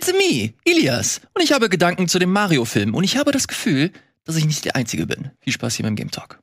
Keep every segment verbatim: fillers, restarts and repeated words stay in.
me, Ilias. Und ich habe Gedanken zu dem Mario-Film. Und ich habe das Gefühl, dass ich nicht der Einzige bin. Viel Spaß hier beim Game Talk.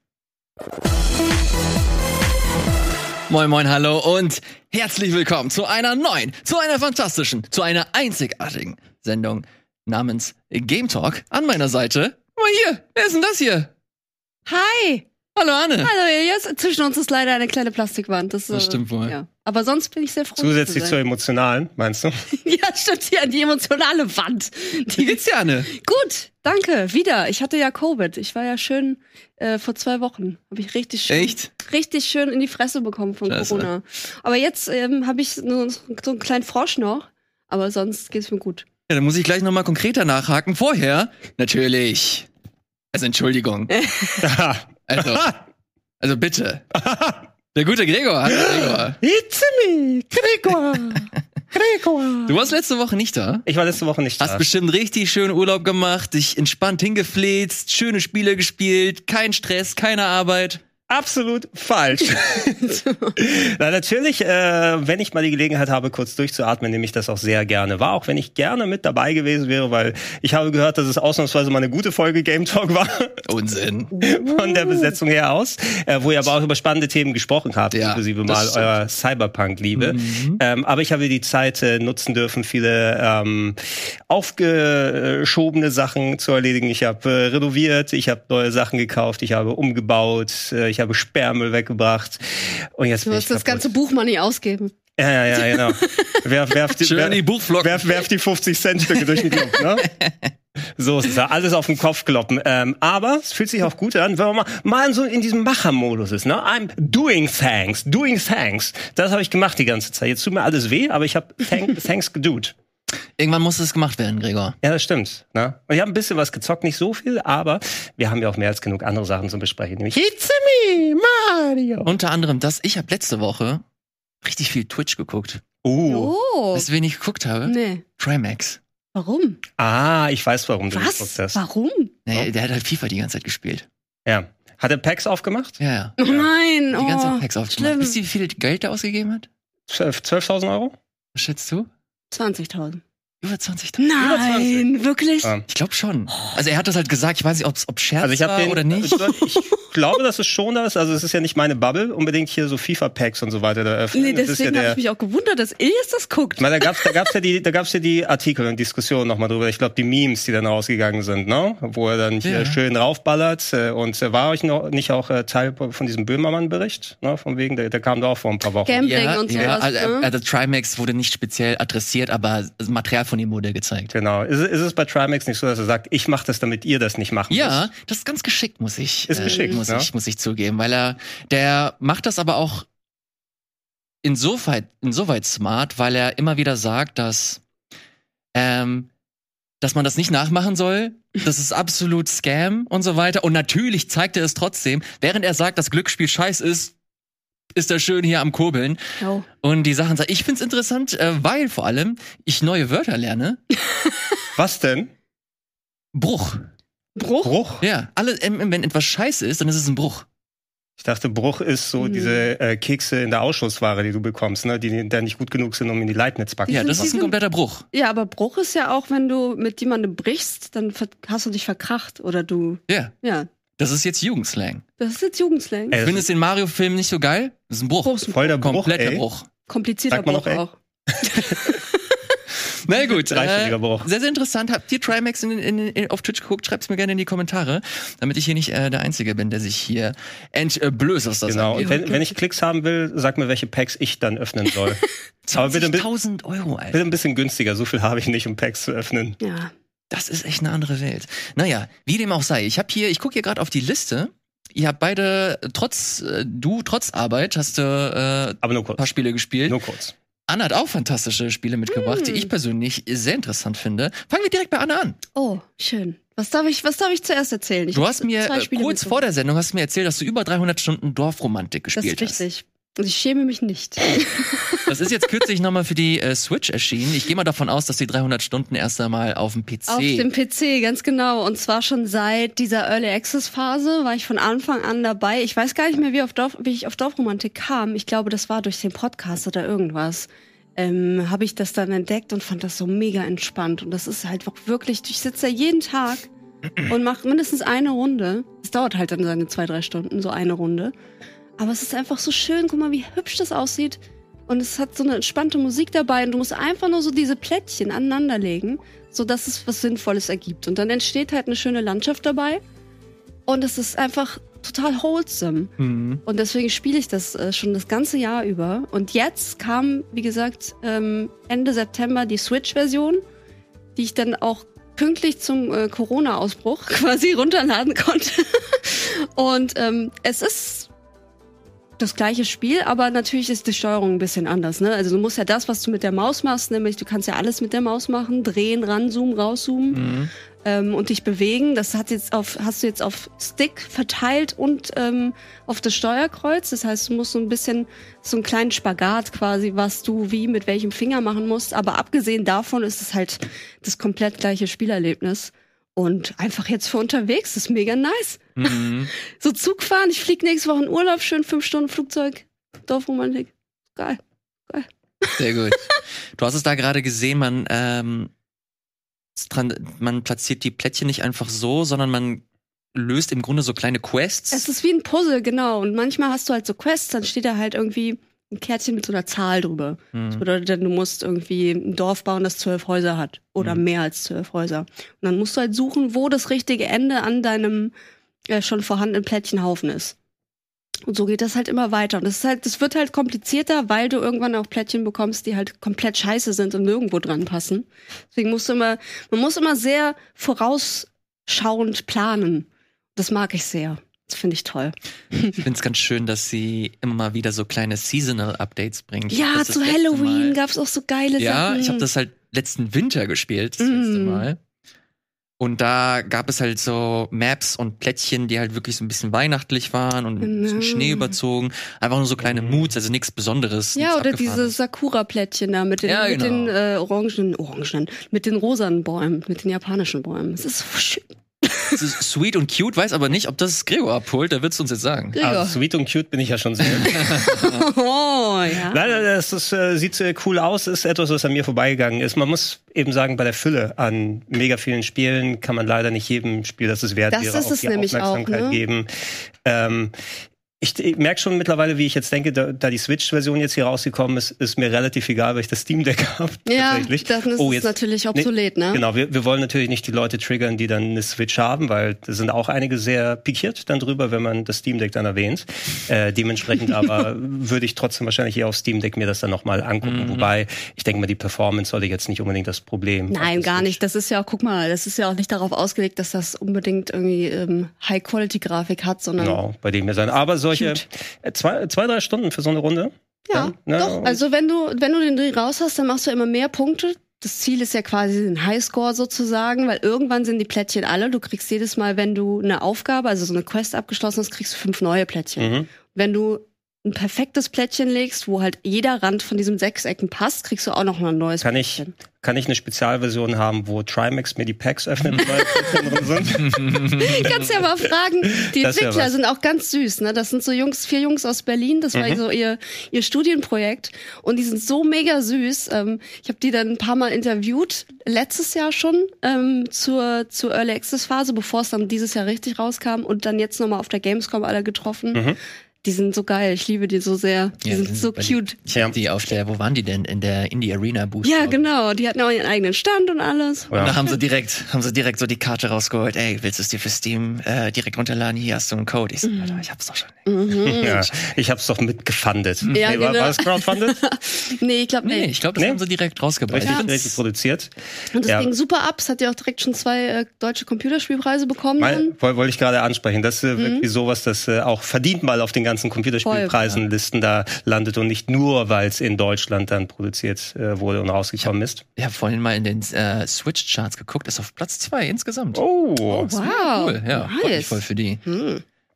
Moin, moin, hallo und herzlich willkommen zu einer neuen, zu einer fantastischen, zu einer einzigartigen Sendung namens Game Talk. An meiner Seite, guck mal hier, wer ist denn das hier? Hi! Hallo Anne. Hallo Elias. Zwischen uns ist leider eine kleine Plastikwand. Das, das stimmt wohl. Ja. Aber sonst bin ich sehr froh. Zusätzlich zu zur emotionalen, meinst du? Ja, stimmt, hier, die emotionale Wand. Die Wie geht's dir, Anne? Gut, danke. Wieder. Ich hatte ja Covid. Ich war ja schön äh, vor zwei Wochen. Habe ich richtig schön, Echt? richtig schön in die Fresse bekommen von Scheiße. Corona. Aber jetzt ähm, habe ich nur so einen kleinen Frosch noch. Aber sonst geht's mir gut. Ja, dann muss ich gleich nochmal konkreter nachhaken. Vorher, natürlich. Also Entschuldigung. Also, also bitte. Der gute Gregor. Hallo Gregor. It's me, Gregor. Gregor. Du warst letzte Woche nicht da. Ich war letzte Woche nicht da. Hast bestimmt richtig schön Urlaub gemacht, dich entspannt hingefläzt, schöne Spiele gespielt, kein Stress, keine Arbeit. Absolut falsch. Na, natürlich, äh, wenn ich mal die Gelegenheit habe, kurz durchzuatmen, nehme ich das auch sehr gerne wahr, auch wenn ich gerne mit dabei gewesen wäre, weil ich habe gehört, dass es ausnahmsweise mal eine gute Folge Game Talk war. Unsinn. Von der Besetzung her aus, äh, wo ihr aber auch über spannende Themen gesprochen habt, ja, inklusive mal eurer Cyberpunk-Liebe. Mhm. Ähm, aber ich habe die Zeit äh, nutzen dürfen, viele ähm, aufgeschobene Sachen zu erledigen. Ich habe äh, renoviert, ich habe neue Sachen gekauft, ich habe umgebaut, äh, ich habe Sperrmüll weggebracht. Und jetzt du musst das ganze Buchmoney ausgeben. Ja, ja, ja, genau. werf, werf, die, Schön die Buchflocken. Werf, werf die fünfzig Cent Stücke durch den Club, ne? So ist es ja. Alles auf den Kopf kloppen. Ähm, aber es fühlt sich auch gut an, wenn man mal, mal so in diesem Machermodus ist, ne? I'm doing thanks, doing thanks. Das habe ich gemacht die ganze Zeit. Jetzt tut mir alles weh, aber ich habe thank, thanks gedoet. Irgendwann muss es gemacht werden, Gregor. Ja, das stimmt. Ne? Und ich habe ein bisschen was gezockt, nicht so viel, aber wir haben ja auch mehr als genug andere Sachen zu besprechen. Nämlich It's me, Mario. Unter anderem das, ich habe letzte Woche richtig viel Twitch geguckt. Uh. Oh. Weißt du, wen ich geguckt habe? Nee. Trimax. Warum? Ah, ich weiß, warum du Was? geguckt hast. Warum? Nee, der hat halt FIFA die ganze Zeit gespielt. Ja. Hat er Packs aufgemacht? Ja, ja. Oh nein, Die ganze oh, Zeit Packs aufgemacht. schlimm. Wisst ihr, wie viel Geld der ausgegeben hat? zwölftausend Euro? Was schätzt du? zwanzigtausend. Über zwanzigtausend. Nein, wirklich? Ja. Ich glaube schon. Also er hat das halt gesagt, ich weiß nicht, ob's, ob Scherz Also ich hab war den, oder nicht. Ich glaube, dass es schon das. Also es ist ja nicht meine Bubble, unbedingt hier so FIFA-Packs und so weiter da öffnen. Nee, Das ist deswegen ja habe der, ich mich auch gewundert, dass Elias das guckt. ich meine, da gab's, da gab's ja die, da gab's ja die Artikel und Diskussionen nochmal drüber. Ich glaube, die Memes, die dann rausgegangen sind, ne, wo er dann hier Ja. schön raufballert. äh, Und äh, war euch noch nicht auch äh, Teil von diesem Böhmermann-Bericht, ne, von wegen, der, der kam da auch vor ein paar Wochen. Gambling Ja, und ja, sowas. also, ne? also Trimax wurde nicht speziell adressiert, aber das Material von ihm wurde gezeigt. Genau. Ist, ist es bei Trimax nicht so, dass er sagt, ich mache das, damit ihr das nicht machen Ja, müsst? das ist ganz geschickt, muss ich, Ist geschickt, muss ne? ich, muss ich zugeben, weil er, der macht das aber auch insoweit, insoweit smart, weil er immer wieder sagt, dass, ähm, dass man das nicht nachmachen soll. Das ist absolut Scam und so weiter. Und natürlich zeigt er es trotzdem, während er sagt, dass Glücksspiel scheiß ist, ist er schön hier am Kurbeln. Oh. Und die Sachen sagen, ich find's interessant, äh, weil vor allem ich neue Wörter lerne. Was denn? Bruch. Bruch? Bruch? Ja, alle, ähm, wenn etwas scheiße ist, dann ist es ein Bruch. Ich dachte, Bruch ist so Hm. diese äh, Kekse in der Ausschussware, die du bekommst, ne, die dann nicht gut genug sind, um in die Leibniz-Backen Ja, sind- das die ist ein sind- kompletter Bruch. Ja, aber Bruch ist ja auch, wenn du mit jemandem brichst, dann ver- hast du dich verkracht oder du. Ja, Ja, das ist jetzt Jugendslang. das ist jetzt Jugendslang. Ey, Ich finde es den Mario-Film nicht so geil. Das ist ein Bruch. Bruch ist ein voll der Bruch, Kompletter ey. Bruch. komplizierter Sagt man Bruch noch, ey? auch. Na gut, Dreistelliger Bruch. sehr, sehr interessant. Habt ihr Trimax in, in, in, auf Twitch geguckt? Schreibt's mir gerne in die Kommentare, damit ich hier nicht äh, der Einzige bin, der sich hier entblößt, was das Genau. angeht. Und wenn, wenn ich Klicks haben will, sag mir, welche Packs ich dann öffnen soll. Aber bitte, bitte, zwanzigtausend Euro, Alter. bitte ein bisschen günstiger. So viel habe ich nicht, um Packs zu öffnen. Ja. Das ist echt eine andere Welt. Naja, wie dem auch sei. Ich habe hier, ich gucke hier gerade auf die Liste. Ihr habt beide, trotz, äh, du, trotz Arbeit, hast du äh, Aber nur ein paar kurz. Spiele gespielt. Nur kurz. Anna hat auch fantastische Spiele mitgebracht, Mm. die ich persönlich sehr interessant finde. Fangen wir direkt bei Anna an. Oh, schön. Was darf ich, was darf ich zuerst erzählen? Ich Du hab hast mir zwei äh, Spiele kurz mitgebracht. vor der Sendung hast du mir erzählt, dass du über dreihundert Stunden Dorfromantik Das gespielt ist richtig. Und ich schäme mich nicht. hast. Das ist jetzt kürzlich nochmal für die äh, Switch erschienen. Ich gehe mal davon aus, dass die dreihundert Stunden erst einmal auf dem P C. Auf dem P C, ganz genau. Und zwar schon seit dieser Early Access Phase war ich von Anfang an dabei. Ich weiß gar nicht mehr, wie, auf Dorf, wie ich auf Dorfromantik kam. Ich glaube, das war durch den Podcast oder irgendwas. ähm, habe ich das dann entdeckt und fand das so mega entspannt. Und das ist halt auch wirklich, ich sitze da jeden Tag und mache mindestens eine Runde. Es dauert halt dann seine zwei, drei Stunden, so eine Runde. Aber es ist einfach so schön, guck mal, wie hübsch das aussieht. Und es hat so eine entspannte Musik dabei und du musst einfach nur so diese Plättchen aneinanderlegen, sodass es was Sinnvolles ergibt. Und dann entsteht halt eine schöne Landschaft dabei und es ist einfach total wholesome. Mhm. Und deswegen spiele ich das äh, schon das ganze Jahr über. Und jetzt kam, wie gesagt, ähm, Ende September die Switch-Version, die ich dann auch pünktlich zum äh, Corona-Ausbruch quasi runterladen konnte. Und ähm, es ist das gleiche Spiel, aber natürlich ist die Steuerung ein bisschen anders, ne? Also du musst ja das, was du mit der Maus machst, nämlich du kannst ja alles mit der Maus machen, drehen, ranzoomen, rauszoomen mhm. ähm, und dich bewegen. Das hat jetzt auf, hast du jetzt auf Stick verteilt und ähm, auf das Steuerkreuz. Das heißt, du musst so ein bisschen so einen kleinen Spagat quasi, was du wie mit welchem Finger machen musst. Aber abgesehen davon ist es halt das komplett gleiche Spielerlebnis. Und einfach jetzt für unterwegs, das ist mega nice. Mhm. So Zug fahren, ich fliege nächste Woche in Urlaub, schön fünf Stunden Flugzeug, Dorfromantik. Geil, geil. Sehr gut. Du hast es da gerade gesehen, man, ähm, man platziert die Plättchen nicht einfach so, sondern man löst im Grunde so kleine Quests. Es ist wie ein Puzzle, genau. Und manchmal hast du halt so Quests, dann steht da halt irgendwie ein Kärtchen mit so einer Zahl drüber. Mhm. Das bedeutet dann, du musst irgendwie ein Dorf bauen, das zwölf Häuser hat. Oder mhm. mehr als zwölf Häuser. Und dann musst du halt suchen, wo das richtige Ende an deinem äh, schon vorhandenen Plättchenhaufen ist. Und so geht das halt immer weiter. Und das ist halt, das wird halt komplizierter, weil du irgendwann auch Plättchen bekommst, die halt komplett scheiße sind und nirgendwo dran passen. Deswegen musst du immer, man muss immer sehr vorausschauend planen. Das mag ich sehr. Das finde ich toll. Ich finde es ganz schön, dass sie immer mal wieder so kleine Seasonal-Updates bringen. Ja, zu Halloween gab es auch so geile ja, Sachen. Ja, ich habe das halt letzten Winter gespielt, das mm. letzte Mal. Und da gab es halt so Maps und Plättchen, die halt wirklich so ein bisschen weihnachtlich waren und ein bisschen Schnee überzogen. Einfach nur so kleine Moods, also nichts Besonderes. Ja, oder diese Sakura-Plättchen da mit den, ja, genau. mit den äh, orangenen, orangenen, mit den rosanen Bäumen, mit den japanischen Bäumen. Es ist so schön. Das ist sweet und cute, weiß aber nicht, ob das Gregor abholt, der wird's uns jetzt sagen. Also, sweet und cute bin ich ja schon sehr. Oh, ja. Nein, das ist, äh, sieht äh, cool aus, ist etwas, was an mir vorbeigegangen ist. Man muss eben sagen, bei der Fülle an mega vielen Spielen kann man leider nicht jedem Spiel, das es wert das wäre, ist auch es die nämlich Aufmerksamkeit auch, ne? geben. Ähm, Ich, ich merke schon mittlerweile, wie ich jetzt denke, da, da die Switch-Version jetzt hier rausgekommen ist, ist mir relativ egal, weil ich das Steam Deck habe. Ja, das ist oh, jetzt, natürlich obsolet, ne? Genau, wir, wir wollen natürlich nicht die Leute triggern, die dann eine Switch haben, weil da sind auch einige sehr pikiert dann drüber, wenn man das Steam Deck dann erwähnt. Äh, dementsprechend aber würde ich trotzdem wahrscheinlich eher auf Steam Deck mir das dann nochmal angucken. Mhm. Wobei, ich denke mal, die Performance sollte jetzt nicht unbedingt das Problem. Nein, gar nicht. Das ist ja auch, guck mal, das ist ja auch nicht darauf ausgelegt, dass das unbedingt irgendwie ähm, High-Quality-Grafik hat, sondern genau, bei dem wir sein. Aber solche cute. Zwei, zwei, drei Stunden für so eine Runde? Ja, dann, ne? Doch. Also wenn du, wenn du den Dreh raus hast, dann machst du immer mehr Punkte. Das Ziel ist ja quasi ein Highscore sozusagen, weil irgendwann sind die Plättchen alle. Du kriegst jedes Mal, wenn du eine Aufgabe, also so eine Quest abgeschlossen hast, kriegst du fünf neue Plättchen. Mhm. Wenn du ein perfektes Plättchen legst, wo halt jeder Rand von diesem Sechsecken passt, kriegst du auch noch mal ein neues kann Plättchen. Ich, kann ich eine Spezialversion haben, wo Trimax mir die Packs öffnet, weil Plättchen drin sind? Kannst ja mal fragen. Die das Entwickler sind auch ganz süß, ne? Das sind so Jungs, vier Jungs aus Berlin. Das war mhm. so ihr ihr Studienprojekt und die sind so mega süß. Ähm, ich habe die dann ein paar Mal interviewt, letztes Jahr schon ähm, zur zur Early Access Phase, bevor es dann dieses Jahr richtig rauskam und dann jetzt noch mal auf der Gamescom alle getroffen. Mhm. Die sind so geil, ich liebe die so sehr. Die ja, sind so cute. Ich hab die auf der, wo waren die denn? In der Indie Arena Booth. Ja, genau. Die hatten auch ihren eigenen Stand und alles. Ja. Und da haben sie direkt, haben sie direkt so die Karte rausgeholt. Ey, willst du es dir für Steam äh, direkt runterladen? Hier hast du einen Code. Ich so, mhm. Alter, ich hab's doch schon. Mhm. Ja, ich hab's doch mitgefundet. Ja, nee, genau. war, war das crowdfunded? Nee, ich glaube nicht. Nee, ich glaube, das nee? haben sie direkt rausgebracht. Richtig, ja. richtig produziert. Und das ja. ging super ab. Es hat ja auch direkt schon zwei äh, deutsche Computerspielpreise bekommen. Wollte wollt ich gerade ansprechen. Das ist äh, mhm. wirklich sowas, das äh, auch verdient mal auf den ganzen Computerspielpreisen Preisenlisten da landet und nicht nur, weil es in Deutschland dann produziert äh, wurde und rausgekommen ist. Ich habe vorhin mal in den äh, Switch-Charts geguckt, ist auf Platz zwei insgesamt. Oh, oh wow. Cool, ja, nice. Freut mich voll für die. Hm.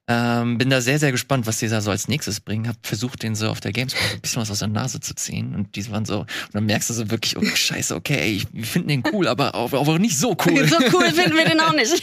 Ähm, bin da sehr, sehr gespannt, was die da so als nächstes bringen. Hab versucht, den so auf der Gamescom ein bisschen was aus der Nase zu ziehen. Und die waren so, und dann merkst du so wirklich, oh scheiße, okay, ey, ich, wir finden den cool, aber auch, auch nicht so cool. So cool finden wir den auch nicht.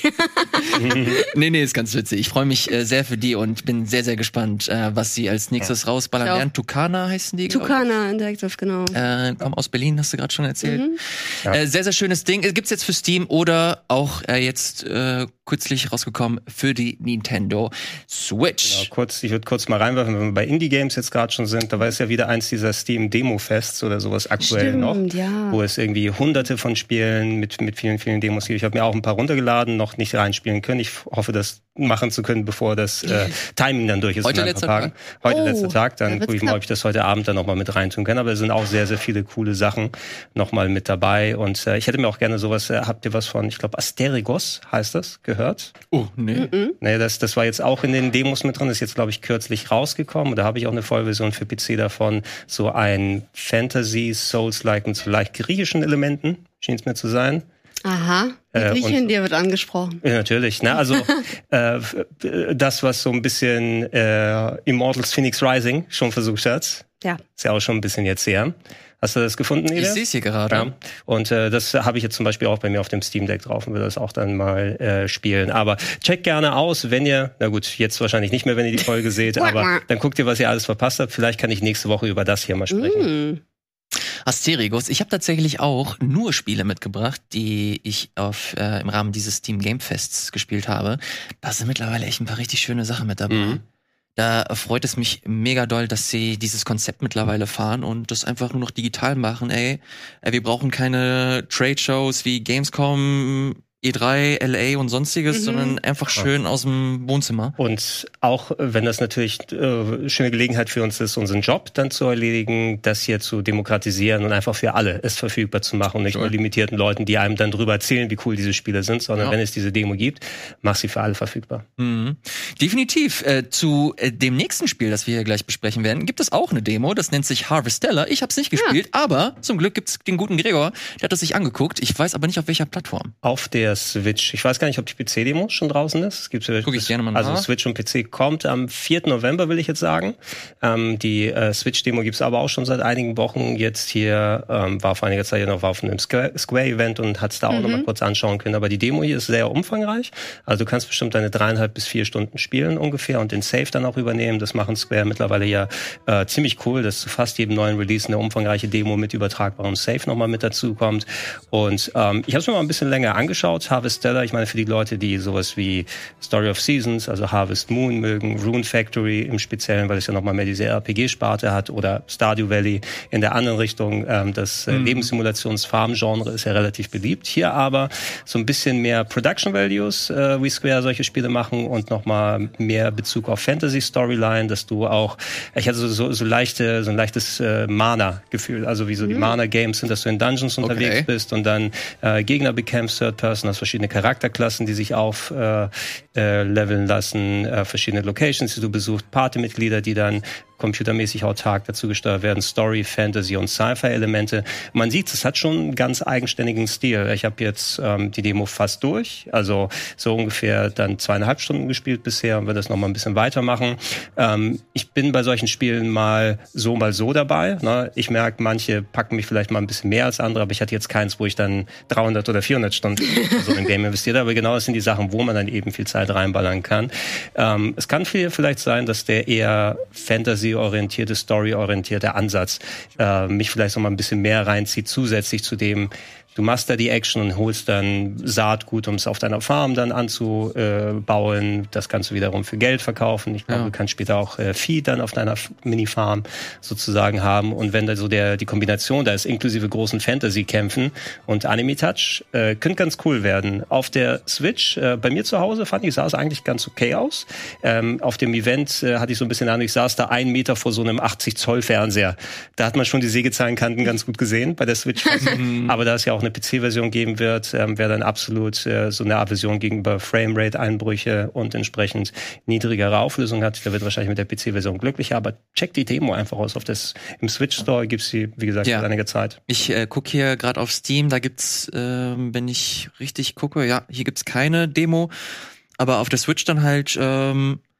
nee, nee, ist ganz witzig. Ich freue mich äh, sehr für die und bin sehr, sehr gespannt, äh, was sie als nächstes rausballern werden. Tucana heißen die, Tucana Interactive, genau. Äh, kommen aus Berlin, hast du gerade schon erzählt. Mhm. Ja. Äh, sehr, sehr schönes Ding. Gibt's jetzt für Steam oder auch äh, jetzt äh, kürzlich rausgekommen für die Nintendo Switch. Genau, kurz, ich würde kurz mal reinwerfen, wenn wir bei Indie-Games jetzt gerade schon sind, da war es ja wieder eins dieser Steam-Demo-Fests oder sowas aktuell Stimmt, noch, ja. wo es irgendwie hunderte von Spielen mit, mit vielen, vielen Demos gibt. Ich habe mir auch ein paar runtergeladen, noch nicht reinspielen können. Ich hoffe, das machen zu können, bevor das äh, Timing dann durch ist. Heute letzter Tag? Heute Oh, letzter Tag, dann da gucke ich mal, ob ich das heute Abend dann nochmal mit reintun kann. Aber es sind auch sehr, sehr viele coole Sachen nochmal mit dabei. Und äh, ich hätte mir auch gerne sowas, äh, habt ihr was von, ich glaube, Asterigos heißt das, gehört? Oh, nee. Mhm. Nee, das, das war jetzt auch in den Demos mit drin, ist jetzt, glaube ich, kürzlich rausgekommen. Da habe ich auch eine Vollversion für P C davon. So ein Fantasy, Souls-like mit so leicht griechischen Elementen, schien es mir zu sein. Aha, die Äh, Griechin, und- die wird angesprochen. Ja, natürlich. Ne? Also äh, f- äh, das, was so ein bisschen äh, Immortals Phoenix Rising schon versucht hat, Ja. ist ja auch schon ein bisschen jetzt her. Hast du das gefunden, Ich Ida? sehe es hier gerade. Ja. Und äh, das habe ich jetzt zum Beispiel auch bei mir auf dem Steam Deck drauf und will das auch dann mal äh, spielen. Aber checkt gerne aus, wenn ihr, na gut, jetzt wahrscheinlich nicht mehr, wenn ihr die Folge seht, aber dann guckt ihr, was ihr alles verpasst habt. Vielleicht kann ich nächste Woche über das hier mal sprechen. Mm. Asterigos. Ich habe tatsächlich auch nur Spiele mitgebracht, die ich auf äh, im Rahmen dieses Steam Game Fests gespielt habe. Da sind mittlerweile echt ein paar richtig schöne Sachen mit dabei. Mhm. Da freut es mich mega doll, dass sie dieses Konzept mittlerweile fahren und das einfach nur noch digital machen. Ey, äh, wir brauchen keine Trade-Shows wie Gamescom, E drei, L A und sonstiges, Mhm. sondern einfach schön aus dem Wohnzimmer. Und auch äh, wenn das natürlich äh, schöne Gelegenheit für uns ist, unseren Job dann zu erledigen, das hier zu demokratisieren und einfach für alle es verfügbar zu machen und nicht Sure. nur limitierten Leuten, die einem dann drüber erzählen, wie cool diese Spiele sind, sondern Ja. wenn es diese Demo gibt, mach sie für alle verfügbar. Mhm. Definitiv. Äh, zu äh, dem nächsten Spiel, das wir hier gleich besprechen werden, gibt es auch eine Demo. Das nennt sich Harvestella. Ich habe es nicht gespielt, aber zum Glück gibt's den guten Gregor. Der hat es sich angeguckt. Ich weiß aber nicht, auf welcher Plattform. Auf der Switch. Ich weiß gar nicht, ob die P C-Demo schon draußen ist. Es gibt Guck ich gerne mal nach. Also Switch und P C kommt am vierten November, will ich jetzt sagen. Ähm, die äh, Switch-Demo gibt's aber auch schon seit einigen Wochen. Jetzt hier ähm, war vor einiger Zeit ja noch auf einem Square- Square-Event und hat's da auch Mhm. noch mal kurz anschauen können. Aber die Demo hier ist sehr umfangreich. Also du kannst bestimmt deine dreieinhalb bis vier Stunden spielen ungefähr und den Save dann auch übernehmen. Das machen Square mittlerweile ja äh, ziemlich cool, dass zu fast jedem neuen Release eine umfangreiche Demo mit übertragbarem Save nochmal mit dazu kommt. Und ähm, ich habe es mir mal ein bisschen länger angeschaut. Harvestella, ich meine, für die Leute, die sowas wie Story of Seasons, also Harvest Moon mögen, Rune Factory im Speziellen, weil es ja nochmal mehr diese R P G-Sparte hat, oder Stardew Valley in der anderen Richtung. Ähm, das äh, Mhm. Lebenssimulations-Farm-Genre ist ja relativ beliebt. Hier aber so ein bisschen mehr Production Values, äh, wie Square solche Spiele machen, und nochmal mehr Bezug auf Fantasy-Storyline, dass du auch, ich hatte so, so, so leichte, so ein leichtes äh, Mana-Gefühl, also wie so die Mana-Games sind, dass du in Dungeons unterwegs Okay. bist und dann äh, Gegner bekämpfst, Third Person, hast verschiedene Charakterklassen, die sich auf äh, äh, leveln lassen, äh, verschiedene Locations, die du besuchst, Partymitglieder, die dann computermäßig autark dazu gesteuert werden, Story, Fantasy und Sci-Fi-Elemente. Man sieht, es hat schon einen ganz eigenständigen Stil. Ich habe jetzt ähm, die Demo fast durch, also so ungefähr dann zweieinhalb Stunden gespielt bisher und werde das noch mal ein bisschen weitermachen. Ähm, ich bin bei solchen Spielen mal so, mal so dabei. Ne? Ich merke, manche packen mich vielleicht mal ein bisschen mehr als andere, aber ich hatte jetzt keins, wo ich dann dreihundert oder vierhundert Stunden so im Game investiert habe. Aber genau das sind die Sachen, wo man dann eben viel Zeit reinballern kann. Ähm, es kann viel vielleicht sein, dass der eher Fantasy-orientierte, Story-orientierte Ansatz äh, mich vielleicht noch mal ein bisschen mehr reinzieht, zusätzlich zu dem, du machst da die Action und holst dann Saatgut, um es auf deiner Farm dann anzubauen. Das kannst du wiederum für Geld verkaufen. Ich glaube, Ja. du kannst später auch äh, Vieh dann auf deiner F- Mini-Farm sozusagen haben. Und wenn da so der die Kombination da ist, inklusive großen Fantasy-Kämpfen und Anime-Touch, äh, könnte ganz cool werden. Auf der Switch, äh, bei mir zu Hause, fand ich, sah es eigentlich ganz okay aus. Ähm, auf dem Event äh, hatte ich so ein bisschen an, ich saß da einen Meter vor so einem achtzig Zoll Fernseher. Da hat man schon die Sägezahlenkanten ganz gut gesehen bei der Switch. Aber da es ja auch eine P C-Version geben wird, ähm, wäre dann absolut äh, so eine Aversion gegenüber Framerate-Einbrüche und entsprechend niedrigere Auflösung hat. Da wird wahrscheinlich mit der P C-Version glücklicher, aber check die Demo einfach aus. Auf das, im Switch-Store gibt's sie, wie gesagt, Ja. seit einiger Zeit. Ich äh, gucke hier gerade auf Steam, da gibt's, ähm, wenn ich richtig gucke, ja, hier gibt's keine Demo, aber auf der Switch dann halt ähm,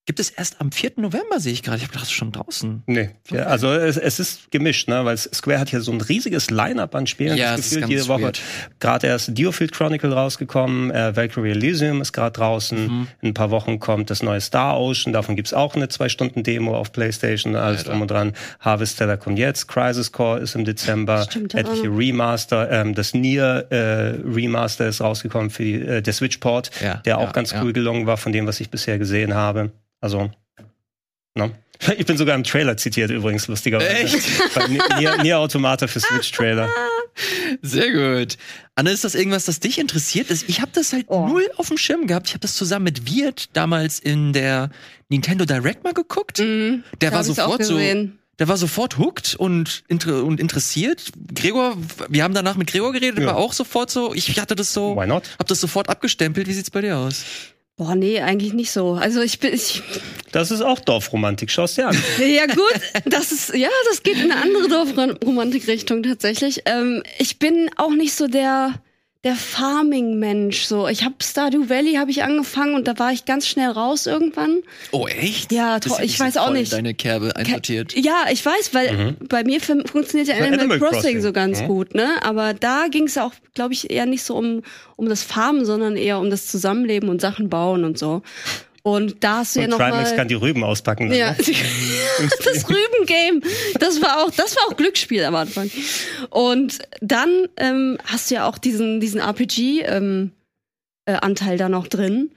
gibt es erst am vierten November, sehe ich gerade. Ich habe gedacht, das ist schon draußen. Nee, ja, also es, es ist gemischt, ne? Weil Square hat ja so ein riesiges Line-Up an Spielen. Ja, das das gefühlt ist jede Woche. weird. Gerade erst Diofield Chronicle rausgekommen, äh, Valkyrie Elysium ist gerade draußen. Mhm. In ein paar Wochen kommt das neue Star Ocean, davon gibt's auch eine zwei Stunden Demo auf PlayStation, alles drum und dran. Harvesteller kommt jetzt, Crisis Core ist im Dezember, Stimmt, etliche Remaster, ähm, das Nier äh, Remaster ist rausgekommen für die, äh, der Switch-Port, ja, der auch ja, ganz ja. cool gelungen war von dem, was ich bisher gesehen habe. Also, no. Ich bin sogar im Trailer zitiert übrigens, lustigerweise. Echt? Bei Nier, Nier Automata für Switch-Trailer. Sehr gut. Anne, ist das irgendwas, das dich interessiert? Ich habe das halt Oh. null auf dem Schirm gehabt. Ich habe das zusammen mit Wirt damals in der Nintendo Direct mal geguckt. Mhm, Der da war hab ich's auch sofort so, gesehen. der war sofort hooked und, inter und interessiert. Gregor, wir haben danach mit Gregor geredet, der Ja. war auch sofort so, ich hatte das so, Why not? hab das sofort abgestempelt. Wie sieht's bei dir aus? Boah, nee, eigentlich nicht so. Also ich bin, ich, Das ist auch Dorfromantik, schau's dir an. ja gut, das ist, ja, das geht in eine andere Dorfromantik-Richtung tatsächlich. Ähm, ich bin auch nicht so der, der Farming-Mensch. So, ich habe Stardew Valley habe ich angefangen und da war ich ganz schnell raus irgendwann. Oh, echt? Ja, Das to- hätte ich so weiß auch voll in nicht. deine Kerbe einsortiert. Ja, ich weiß, weil Mhm. bei mir fun- funktioniert ja Animal, Animal Crossing, Crossing. so ganz Mhm. gut, ne? Aber da ging es auch, glaube ich, eher nicht so um, um das Farmen, sondern eher um das Zusammenleben und Sachen bauen und so. Und da hast du Und ja noch Trimax mal kann die Rüben auspacken. Dann, ja, ne? das Rüben-Game, das war auch, das war auch Glücksspiel am Anfang. Und dann ähm, hast du ja auch diesen, diesen R P G-Anteil ähm, äh, Anteil da noch drin.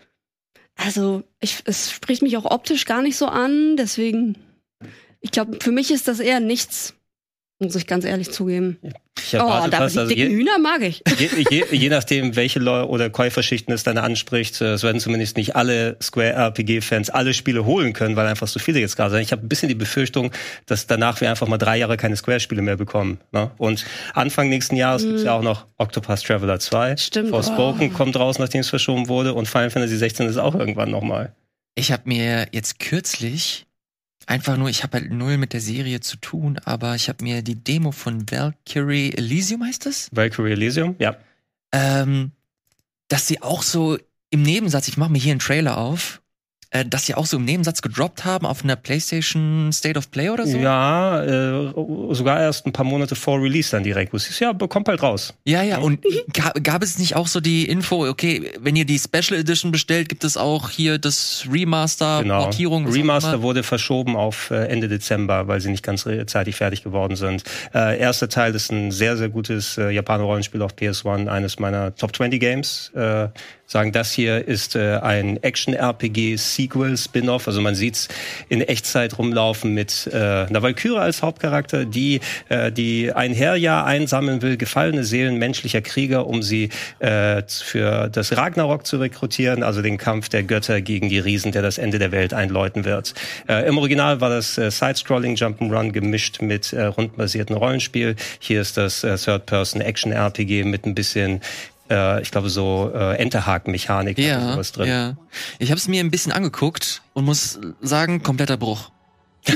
Also ich, es spricht mich auch optisch gar nicht so an, deswegen, ich glaube, für mich ist das eher nichts, muss ich ganz ehrlich zugeben. Ich erwarte Oh, da fast, die also dicken je, Hühner mag ich. je, je, je nachdem, welche Leu- oder Käuferschichten es dann anspricht, äh, es werden zumindest nicht alle Square-R P G-Fans alle Spiele holen können, weil einfach so viele jetzt gerade sind. Ich habe ein bisschen die Befürchtung, dass danach wir einfach mal drei Jahre keine Square-Spiele mehr bekommen. Ne? Und Anfang nächsten Jahres gibt's ja auch noch Octopath Traveler zwei. Stimmt. Forspoken Oh. kommt raus, nachdem es verschoben wurde. Und Final Fantasy sechzehn ist auch irgendwann nochmal. Ich habe mir jetzt kürzlich einfach nur, ich habe halt null mit der Serie zu tun, aber ich habe mir die Demo von Valkyrie Elysium, heißt das? Valkyrie Elysium, ja. Ähm, dass sie auch so im Nebensatz, ich mache mir hier einen Trailer auf, äh, dass sie auch so im Nebensatz gedroppt haben auf einer PlayStation State of Play oder so. Ja, äh, sogar erst ein paar Monate vor Release dann direkt. Wo es hieß, ja, kommt halt raus. Ja, ja, und ga, gab es nicht auch so die Info, okay, wenn ihr die Special Edition bestellt, gibt es auch hier das Remaster, Genau. Portierung. was auch Remaster immer? wurde verschoben auf äh, Ende Dezember, weil sie nicht ganz rechtzeitig fertig geworden sind. Äh, erster Teil ist ein sehr, sehr gutes äh, Japaner-Rollenspiel auf P S eins, eines meiner Top zwanzig Games. Äh, sagen, das hier ist äh, ein Action-R P G-Sequel, Spin-off. Also man sieht's in Echtzeit rumlaufen mit äh, einer Valkyrie als Hauptcharakter, die äh, die ein Heerjahr einsammeln will, gefallene Seelen menschlicher Krieger, um sie äh, für das Ragnarok zu rekrutieren, also den Kampf der Götter gegen die Riesen, der das Ende der Welt einläuten wird. Äh, Im Original war das äh, Side-Scrolling Jump'n'Run gemischt mit äh, rundenbasierten Rollenspiel. Hier ist das äh, Third-Person-Action-R P G mit ein bisschen äh, ich glaube, so äh, Enterhaken-Mechanik Ja, sowas drin. ja. Ich habe es mir ein bisschen angeguckt und muss sagen, kompletter Bruch. Das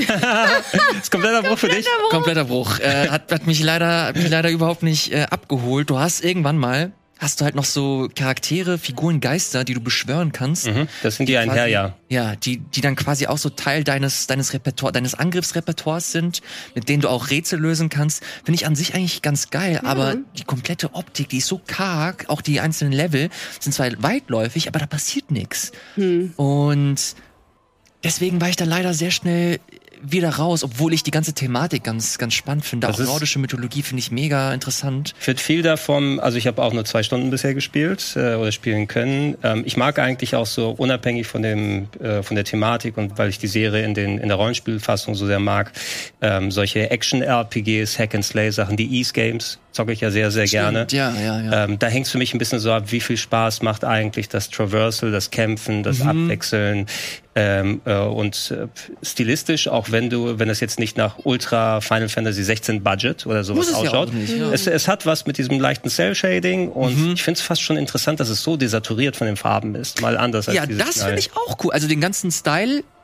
ist kompletter Bruch für dich? Kompletter Bruch. Äh, hat, hat mich leider, hat mich leider überhaupt nicht äh, abgeholt. Du hast irgendwann mal, hast du halt noch so Charaktere, Figuren, Geister, die du beschwören kannst. Mhm, das sind die, die ein quasi, Herrjahr. Ja, die, die dann quasi auch so Teil deines, deines Repertoire, deines Angriffsrepertoires sind, mit denen du auch Rätsel lösen kannst. Finde ich an sich eigentlich ganz geil, Mhm. aber die komplette Optik, die ist so karg, auch die einzelnen Level sind zwar weitläufig, aber da passiert nichts. Hm. Und deswegen war ich da leider sehr schnell wieder raus, obwohl ich die ganze Thematik ganz, ganz spannend finde. Das auch ist- nordische Mythologie finde ich mega interessant. Ich finde viel davon, also ich habe auch nur zwei Stunden bisher gespielt äh, oder spielen können. Ähm, ich mag eigentlich auch so unabhängig von dem äh, von der Thematik und weil ich die Serie in den in der Rollenspielfassung so sehr mag, ähm, solche Action-R P Gs, Hack-and-Slay-Sachen, die Ease-Games zocke ich ja sehr, sehr gerne. Stimmt, ja, ja, ja. Ähm, da hängt es für mich ein bisschen so ab, wie viel Spaß macht eigentlich das Traversal, das Kämpfen, das Mhm. Abwechseln ähm, äh, und äh, stilistisch, auch wenn du, wenn es jetzt nicht nach Ultra Final Fantasy sechzehn Budget oder sowas Muss es ja ausschaut. auch nicht, ja. es, es hat was mit diesem leichten Cell-Shading und Mhm. ich finde es fast schon interessant, dass es so desaturiert von den Farben ist. Mal anders als Ja, dieses das Knall. finde ich auch cool. Also den ganzen Style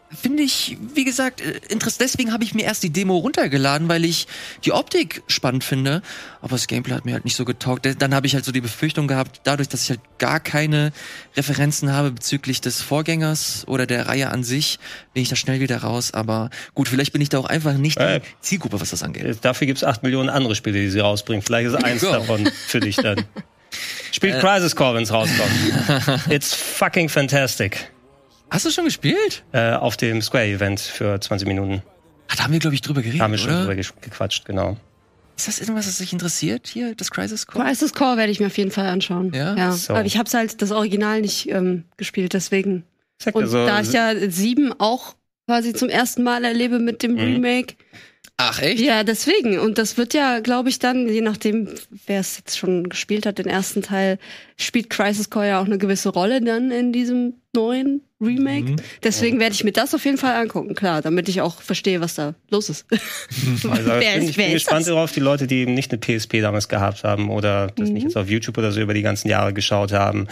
finde ich, wie gesagt, interessant. Deswegen habe ich mir erst die Demo runtergeladen, weil ich die Optik spannend finde. Aber das Gameplay hat mir halt nicht so getaugt. Dann habe ich halt so die Befürchtung gehabt, dadurch, dass ich halt gar keine Referenzen habe bezüglich des Vorgängers oder der Reihe an sich, bin ich da schnell wieder raus. Aber gut, vielleicht bin ich da auch einfach nicht äh, die Zielgruppe, was das angeht. Dafür gibt's acht Millionen andere Spiele, die sie rausbringen. Vielleicht ist eins Ja. davon für dich dann. Spielt äh. Crisis Core, wenn's rauskommt. It's fucking fantastic. Hast du schon gespielt? Äh, auf dem Square-Event für zwanzig Minuten. Ah, da haben wir, glaube ich, drüber geredet, Haben wir schon oder? drüber ge- gequatscht, genau. Ist das irgendwas, das dich interessiert, hier, das Crisis Core? Crisis Core werde ich mir auf jeden Fall anschauen. Ja? ja. So. Aber ich habe halt das Original nicht ähm, gespielt, deswegen. Sag Und also, da ich ja sieben auch quasi zum ersten Mal erlebe mit dem Mhm. Remake. Ach, echt? Ja, deswegen. Und das wird ja, glaube ich, dann, je nachdem, wer es jetzt schon gespielt hat, den ersten Teil, spielt Crisis Core ja auch eine gewisse Rolle dann in diesem neuen Remake. Mhm. Deswegen werde ich mir das auf jeden Fall angucken, klar, damit ich auch verstehe, was da los ist. Also, wer ich bin, ist, ich bin wer ist gespannt das? darauf, die Leute, die eben nicht eine P S P damals gehabt haben oder das Mhm. nicht jetzt auf YouTube oder so über die ganzen Jahre geschaut haben.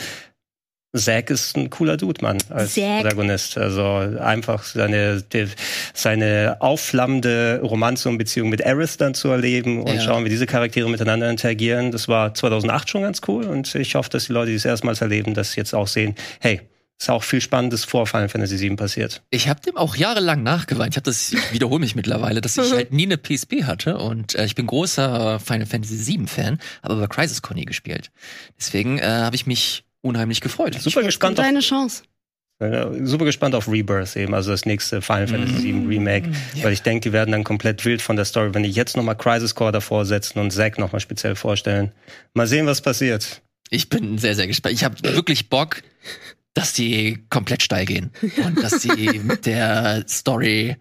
Zack ist ein cooler Dude, Mann, als Zack. Protagonist. Also einfach seine, die, seine aufflammende Romanze und Beziehung mit Aerith dann zu erleben und Ja. schauen, wie diese Charaktere miteinander interagieren. Das war zweitausendacht schon ganz cool und ich hoffe, dass die Leute, die es erstmals erleben, das jetzt auch sehen. Hey, ist auch viel Spannendes vor Final Fantasy sieben passiert. Ich habe dem auch jahrelang nachgeweint. Ich habe das, ich wiederhole mich mittlerweile, dass ich halt nie eine P S P hatte und äh, ich bin großer Final Fantasy sieben Fan, aber bei Crisis Core nie gespielt. Deswegen äh, habe ich mich unheimlich gefreut. Super gespannt auf Deine Chance. Äh, Super gespannt auf Rebirth eben, also das nächste Final Fantasy sieben Remake, Ja. weil ich denke, die werden dann komplett wild von der Story, wenn die jetzt nochmal Crisis Core davor setzen und Zack nochmal speziell vorstellen. Mal sehen, was passiert. Ich bin sehr, sehr gespannt. Ich habe wirklich Bock, dass die komplett steil gehen und dass die mit der Story,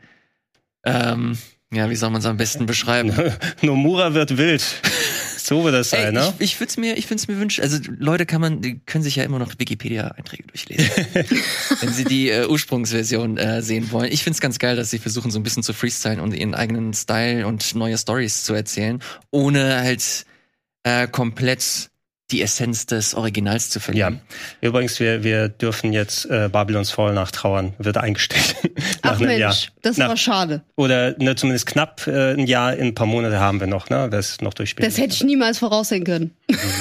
ähm, ja, wie soll man es am besten beschreiben? Nomura wird wild. So wird das sein, Ey, ne? ich ich würde es mir, ich find's mir wünschen. Also Leute kann man, die können sich ja immer noch Wikipedia-Einträge durchlesen, wenn sie die äh, Ursprungsversion äh, sehen wollen. Ich find's ganz geil, dass sie versuchen, so ein bisschen zu freestylen und ihren eigenen Style und neue Stories zu erzählen, ohne halt äh, komplett die Essenz des Originals zu Ja. verlieren. Übrigens, wir, wir dürfen jetzt äh, Babylons Fall nachtrauern. Wird eingestellt. Nach Ach einem Mensch, Jahr. das Nach- war schade. Oder ne, zumindest knapp äh, ein Jahr, in ein paar Monate haben wir noch, ne? Wer es noch durchspielt. Das hätte ich niemals voraussehen können.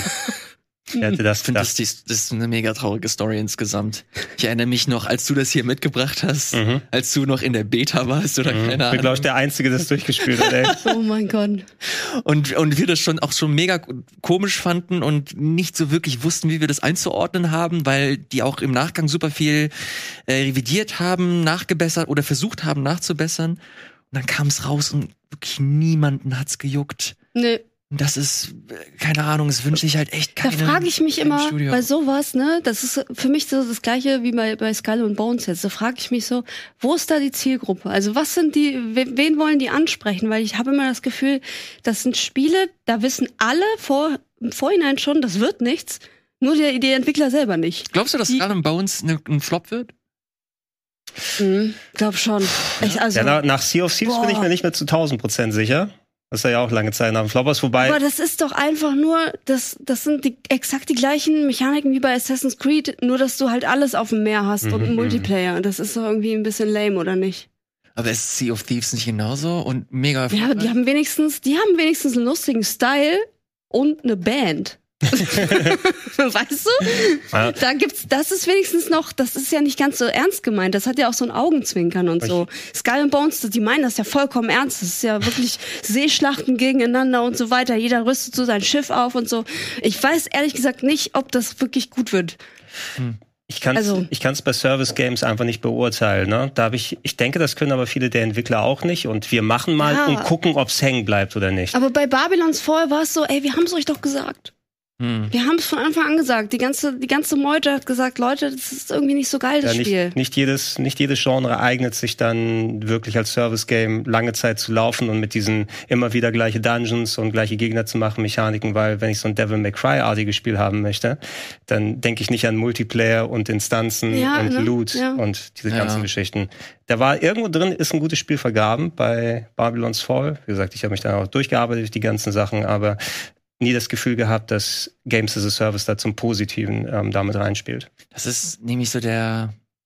Wer hätte das Ich finde, gedacht? das, ist- das ist eine mega traurige Story insgesamt. Ich erinnere mich noch, als du das hier mitgebracht hast, Mhm. als du noch in der Beta warst oder Mhm. keine Ich bin, Ahnung. glaube ich, der Einzige, der das durchgespielt hat, ey. Oh mein Gott. Und, und wir das schon auch schon mega komisch fanden und nicht so wirklich wussten, wie wir das einzuordnen haben, weil die auch im Nachgang super viel äh, revidiert haben, nachgebessert oder versucht haben nachzubessern. Und dann kam es raus und wirklich niemanden hat's gejuckt. Nee. Und das ist, äh, keine Ahnung, das wünsche ich halt echt Da keine. frage ich mich keinem immer Studio. bei sowas, ne? Das ist für mich so das Gleiche wie bei, bei Skull and Bones jetzt. Da frage ich mich so, wo ist da die Zielgruppe? Also was sind die, wen, wen wollen die ansprechen? Weil ich habe immer das Gefühl, das sind Spiele, da wissen alle vor, im Vorhinein schon, das wird nichts. Nur die, die Entwickler selber nicht. Glaubst du, dass Die- Skull and Bones ne, ein Flop wird? Mhm, glaub schon. Ich, also, Ja, na, nach Sea of Thieves Boah. bin ich mir nicht mehr zu tausend Prozent sicher. Das ist ja auch lange Zeit nach dem Floppers vorbei. aber das ist doch einfach nur, das, das sind die, exakt die gleichen Mechaniken wie bei Assassin's Creed, nur dass du halt alles auf dem Meer hast und einen Mhm. Multiplayer. Das ist doch irgendwie ein bisschen lame, oder nicht? Aber ist Sea of Thieves nicht genauso und mega Ja, aber die haben wenigstens, die haben wenigstens einen lustigen Style und eine Band. Weißt du? Ja. Da gibt's, das ist wenigstens noch, das ist ja nicht ganz so ernst gemeint. Das hat ja auch so ein Augenzwinkern und so. Skull and Bones, die meinen das ja vollkommen ernst. Das ist ja wirklich Seeschlachten gegeneinander und so weiter. Jeder rüstet so sein Schiff auf und so. Ich weiß ehrlich gesagt nicht, ob das wirklich gut wird. Ich kann es Also- ich kann's bei Service Games einfach nicht beurteilen. Ne? Da hab ich, ich denke, das können aber viele der Entwickler auch nicht. Und wir machen mal Ja. und gucken, ob's hängen bleibt oder nicht. Aber bei Babylons Fall war es so, ey, wir haben es euch doch gesagt. Hm. Wir haben es von Anfang an gesagt. Die ganze, die ganze Meute hat gesagt, Leute, das ist irgendwie nicht so geil, das Ja, Spiel. nicht, nicht, jedes, nicht jedes Genre eignet sich dann wirklich als Service-Game lange Zeit zu laufen und mit diesen immer wieder gleiche Dungeons und gleiche Gegner zu machen, Mechaniken, weil wenn ich so ein Devil May Cry-artiges Spiel haben möchte, dann denke ich nicht an Multiplayer und Instanzen Ja, und ne? Loot Ja. und diese Ja. ganzen Geschichten. Da war irgendwo drin, ist ein gutes Spiel vergraben bei Babylon's Fall. Wie gesagt, ich habe mich dann auch durchgearbeitet durch die ganzen Sachen, aber nie das Gefühl gehabt, dass Games as a Service da zum Positiven ähm, damit reinspielt. Das ist nämlich so der,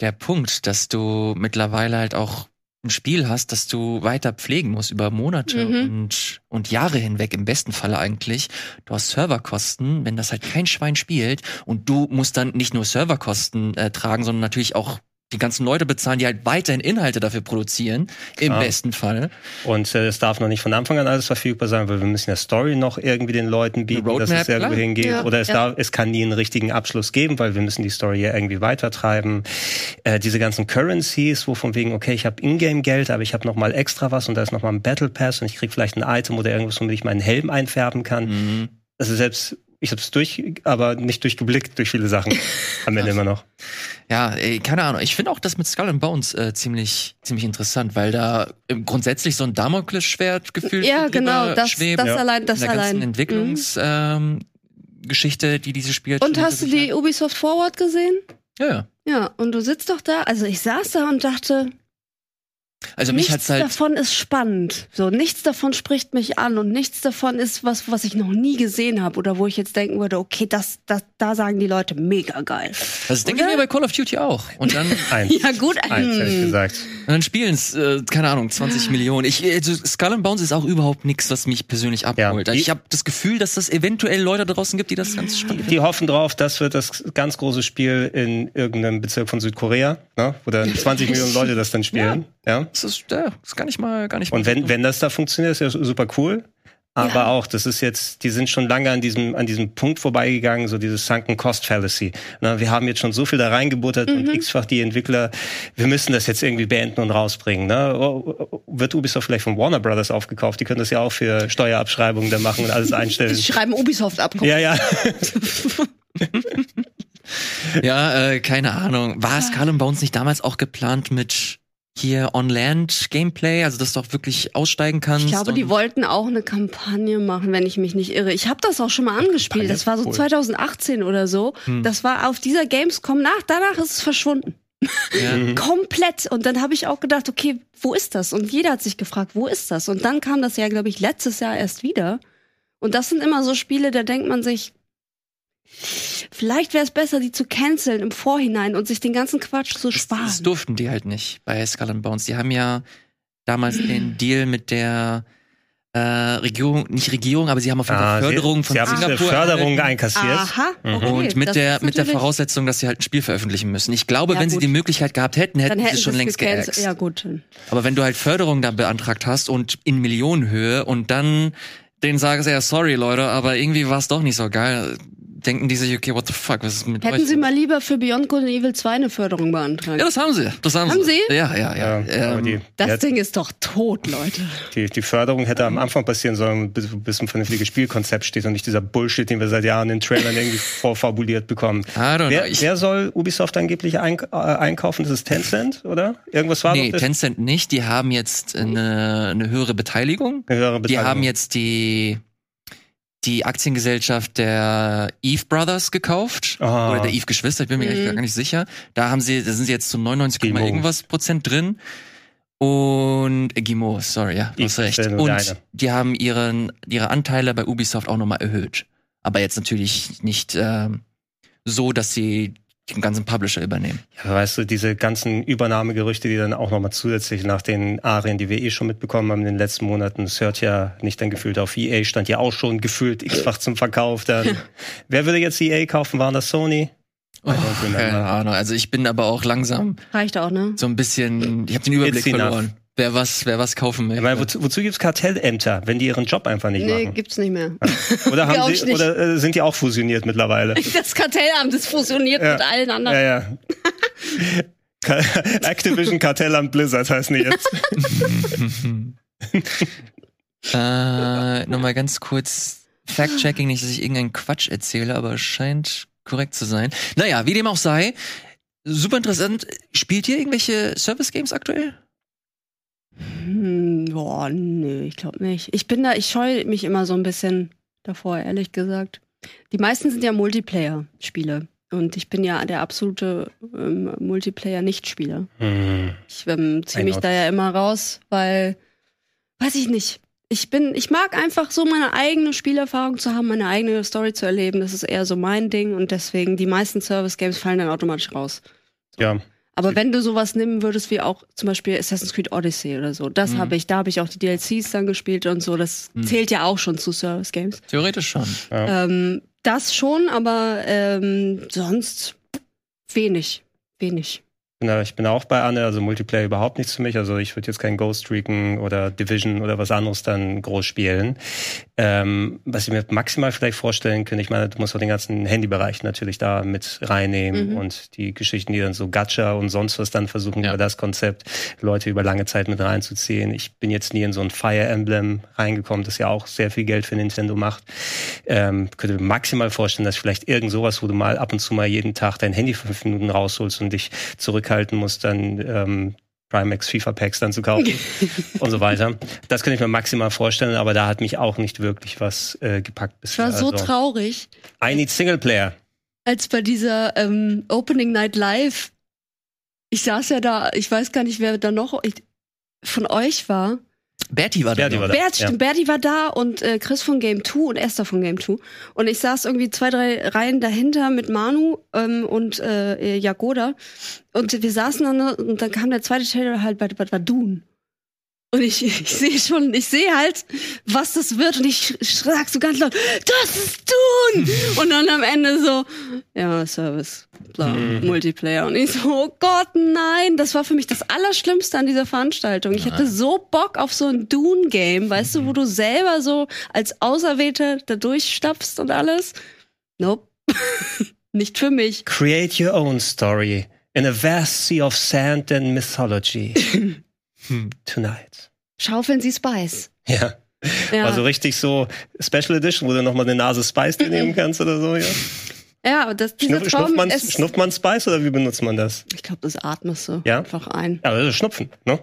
der Punkt, dass du mittlerweile halt auch ein Spiel hast, das du weiter pflegen musst über Monate Mhm. und, und Jahre hinweg, im besten Falle eigentlich. Du hast Serverkosten, wenn das halt kein Schwein spielt und du musst dann nicht nur Serverkosten äh, tragen, sondern natürlich auch die ganzen Leute bezahlen, die halt weiterhin Inhalte dafür produzieren, im Ah. besten Fall. Und äh, es darf noch nicht von Anfang an alles verfügbar sein, weil wir müssen ja Story noch irgendwie den Leuten bieten, Eine dass es Roadmap, irgendwo klar. hingeht. Ja. Oder es, Ja. darf, es kann nie einen richtigen Abschluss geben, weil wir müssen die Story ja irgendwie weitertreiben. Äh, diese ganzen Currencies, wo von wegen, okay, ich habe Ingame-Geld, aber ich habe noch mal extra was und da ist noch mal ein Battle Pass und ich krieg vielleicht ein Item oder irgendwas, womit ich meinen Helm einfärben kann. Mhm. Also selbst, ich habe es durch, aber nicht durchgeblickt durch viele Sachen. Am Ende immer noch. Ja, ey, keine Ahnung. Ich finde auch das mit Skull and Bones äh, ziemlich, ziemlich interessant, weil da äh, grundsätzlich so ein Damoklesschwert gefühlt Ja, drüber genau, das, schwebt. das Ja. allein, das in der ganzen allein. Mhm. Entwicklungs ähm, Geschichte, die diese Spiele Und hast du die Ubisoft Forward gesehen? Ja, ja. Ja, und du sitzt doch da, also ich saß da und dachte, Also mich nichts hat's halt davon ist spannend. So, nichts davon spricht mich an und nichts davon ist was, was ich noch nie gesehen habe oder wo ich jetzt denken würde, okay, das, das, da sagen die Leute mega geil. das denke ich Oder? mir bei Call of Duty auch. Und dann, Eins. Ja, gut, Eins, ehrlich ähm, gesagt. und dann spielen es, äh, keine Ahnung, zwanzig Millionen. Ich, also Skull and Bones ist auch überhaupt nichts, was mich persönlich abholt. die- ich habe das Gefühl, dass das eventuell Leute da draußen gibt, die das ganz spannend finden. Die hoffen drauf, das wird das ganz große Spiel in irgendeinem Bezirk von Südkorea, ne? Wo dann zwanzig Millionen Leute das dann spielen. Ja. Das ist, ja, das ist gar nicht mal, gar nicht mal. Und wenn, wenn das da funktioniert, ist ja super cool. Aber Ja. auch, das ist jetzt, die sind schon lange an diesem, an diesem Punkt vorbeigegangen, so dieses Sunken Cost Fallacy. Na, wir haben jetzt schon so viel da reingebuttert und x-fach die Entwickler, wir müssen das jetzt irgendwie beenden und rausbringen. Ne? Oh, wird Ubisoft vielleicht von Warner Brothers aufgekauft? Die können das ja auch für Steuerabschreibungen da machen und alles einstellen. die schreiben Ubisoft ab. Ja, ja. Ja, äh, keine Ahnung. War Skull and Bones nicht damals auch geplant mit hier On-Land-Gameplay, also dass du auch wirklich aussteigen kannst? Ich glaube, die und- wollten auch eine Kampagne machen, wenn ich mich nicht irre. Ich habe das auch schon mal angespielt. Das war so Cool. zwanzig achtzehn oder so. Das war auf dieser Gamescom nach. Danach ist es verschwunden. Ja. Komplett. Und dann habe ich auch gedacht, okay, wo ist das? Und jeder hat sich gefragt, wo ist das? Und dann kam das ja, glaube ich, letztes Jahr erst wieder. Und das sind immer so Spiele, da denkt man sich, vielleicht wäre es besser, die zu canceln im Vorhinein und sich den ganzen Quatsch zu Das, sparen. das durften die halt nicht bei Skull and Bones. Die haben ja damals den Deal mit der äh, Regierung, nicht Regierung, aber sie haben auf jeden Fall Ah, Förderung sie, von sie haben Singapur Förderung erhalten. einkassiert. Aha, okay. Und mit das der ist mit der natürlich- Voraussetzung, dass sie halt ein Spiel veröffentlichen müssen. Ich glaube, Ja, wenn sie gut. die Möglichkeit gehabt hätten, hätten, dann hätten sie es schon sie's längst gecancelt. geäxt. Ja, gut. Aber wenn du halt Förderung da beantragt hast und in Millionenhöhe und dann denen sagst, ja, sorry Leute, aber irgendwie war es doch nicht so geil, denken die sich, okay, what the fuck, was ist mit Hätten euch? Sie mal lieber für Beyond Good and Evil zwei eine Förderung beantragt. Ja, das haben sie. Das haben, Haben sie? Ja, ja, ja. Ja, aber ähm, die, Das die, Ding ist doch tot, Leute. die, die Förderung hätte am Anfang passieren sollen, bis, bis ein vernünftiges Spielkonzept steht und nicht dieser Bullshit, den wir seit Jahren in Trailern irgendwie vorfabuliert bekommen. I don't know. Wer, Ich, wer soll Ubisoft angeblich eink äh, einkaufen? Das ist Tencent, oder? Irgendwas war nee, doch das? Tencent nicht. Die haben jetzt eine, eine höhere Beteiligung. Eine höhere Die Beteiligung. haben jetzt die die Aktiengesellschaft der Eve Brothers gekauft. Ah. Oder der Eve Geschwister, ich bin mir Mhm. gar nicht sicher. Da haben sie, da sind sie jetzt zu neunundneunzig Komma Guillemot. irgendwas Prozent drin. Und äh, Guillemot, sorry, ja, du Eve hast recht. ist ja nur der Und eine. die haben ihren, ihre Anteile bei Ubisoft auch nochmal erhöht. Aber jetzt natürlich nicht ähm, so, dass sie den ganzen Publisher übernehmen. Ja, weißt du, diese ganzen Übernahmegerüchte, die dann auch nochmal zusätzlich nach den Arien, die wir eh schon mitbekommen haben in den letzten Monaten, es hört ja nicht dann gefühlt auf E A, stand ja auch schon gefühlt x-fach zum Verkauf. Dann. Wer würde jetzt E A kaufen? Waren das Sony? Oh, keine Ahnung. Also ich bin aber auch langsam Reicht auch, ne? so ein bisschen, ich habe den Überblick It's enough. verloren. Wer was, wer was kaufen Ich möchte. meine, wozu, wozu gibt's Kartellämter, wenn die ihren Job einfach nicht Nee, machen? gibt's nicht mehr. Oder, glaub haben ich sie, nicht. oder äh, sind die auch fusioniert mittlerweile? Das Kartellamt ist fusioniert Ja. mit allen anderen. Ja, ja. Ka- Activision Kartellamt Blizzard heißen die jetzt. äh, Nochmal ganz kurz Fact-Checking, nicht, dass ich irgendeinen Quatsch erzähle, aber es scheint korrekt zu sein. Naja, wie dem auch sei, super interessant. Spielt ihr irgendwelche Service-Games aktuell? Hm, boah, nee, ich glaube nicht. Ich bin da, ich scheue mich immer so ein bisschen davor, ehrlich gesagt. Die meisten sind ja Multiplayer-Spiele. Und ich bin ja der absolute ähm, Multiplayer-Nicht-Spieler. Hm. Ich ähm, ziehe Ein mich Not. da ja immer raus, weil, weiß ich nicht. Ich bin, ich mag einfach so meine eigene Spielerfahrung zu haben, meine eigene Story zu erleben. Das ist eher so mein Ding und deswegen die meisten Service-Games fallen dann automatisch raus. Ja. Aber wenn du sowas nehmen würdest wie auch zum Beispiel Assassin's Creed Odyssey oder so, das Mhm. habe ich, da habe ich auch die D L Cs dann gespielt und so, das Mhm. zählt ja auch schon zu Service Games. Theoretisch schon. Ja. Ähm, das schon, aber ähm, sonst wenig, wenig. Ja, ich bin auch bei Anne, also Multiplayer überhaupt nichts für mich. Also ich würde jetzt kein Ghost Recon oder Division oder was anderes dann groß spielen. Ähm, was ich mir maximal vielleicht vorstellen könnte, ich meine, du musst auch den ganzen Handybereich natürlich da mit reinnehmen Mhm. und die Geschichten, die dann so Gacha und sonst was dann versuchen, Ja. über das Konzept Leute über lange Zeit mit reinzuziehen. Ich bin jetzt nie in so ein Fire Emblem reingekommen, das ja auch sehr viel Geld für Nintendo macht. Ähm, könnte mir maximal vorstellen, dass vielleicht irgend sowas, wo du mal ab und zu mal jeden Tag dein Handy für fünf Minuten rausholst und dich zurückhalten musst, dann ähm, Primax FIFA Packs dann zu kaufen und so weiter. Das könnte ich mir maximal vorstellen, aber da hat mich auch nicht wirklich was äh, gepackt Ich bisher. war so Also, traurig, I need Singleplayer. als bei dieser ähm, Opening Night Live. Ich saß ja da, ich weiß gar nicht, wer da noch ich, von euch war. Berti war da. Berti noch. war da. Bert, ja. stimmt, Berti war da und äh, Chris von Game zwei und Esther von Game zwei. Und ich saß irgendwie zwei, drei Reihen dahinter mit Manu ähm, und äh, Jagoda. Und wir saßen dann und dann kam der zweite Trailer halt bei, bei, bei Dune. Und ich, ich sehe schon, ich sehe halt, was das wird. Und ich sag so ganz laut, das ist Dune! Und dann am Ende so, ja, Service, bla, Mhm. Multiplayer. Und ich so, oh Gott, nein. Das war für mich das Allerschlimmste an dieser Veranstaltung. Ich hatte so Bock auf so ein Dune-Game, weißt du, wo du selber so als Auserwählter da durchstapfst und alles. Nope. Nicht für mich. Create your own story in a vast sea of sand and mythology. Tonight. Schaufeln Sie Spice. Ja. Ja. Also richtig so Special Edition, wo du nochmal eine Nase Spice dir nehmen kannst oder so, ja. Ja, aber das, dieser Schnupf, Traum schnupft, man, ist, schnupft man Spice oder wie benutzt man das? ich glaube, das atmest du Ja? einfach ein. Ja, das ist Schnupfen, ne?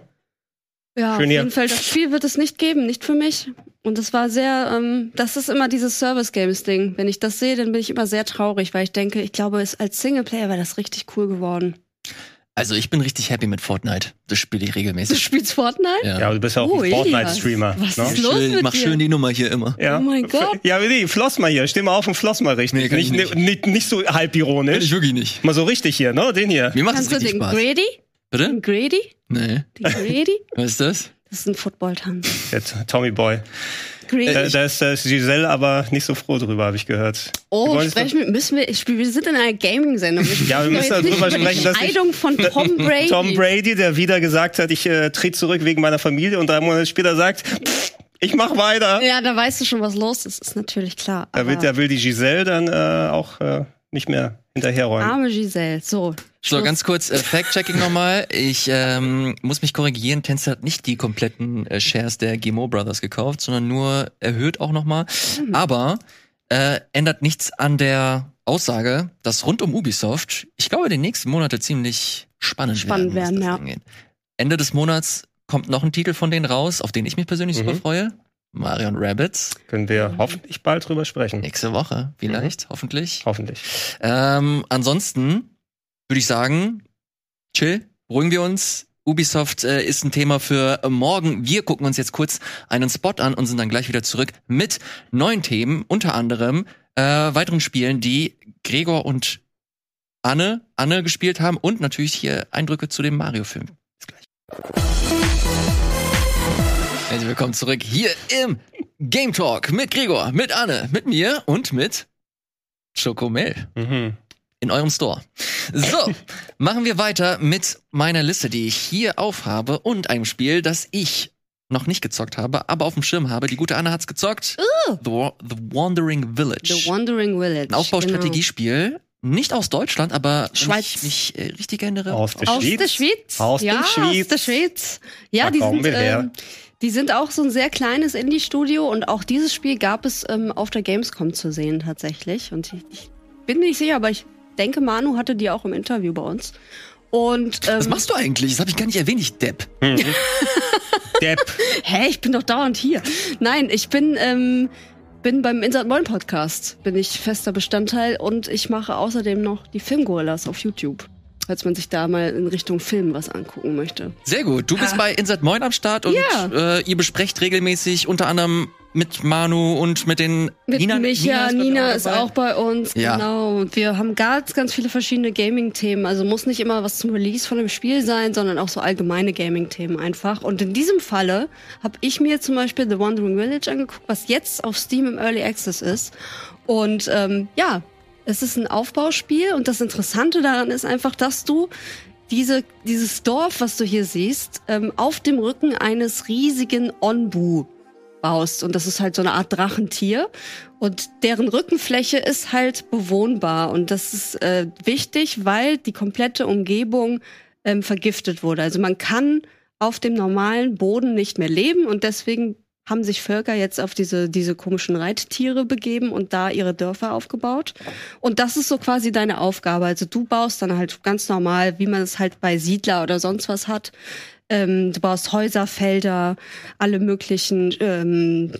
Ja, Schön auf hier. jeden Fall, das Spiel wird es nicht geben, nicht für mich. Und es war sehr, ähm, das ist immer dieses Service-Games-Ding. Wenn ich das sehe, dann bin ich immer sehr traurig, weil ich denke, ich glaube, es als Singleplayer wäre das richtig cool geworden. Also ich bin richtig happy mit Fortnite. Das spiele ich Du regelmäßig. spielst Fortnite? Ja. Ja, aber du bist ja auch Oh, ein Elias. Fortnite-Streamer. Was ne? ist los schön, mit mach dir? schön die Nummer hier immer. Ja. Oh mein Gott. Ja, Willi, floss mal hier. Steh mal auf und floss mal richtig. Nee, kann ich nicht, nicht. nicht, nicht so halb Kann ironisch. ich wirklich nicht. Mal so richtig hier, ne? Den hier. Mir macht es Kannst du richtig den Spaß. Grady? Bitte? Den Grady? Nee. Den Grady? Was ist das? Das ist ein Football-Tanz. Der Tommy Boy. Grady. Da, da, ist, da ist Giselle aber nicht so froh drüber, habe ich gehört. Wir Oh, wollen jetzt sprechen wir, müssen wir, ich, wir sind in einer Gaming-Sendung. Wir Ja, wir sprechen müssen doch jetzt darüber nicht über sprechen, dass die ich- Scheidung von Tom Brady. Tom Brady, der wieder gesagt hat, ich äh, trete zurück wegen meiner Familie und drei Monate später sagt, pff, ich mach weiter. Ja, da weißt du schon, was los ist. Ist natürlich klar. Da will, aber da will die Giselle dann äh, auch äh, nicht mehr hinterherräumen. arme Giselle. So. So, Schluss. ganz kurz, äh, Fact-Checking nochmal. Ich ähm, muss mich korrigieren, Tencent hat nicht die kompletten äh, Shares der G M O Brothers gekauft, sondern nur erhöht auch nochmal. Hm. Aber äh, ändert nichts an der Aussage, dass rund um Ubisoft, ich glaube, die nächsten Monate ziemlich spannend, Spannend werden, was werden, das ja. angeht. Ende des Monats kommt noch ein Titel von denen raus, auf den ich mich persönlich Mhm. super freue. Mario und Rabbids. Können wir hoffentlich bald drüber sprechen. Nächste Woche, vielleicht, hoffentlich. Hoffentlich. Ähm, ansonsten würde ich sagen, chill, beruhigen wir uns. Ubisoft äh, ist ein Thema für äh, morgen. Wir gucken uns jetzt kurz einen Spot an und sind dann gleich wieder zurück mit neuen Themen, unter anderem äh, weiteren Spielen, die Gregor und Anne, Anne gespielt haben und natürlich hier Eindrücke zu dem Mario-Film. Bis gleich. Herzlich willkommen zurück hier im Game Talk mit Gregor, mit Anne, mit mir und mit Schokomel. Mhm. In eurem Store. So, machen wir weiter mit meiner Liste, die ich hier aufhabe und einem Spiel, das ich noch nicht gezockt habe, aber auf dem Schirm habe. Die gute Anna hat's gezockt. The, Wa- The Wandering Village. The Wandering Village. Ein Aufbaustrategiespiel. Nicht aus Deutschland, aber wenn Schweiz. ich mich äh, richtig erinnere. Aus der Genau. Aus Schweiz. der Schweiz. Aus ja, der Schweiz. aus der Schweiz. Ja, Da die kommen sind, wir her. ähm, die sind auch so ein sehr kleines Indie-Studio und auch dieses Spiel gab es ähm, auf der Gamescom zu sehen tatsächlich. Und ich, ich bin nicht sicher, aber ich denke, Manu hatte die auch im Interview bei uns. Und ähm, Was machst du eigentlich? Das habe ich gar nicht erwähnt, ich Depp. Depp. hä, ich bin doch dauernd hier. Nein, ich bin ähm, bin beim Insert Moin Podcast bin ich fester Bestandteil und ich mache außerdem noch die Filmgorillas auf YouTube, falls man sich da mal in Richtung Film was angucken möchte. Sehr gut. Du bist Ah. bei Insert Moin am Start und Ja. äh, ihr besprecht regelmäßig unter anderem mit Manu und mit den Mit Nina, Micha, ist, Nina auch ist dabei. auch bei uns, Ja. genau. Und wir haben ganz, ganz viele verschiedene Gaming-Themen. Also muss nicht immer was zum Release von dem Spiel sein, sondern auch so allgemeine Gaming-Themen einfach. Und in diesem Falle habe ich mir zum Beispiel The Wandering Village angeguckt, was jetzt auf Steam im Early Access ist. Und ähm, ja, es ist ein Aufbauspiel und das Interessante daran ist einfach, dass du diese, dieses Dorf, was du hier siehst, ähm, auf dem Rücken eines riesigen Onbu baust. Und das ist halt so eine Art Drachentier. Und deren Rückenfläche ist halt bewohnbar. Und das ist äh, wichtig, weil die komplette Umgebung ähm, vergiftet wurde. Also man kann auf dem normalen Boden nicht mehr leben. Und deswegen haben sich Völker jetzt auf diese, diese komischen Reittiere begeben und da ihre Dörfer aufgebaut. Und das ist so quasi deine Aufgabe. Also du baust dann halt ganz normal, wie man es halt bei Siedler oder sonst was hat. Ähm, du baust Häuser, Felder, alle möglichen ähm,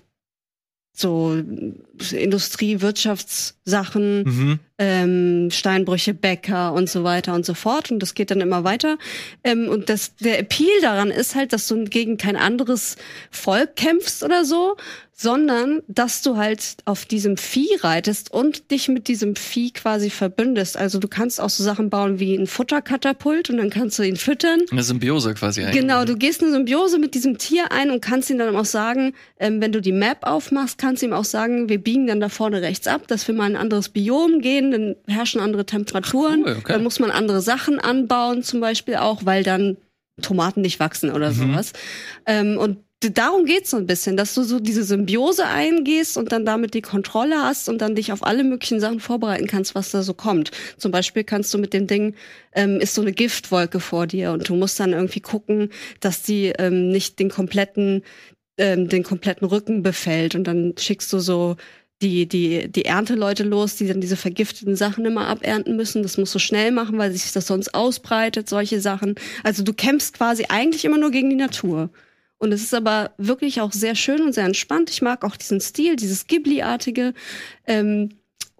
so Industrie-, Wirtschaftssachen, Mhm. ähm, Steinbrüche, Bäcker und so weiter und so fort. Und das geht dann immer weiter. Ähm, und das, der Appeal daran ist halt, dass du gegen kein anderes Volk kämpfst oder so, sondern dass du halt auf diesem Vieh reitest und dich mit diesem Vieh quasi verbündest. Also du kannst auch so Sachen bauen wie ein Futterkatapult und dann kannst du ihn füttern. Eine Symbiose quasi eigentlich. Genau, du gehst eine Symbiose mit diesem Tier ein und kannst ihm dann auch sagen, ähm, wenn du die Map aufmachst, kannst du ihm auch sagen, wir biegen dann da vorne rechts ab, dass wir mal in ein anderes Biom gehen, dann herrschen andere Temperaturen, Ach, cool, okay. dann muss man andere Sachen anbauen zum Beispiel auch, weil dann Tomaten nicht wachsen oder Mhm. sowas. Ähm, und d- darum geht's so ein bisschen, dass du so diese Symbiose eingehst und dann damit die Kontrolle hast und dann dich auf alle möglichen Sachen vorbereiten kannst, was da so kommt. Zum Beispiel kannst du mit dem Ding, ähm, ist so eine Giftwolke vor dir und du musst dann irgendwie gucken, dass die ähm, nicht den kompletten, ähm, den kompletten Rücken befällt und dann schickst du so die, die, die Ernteleute los, die dann diese vergifteten Sachen immer abernten müssen. Das musst du schnell machen, weil sich das sonst ausbreitet, solche Sachen. Also du kämpfst quasi eigentlich immer nur gegen die Natur. Und es ist aber wirklich auch sehr schön und sehr entspannt. Ich mag auch diesen Stil, dieses Ghibli-artige. Ähm,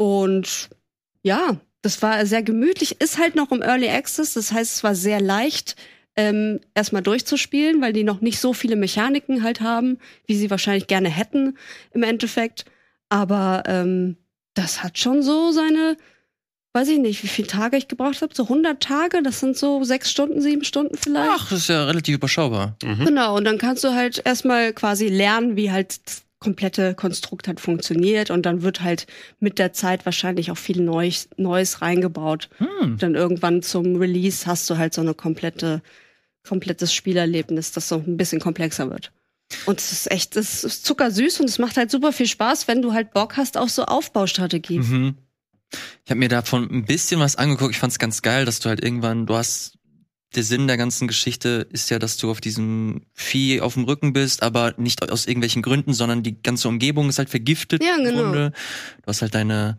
und ja, das war sehr gemütlich. Ist halt noch im Early Access. Das heißt, es war sehr leicht, ähm, erstmal durchzuspielen, weil die noch nicht so viele Mechaniken halt haben, wie sie wahrscheinlich gerne hätten im Endeffekt. Aber ähm, das hat schon so seine, weiß ich nicht, wie viele Tage ich gebraucht habe. So hundert Tage, das sind so sechs Stunden, sieben Stunden vielleicht. Ach, das ist ja relativ überschaubar. Mhm. Genau, und dann kannst du halt erstmal quasi lernen, wie halt das komplette Konstrukt halt funktioniert. Und dann wird halt mit der Zeit wahrscheinlich auch viel Neues, Neues reingebaut. Hm. Dann irgendwann zum Release hast du halt so eine komplette, komplettes Spielerlebnis, das so ein bisschen komplexer wird. Und es ist echt, es ist zuckersüß und es macht halt super viel Spaß, wenn du halt Bock hast auf so Aufbaustrategien. Mhm. Ich habe mir davon ein bisschen was angeguckt. Ich fand's ganz geil, dass du halt irgendwann, du hast, der Sinn der ganzen Geschichte ist ja, dass du auf diesem Vieh auf dem Rücken bist, aber nicht aus irgendwelchen Gründen, sondern die ganze Umgebung ist halt vergiftet. Ja, im genau. Grunde. Du hast halt deine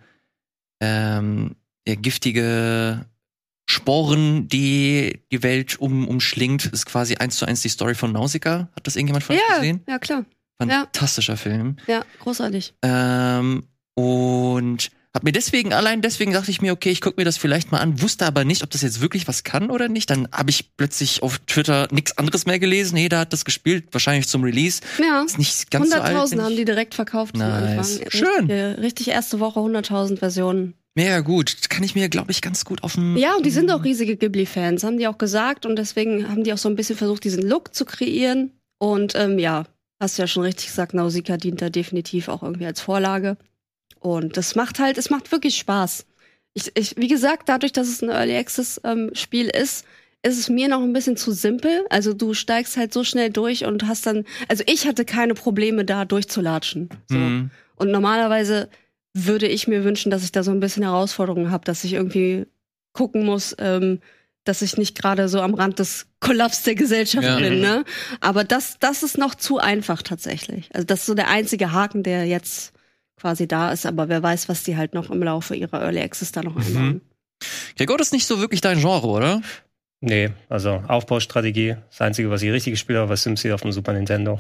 ähm, ja, giftige Sporen, die die Welt um, umschlingt. Ist quasi eins zu eins die Story von Nausicaa. Hat das irgendjemand von euch Ja, gesehen? ja, klar. Fantastischer Film. Ja, großartig. Ähm, und hab mir deswegen, allein deswegen dachte ich mir, okay, ich guck mir das vielleicht mal an, wusste aber nicht, ob das jetzt wirklich was kann oder nicht. Dann habe ich plötzlich auf Twitter nichts anderes mehr gelesen. Jeder hat das gespielt, wahrscheinlich zum Release. Ja. Ist nicht ganz so alt. hunderttausend find haben ich. die direkt verkauft zum Nice. Anfang. Schön. Richtig, richtig erste Woche hunderttausend Versionen. Mega gut. Das kann ich mir, glaube ich, ganz gut auf dem... Ja, und die sind auch riesige Ghibli-Fans, haben die auch gesagt. Und deswegen haben die auch so ein bisschen versucht, diesen Look zu kreieren. Und ähm, ja, hast du ja schon richtig gesagt, Nausicaa dient da definitiv auch irgendwie als Vorlage. Und das macht halt, es macht wirklich Spaß. Ich, ich, wie gesagt, dadurch, dass es ein Early Access ähm, Spiel ist, ist es mir noch ein bisschen zu simpel. Also du steigst halt so schnell durch und hast dann, also ich hatte keine Probleme da durchzulatschen. So. Mhm. Und normalerweise würde ich mir wünschen, dass ich da so ein bisschen Herausforderungen habe, dass ich irgendwie gucken muss, ähm, dass ich nicht gerade so am Rand des Kollaps der Gesellschaft Ja. bin, ne? Aber das, das ist noch zu einfach tatsächlich. Also das ist so der einzige Haken, der jetzt quasi da ist, aber wer weiß, was die halt noch im Laufe ihrer Early Access da noch einbauen. Ja, Gott ist nicht so wirklich dein Genre, oder? Nee, also Aufbaustrategie. Das Einzige, was ich richtig gespielt habe, war SimCity auf dem Super Nintendo.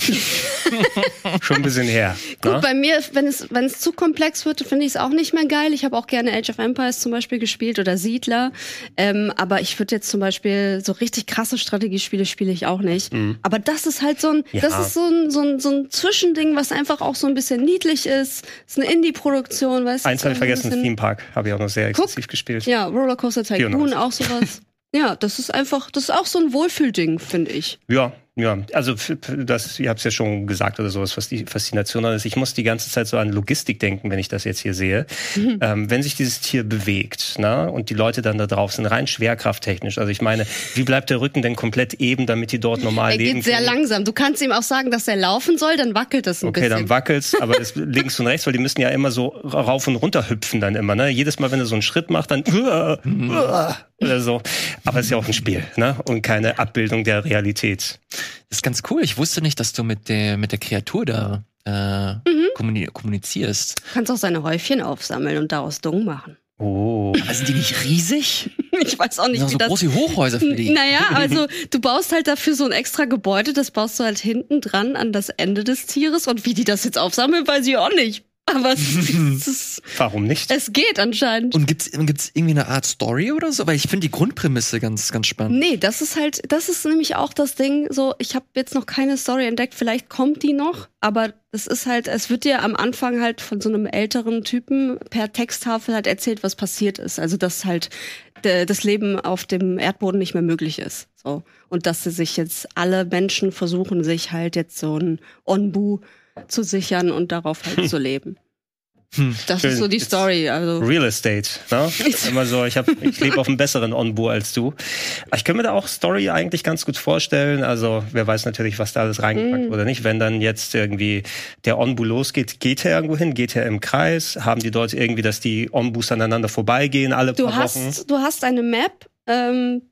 Schon ein bisschen her. Gut, ne? bei mir, wenn es, wenn es zu komplex wird, finde ich es auch nicht mehr geil. Ich habe auch gerne Age of Empires zum Beispiel gespielt oder Siedler. Ähm, aber ich würde jetzt zum Beispiel so richtig krasse Strategiespiele spiele ich auch nicht. Mhm. Aber das ist halt so ein, Ja. das ist so ein, so ein, so ein Zwischending, was einfach auch so ein bisschen niedlich ist. Das ist eine Indie-Produktion, weißt du? Eins habe ich so ein vergessen, bisschen- Theme Park habe ich auch noch sehr exzessiv gespielt. Ja, Rollercoaster Tycoon, vierundneunzig. auch sowas. Ja, das ist einfach, das ist auch so ein Wohlfühlding, finde ich. Ja, ja. Also f- f- das, ihr habt es ja schon gesagt oder sowas, was die Faszination ist. Ich muss die ganze Zeit so an Logistik denken, wenn ich das jetzt hier sehe. Mhm. Ähm, wenn sich dieses Tier bewegt, ne, und die Leute dann da drauf sind, rein schwerkrafttechnisch. Also ich meine, wie bleibt der Rücken denn komplett eben, damit die dort normal Er leben geht sehr können? langsam. Du kannst ihm auch sagen, dass er laufen soll, dann wackelt das ein Okay, bisschen. dann wackelt's, aber das links und rechts, weil die müssen ja immer so rauf und runter hüpfen dann immer, ne? Jedes Mal, wenn er so einen Schritt macht, dann oder so. Aber es ist ja auch ein Spiel, ne? Und keine Abbildung der Realität. Das ist ganz cool. Ich wusste nicht, dass du mit der, mit der Kreatur da äh, Mhm. kommuni kommunizierst. Du kannst auch seine Häufchen aufsammeln und daraus Dung machen. Oh. Aber sind die nicht riesig? Ich weiß auch Das nicht, sind wie so das... große Hochhäuser für die. Naja, also du baust halt dafür so ein extra Gebäude, das baust du halt hinten dran an das Ende des Tieres und wie die das jetzt aufsammeln, weiß ich auch nicht. Aber es, es, ist, Warum nicht? es geht anscheinend. Und gibt's, gibt's irgendwie eine Art Story oder so? Weil ich finde die Grundprämisse ganz, ganz spannend. Nee, das ist halt, das ist nämlich auch das Ding, so, ich habe jetzt noch keine Story entdeckt, vielleicht kommt die noch, aber es ist halt, es wird dir am Anfang halt von so einem älteren Typen per Texttafel halt erzählt, was passiert ist. Also, dass halt de, das Leben auf dem Erdboden nicht mehr möglich ist. So. Und dass sie sich jetzt alle Menschen versuchen, sich halt jetzt so ein Onbu zu sichern und darauf halt zu leben. Hm. Das Schön. ist so die Story. Also. Real Estate, ne? Immer so, ich, hab, ich lebe auf einem besseren Onbu als du. Aber ich kann mir da auch Story eigentlich ganz gut vorstellen. Also, wer weiß natürlich, was da alles reingepackt Mm. oder nicht. Wenn dann jetzt irgendwie der Onbu losgeht, geht er irgendwo hin? Geht er im Kreis? Haben die dort irgendwie, dass die Onbus aneinander vorbeigehen alle Du paar Wochen? hast, du hast eine Map, ähm,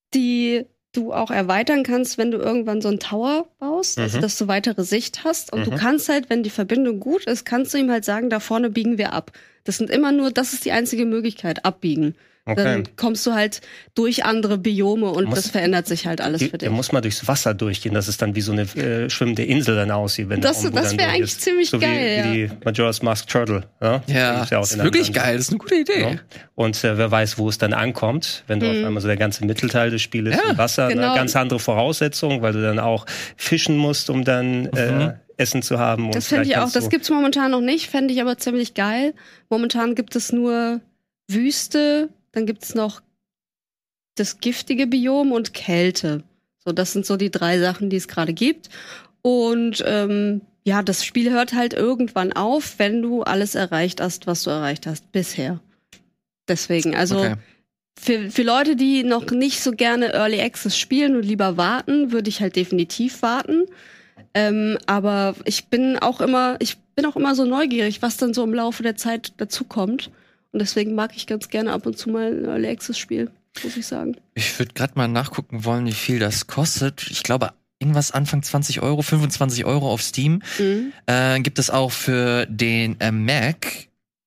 die du auch erweitern kannst, wenn du irgendwann so einen Tower baust, also Mhm. dass du weitere Sicht hast. Und du Mhm. kannst halt, wenn die Verbindung gut ist, kannst du ihm halt sagen, da vorne biegen wir ab. Das sind immer nur, das ist die einzige Möglichkeit, abbiegen. Okay. Dann kommst du halt durch andere Biome und Muss- das verändert sich halt alles für Der dich. muss mal durchs Wasser durchgehen, dass es dann wie so eine äh, schwimmende Insel dann aussieht. Wenn Das- der Onbu das dann wär durch eigentlich ist. ziemlich so geil, wie, wie die Majora's Mask Turtle. Ja, Ja, Gibt's auch das ist in wirklich anderen- geil. Das ist eine gute Idee. Ja. Und äh, wer weiß, wo es dann ankommt, wenn du Mhm. auf einmal so der ganze Mittelteil des Spieles Ja, im Wasser, genau. ne, ganz andere Voraussetzungen, weil du dann auch fischen musst, um dann äh, Mhm. Essen zu haben. Und Das finde ich vielleicht auch, kannst das du- gibt's momentan noch nicht, fände ich aber ziemlich geil. Momentan gibt es nur Wüste, dann gibt's noch das giftige Biom und Kälte. So, das sind so die drei Sachen, die es gerade gibt. Und ähm, ja, das Spiel hört halt irgendwann auf, wenn du alles erreicht hast, was du erreicht hast bisher. Deswegen, also Okay. für, für Leute, die noch nicht so gerne Early Access spielen und lieber warten, würde ich halt definitiv warten. Ähm, aber ich bin auch immer, ich bin auch immer so neugierig, was dann so im Laufe der Zeit dazukommt. Und deswegen mag ich ganz gerne ab und zu mal ein Early Access Spiel, muss ich sagen. Ich würde gerade mal nachgucken wollen, wie viel das kostet. Ich glaube, irgendwas Anfang zwanzig Euro, fünfundzwanzig Euro auf Steam. Mhm. Äh, gibt es auch für den äh, Mac.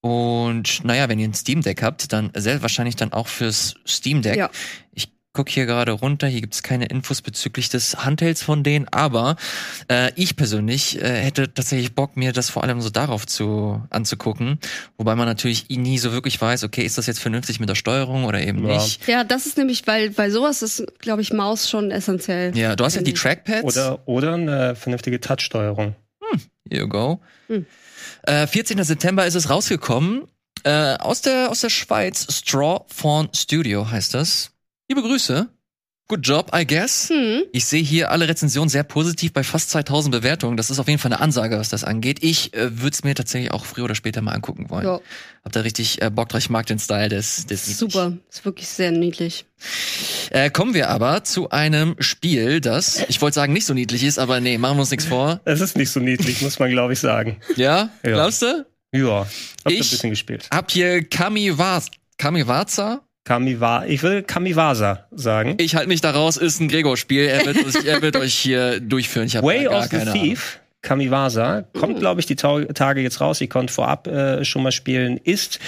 Und naja, wenn ihr ein Steam Deck habt, dann sehr wahrscheinlich dann auch fürs Steam Deck. Ja. Ich guck hier gerade runter, hier gibt's keine Infos bezüglich des Handhelds von denen, aber äh, ich persönlich äh, hätte tatsächlich Bock, mir das vor allem so darauf zu anzugucken. Wobei man natürlich nie so wirklich weiß, okay, ist das jetzt vernünftig mit der Steuerung oder eben Ja. nicht. Ja, das ist nämlich, weil bei sowas ist, glaube ich, Maus schon essentiell. Ja, du hast ja die Finde ich. Trackpads. Oder, oder eine vernünftige Touch-Steuerung. Here you go. Hm. Äh, vierzehnten September ist es rausgekommen. Äh, aus der aus der Schweiz. Straw Fawn Studio heißt das. Liebe Grüße. Good job, I guess. Hm. Ich sehe hier alle Rezensionen sehr positiv bei fast zweitausend Bewertungen. Das ist auf jeden Fall eine Ansage, was das angeht. Ich äh, würde es mir tatsächlich auch früher oder später mal angucken wollen. Ja, Hab da richtig äh, Bock drauf. Ich mag den Style des, des super. Ist wirklich sehr niedlich. Äh, kommen wir aber zu einem Spiel, das, ich wollte sagen, nicht so niedlich ist, aber nee, machen wir uns nichts vor. Es ist nicht so niedlich, muss man glaube ich sagen. Ja? Ja. Glaubst du? Ja, hab Ich- ein bisschen gespielt. Hab hier Kamiwa Kamiwaza. Kamiwa, ich will Kamiwasa sagen. Ich halte mich da raus, ist ein Gregor-Spiel. Er wird, uns- er wird euch hier durchführen. Ich habe Way gar of the keine Ahnung. Thief, Kamiwasa, kommt, glaube ich, die Tau- Tage jetzt raus. Ich konnte vorab äh, schon mal spielen. Ist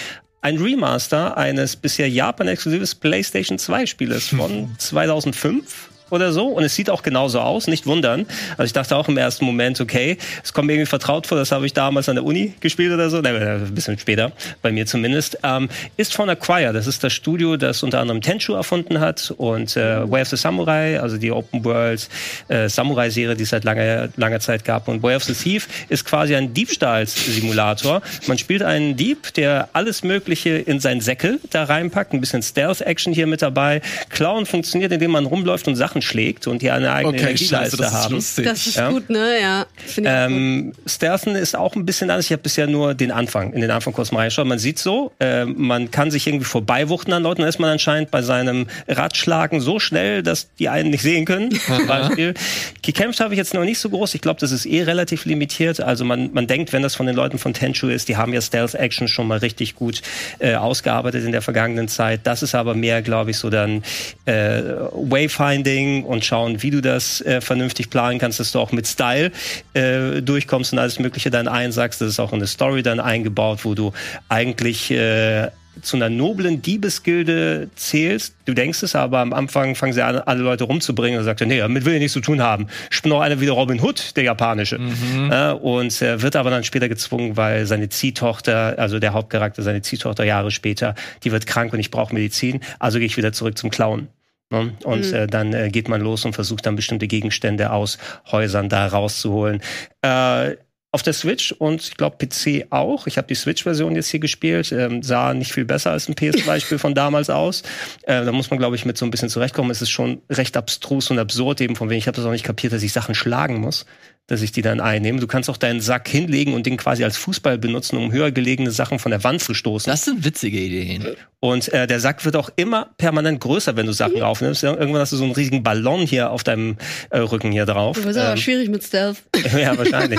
ein Remaster eines bisher Japan-exklusives PlayStation zwei Spieles von zweitausendfünf oder so. Und es sieht auch genauso aus, nicht wundern. Also ich dachte auch im ersten Moment, okay, es kommt mir irgendwie vertraut vor, das habe ich damals an der Uni gespielt oder so, Nein, ein bisschen später, bei mir zumindest. Ähm, ist von Acquire, das ist das Studio, das unter anderem Tenchu erfunden hat und äh, Way of the Samurai, also die Open World äh, Samurai-Serie, die es seit langer, langer Zeit gab. Und Way of the Thief ist quasi ein Diebstahlssimulator. Man spielt einen Dieb, der alles Mögliche in seinen Säckel da reinpackt, ein bisschen Stealth-Action hier mit dabei. Klauen funktioniert, indem man rumläuft und Sachen schlägt und die eine eigene okay, Energieleiste scheiße, das haben. ist lustig. Das ist Ja. gut, ne? Ja. Finde ich Ähm, Stealthen ist auch ein bisschen anders. Ich habe bisher nur den Anfang, in den Anfang kurz mal reingeschaut. Man sieht so, äh, man kann sich irgendwie vorbeiwuchten an Leuten. Dann ist man anscheinend bei seinem Radschlagen so schnell, dass die einen nicht sehen können. Zum Beispiel. Gekämpft habe ich jetzt noch nicht so groß. Ich glaube, das ist eh relativ limitiert. Also man, man denkt, wenn das von den Leuten von Tenchu ist, die haben ja Stealth-Action schon mal richtig gut äh, ausgearbeitet in der vergangenen Zeit. Das ist aber mehr, glaube ich, so dann äh, Wayfinding und schauen, wie du das äh, vernünftig planen kannst, dass du auch mit Style äh, durchkommst und alles Mögliche dann einsagst. Das ist auch in eine Story dann eingebaut, wo du eigentlich äh, zu einer noblen Diebesgilde zählst. Du denkst es, aber am Anfang fangen sie an, alle Leute rumzubringen und sagt, nee, damit will ich nichts zu tun haben. Ich bin auch einer wie der Robin Hood, der japanische. Mhm. Äh, und äh, wird aber dann später gezwungen, weil seine Ziehtochter, also der Hauptcharakter, seine Ziehtochter Jahre später, die wird krank und ich brauche Medizin. Also gehe ich wieder zurück zum Klauen. Und mhm. äh, dann äh, geht man los und versucht dann bestimmte Gegenstände aus Häusern da rauszuholen. Äh, auf der Switch und ich glaube P C auch. Ich habe die Switch-Version jetzt hier gespielt. Ähm, sah nicht viel besser als ein P S-Beispiel von damals aus. Äh, da muss man, glaube ich, mit so ein bisschen zurechtkommen. Es ist schon recht abstrus und absurd, eben von wegen, ich habe das auch nicht kapiert, dass ich Sachen schlagen muss, dass ich die dann einnehme. Du kannst auch deinen Sack hinlegen und den quasi als Fußball benutzen, um höher gelegene Sachen von der Wand zu stoßen. Das sind witzige Ideen. Und äh, der Sack wird auch immer permanent größer, wenn du Sachen aufnimmst. Ja, irgendwann hast du so einen riesigen Ballon hier auf deinem äh, Rücken hier drauf. Das ist aber ähm, schwierig mit Stealth. Ja, wahrscheinlich.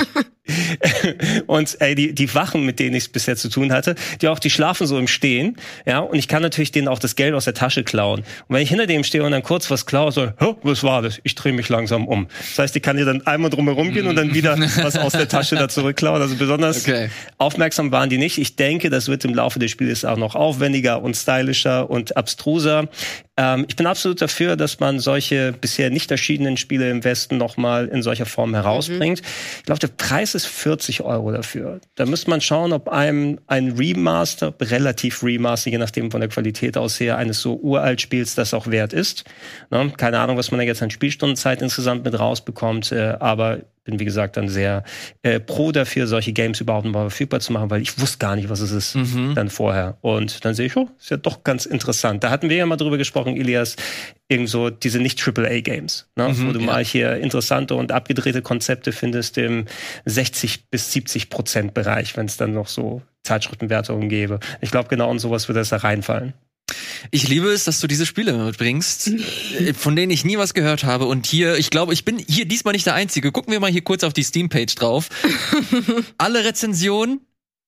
Und ey, die, die Wachen, mit denen ich es bisher zu tun hatte, die auch, die schlafen so im Stehen. Ja, und ich kann natürlich denen auch das Geld aus der Tasche klauen. Und wenn ich hinter dem stehe und dann kurz was klaue, so, oh, was war das? Ich drehe mich langsam um. Das heißt, ich kann hier dann einmal drumherum gehen und dann wieder was aus der Tasche da zurückklauen. Also besonders okay. Aufmerksam waren die nicht. Ich denke, das wird im Laufe des Spiels auch noch aufwendiger und stylischer und abstruser. Ähm, ich bin absolut dafür, dass man solche bisher nicht erschienenen Spiele im Westen nochmal in solcher Form herausbringt. Mhm. Ich glaube, der Preis ist vierzig Euro dafür. Da müsste man schauen, ob einem ein Remaster, relativ Remaster, je nachdem von der Qualität aus her, eines so uralt Spiels, das auch wert ist. Ne? Keine Ahnung, was man da jetzt an Spielstundenzeit insgesamt mit rausbekommt, äh, aber bin, wie gesagt, dann sehr äh, pro dafür, solche Games überhaupt mal verfügbar zu machen, weil ich wusste gar nicht, was es ist mhm. dann vorher. Und dann sehe ich, oh, ist ja doch ganz interessant. Da hatten wir ja mal drüber gesprochen, Ilias, irgend so diese Nicht-Triple A Games, ne? Mhm, wo du ja. mal hier interessante und abgedrehte Konzepte findest im sechzig bis siebzig Prozent Bereich, wenn es dann noch so Zeitschriftenwertungen gäbe. Ich glaube, genau in sowas würde das da reinfallen. Ich liebe es, dass du diese Spiele mitbringst, von denen ich nie was gehört habe. Und hier, ich glaube, ich bin hier diesmal nicht der Einzige. Gucken wir mal hier kurz auf die Steam-Page drauf. Alle Rezensionen,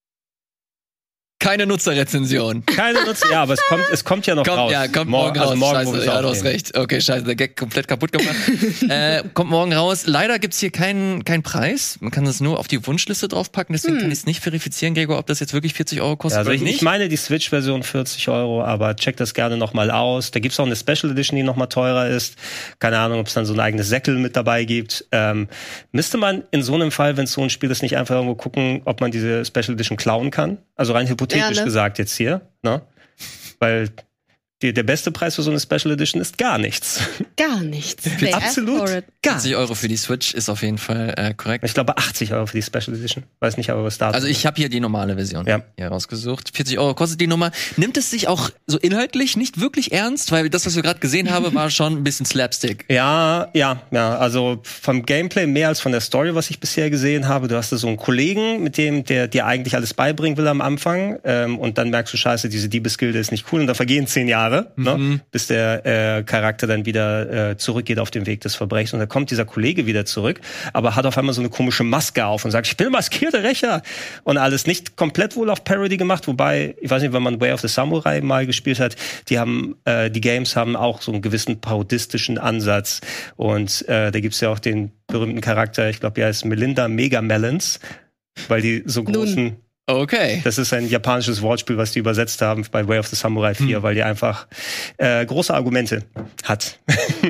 keine Nutzerrezension. Keine Nutzer, ja, aber es kommt, es kommt ja noch kommt, raus. Ja, kommt morgen, morgen raus. Also morgen, scheiße, ja, du hast recht. Okay, scheiße, der Gag komplett kaputt gemacht. äh, kommt morgen raus. Leider gibt's hier keinen keinen Preis. Man kann das nur auf die Wunschliste draufpacken. Deswegen hm. kann ich es nicht verifizieren, Gregor, ob das jetzt wirklich vierzig Euro kostet ja, also oder ich, nicht. Ich meine die Switch-Version vierzig Euro, aber check das gerne noch mal aus. Da gibt's auch eine Special Edition, die noch mal teurer ist. Keine Ahnung, ob es dann so ein eigenes Säckel mit dabei gibt. Ähm, müsste man in so einem Fall, wenn es so ein Spiel ist, nicht einfach irgendwo gucken, ob man diese Special Edition klauen kann? Also rein hypothetisch ja, ne? gesagt jetzt hier, ne? Weil die, der beste Preis für so eine Special Edition ist gar nichts. Gar nichts. Absolut gar nichts. vierzig Euro für die Switch ist auf jeden Fall äh, korrekt. Ich glaube achtzig Euro für die Special Edition. Weiß nicht, aber was da ist. Also ich habe hier die normale Version ja. hier rausgesucht. vierzig Euro kostet die Nummer. Nimmt es sich auch so inhaltlich nicht wirklich ernst? Weil das, was wir gerade gesehen haben, war schon ein bisschen Slapstick. Ja, ja, ja. Also vom Gameplay mehr als von der Story, was ich bisher gesehen habe. Du hast da so einen Kollegen, mit dem der dir eigentlich alles beibringen will am Anfang. Ähm, und dann merkst du, scheiße, diese Diebesgilde ist nicht cool. Und da vergehen zehn Jahre, mhm. ne? Bis der äh, Charakter dann wieder äh, zurückgeht auf den Weg des Verbrechens. Und da kommt dieser Kollege wieder zurück, aber hat auf einmal so eine komische Maske auf und sagt, ich bin maskierter Rächer. Und alles nicht komplett wohl auf Parody gemacht, wobei, ich weiß nicht, wenn man Way of the Samurai mal gespielt hat, die haben, äh, die Games haben auch so einen gewissen parodistischen Ansatz. Und äh, da gibt's ja auch den berühmten Charakter, ich glaube, der heißt Melinda Mega Melons, weil die so großen... Nun. Okay. Das ist ein japanisches Wortspiel, was die übersetzt haben bei Way of the Samurai vier, hm. weil die einfach äh, große Argumente hat.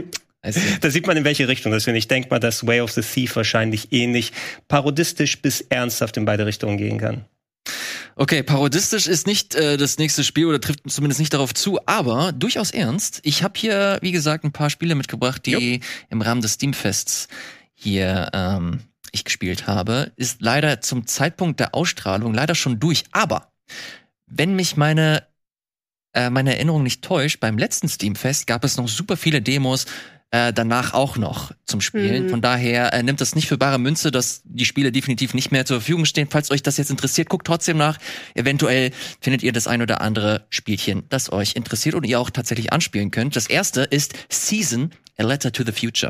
Da sieht man, in welche Richtung das geht. Ich denke mal, dass Way of the Thief wahrscheinlich ähnlich parodistisch bis ernsthaft in beide Richtungen gehen kann. Okay, parodistisch ist nicht äh, das nächste Spiel oder trifft zumindest nicht darauf zu, aber durchaus ernst. Ich habe hier, wie gesagt, ein paar Spiele mitgebracht, die jo. im Rahmen des Steamfests hier ähm, ich gespielt habe. Ist leider zum Zeitpunkt der Ausstrahlung leider schon durch. Aber wenn mich meine äh, meine Erinnerung nicht täuscht, beim letzten Steamfest gab es noch super viele Demos, Äh, danach auch noch zum Spielen. Mhm. Von daher äh, nimmt das nicht für bare Münze, dass die Spiele definitiv nicht mehr zur Verfügung stehen. Falls euch das jetzt interessiert, guckt trotzdem nach. Eventuell findet ihr das ein oder andere Spielchen, das euch interessiert und ihr auch tatsächlich anspielen könnt. Das erste ist Season, A Letter to the Future.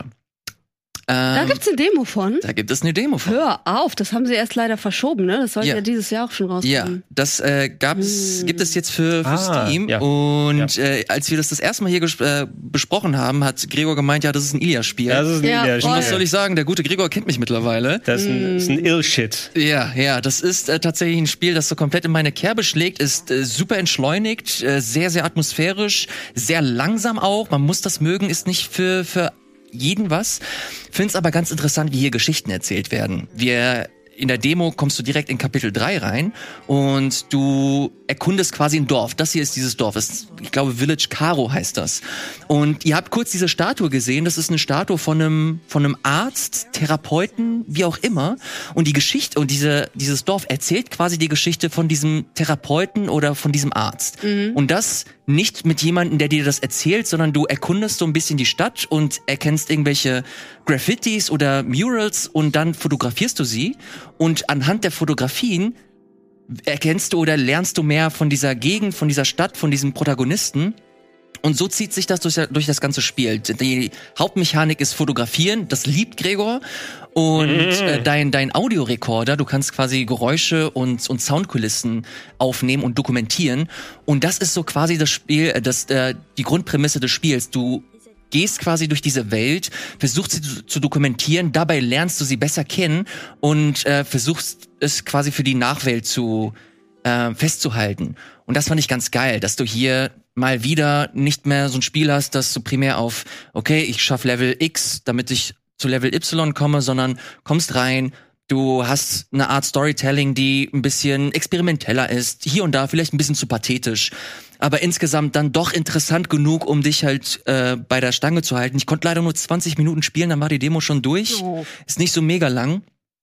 Ähm, da gibt's eine Demo von? Da gibt es eine Demo von. Hör auf, das haben sie erst leider verschoben, ne? Das sollte ja, ja dieses Jahr auch schon rauskommen. Ja, das äh, gab's, hm. gibt es jetzt für, für ah, Steam. Ja. Und ja. Äh, als wir das das erste Mal hier ges- äh, besprochen haben, hat Gregor gemeint, ja, das ist ein Ilias-Spiel. Ja, das ist ein ja, Ilias-Spiel. Und was soll ich sagen? Der gute Gregor kennt mich mittlerweile. Das ist ein, ist ein Ill-Shit. Ja, ja, das ist äh, tatsächlich ein Spiel, das so komplett in meine Kerbe schlägt, ist äh, super entschleunigt, äh, sehr, sehr atmosphärisch, sehr langsam auch. Man muss das mögen, ist nicht für für jeden was. Find's aber ganz interessant, wie hier Geschichten erzählt werden. Wir in der Demo kommst du direkt in Kapitel drei rein und du erkundest quasi ein Dorf. Das hier ist dieses Dorf. Das ist, ich glaube, Village Karo heißt das. Und ihr habt kurz diese Statue gesehen. Das ist eine Statue von einem, von einem Arzt, Therapeuten, wie auch immer. Und die Geschichte, und diese, dieses Dorf erzählt quasi die Geschichte von diesem Therapeuten oder von diesem Arzt. Mhm. Und das nicht mit jemandem, der dir das erzählt, sondern du erkundest so ein bisschen die Stadt und erkennst irgendwelche Graffitis oder Murals und dann fotografierst du sie. Und anhand der Fotografien erkennst du oder lernst du mehr von dieser Gegend, von dieser Stadt, von diesem Protagonisten. Und so zieht sich das durch, durch das ganze Spiel. Die Hauptmechanik ist Fotografieren, das liebt Gregor. Und mm. äh, dein, dein Audiorekorder, du kannst quasi Geräusche und, und Soundkulissen aufnehmen und dokumentieren. Und das ist so quasi das Spiel, das, äh, die Grundprämisse des Spiels. Du gehst quasi durch diese Welt, versuchst sie zu, zu dokumentieren, dabei lernst du sie besser kennen und äh, versuchst es quasi für die Nachwelt zu äh, festzuhalten. Und das fand ich ganz geil, dass du hier mal wieder nicht mehr so ein Spiel hast, das so primär auf, okay, ich schaff Level X, damit ich zu Level Y komme, sondern kommst rein, du hast eine Art Storytelling, die ein bisschen experimenteller ist, hier und da vielleicht ein bisschen zu pathetisch, aber insgesamt dann doch interessant genug, um dich halt äh, bei der Stange zu halten. Ich konnte leider nur zwanzig Minuten spielen, dann war die Demo schon durch. Oh. Ist nicht so mega lang,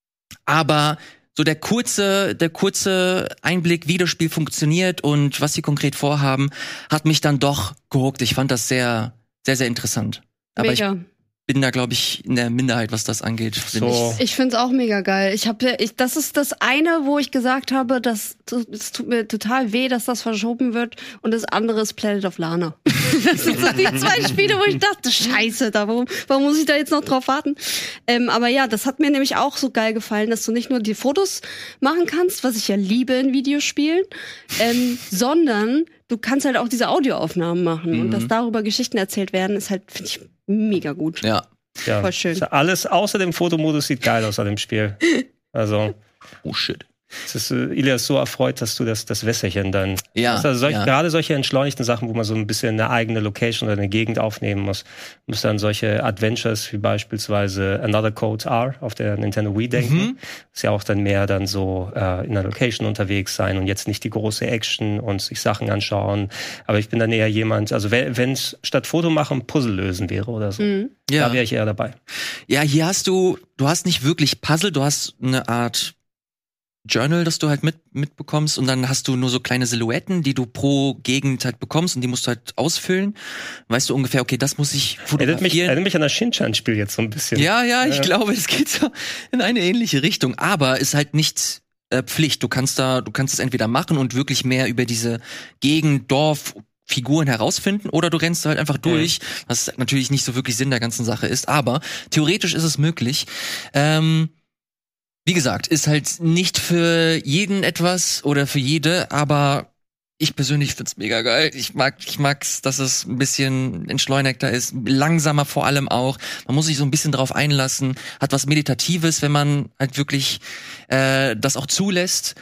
aber so der kurze, der kurze Einblick, wie das Spiel funktioniert und was sie konkret vorhaben, hat mich dann doch gehuckt. Ich fand das sehr, sehr, sehr interessant. Aber mega. ich bin da, glaube ich, in der Minderheit, was das angeht. So. Ich, ich find's auch mega geil. Ich habe, ich, das ist das eine, wo ich gesagt habe, dass es tut mir total weh, dass das verschoben wird. Und das andere ist Planet of Lana. Das sind so die zwei Spiele, wo ich dachte, Scheiße, da warum, warum muss ich da jetzt noch drauf warten? Ähm, aber ja, das hat mir nämlich auch so geil gefallen, dass du nicht nur die Fotos machen kannst, was ich ja liebe in Videospielen, ähm, sondern du kannst halt auch diese Audioaufnahmen machen. Mhm. Und dass darüber Geschichten erzählt werden, ist halt, finde ich, mega gut. Ja. Ja. Voll schön. Alles außer dem Fotomodus sieht geil aus an dem Spiel. Also. Oh shit. Es ist, äh, Ilias ist so erfreut, dass du das, das Wässerchen dann. Ja. Also solch, ja. Gerade solche entschleunigten Sachen, wo man so ein bisschen eine eigene Location oder eine Gegend aufnehmen muss, muss dann solche Adventures wie beispielsweise Another Code R auf der Nintendo Wii denken. Mhm. Ist ja auch dann mehr dann so äh, in einer Location unterwegs sein und jetzt nicht die große Action und sich Sachen anschauen. Aber ich bin dann eher jemand, also wenn es statt Foto machen Puzzle lösen wäre oder so, mhm. ja. da wäre ich eher dabei. Ja, hier hast du, du hast nicht wirklich Puzzle, du hast eine Art Journal, das du halt mit mitbekommst und dann hast du nur so kleine Silhouetten, die du pro Gegend halt bekommst und die musst du halt ausfüllen. Weißt du ungefähr, okay, das muss ich fotografieren. Erinnert mich, erinnert mich an das Shin-Chan-Spiel jetzt so ein bisschen. Ja, ja, ich ja. glaube, es geht so in eine ähnliche Richtung, aber ist halt nicht äh, Pflicht. Du kannst da, du kannst es entweder machen und wirklich mehr über diese Gegend, Dorf, Figuren herausfinden oder du rennst halt einfach durch, mhm. was natürlich nicht so wirklich Sinn der ganzen Sache ist, aber theoretisch ist es möglich. Ähm, Wie gesagt, ist halt nicht für jeden etwas oder für jede, aber ich persönlich find's mega geil. Ich mag, ich mag's, dass es ein bisschen entschleunigter ist, langsamer vor allem auch. Man muss sich so ein bisschen drauf einlassen, hat was Meditatives, wenn man halt wirklich äh, das auch zulässt.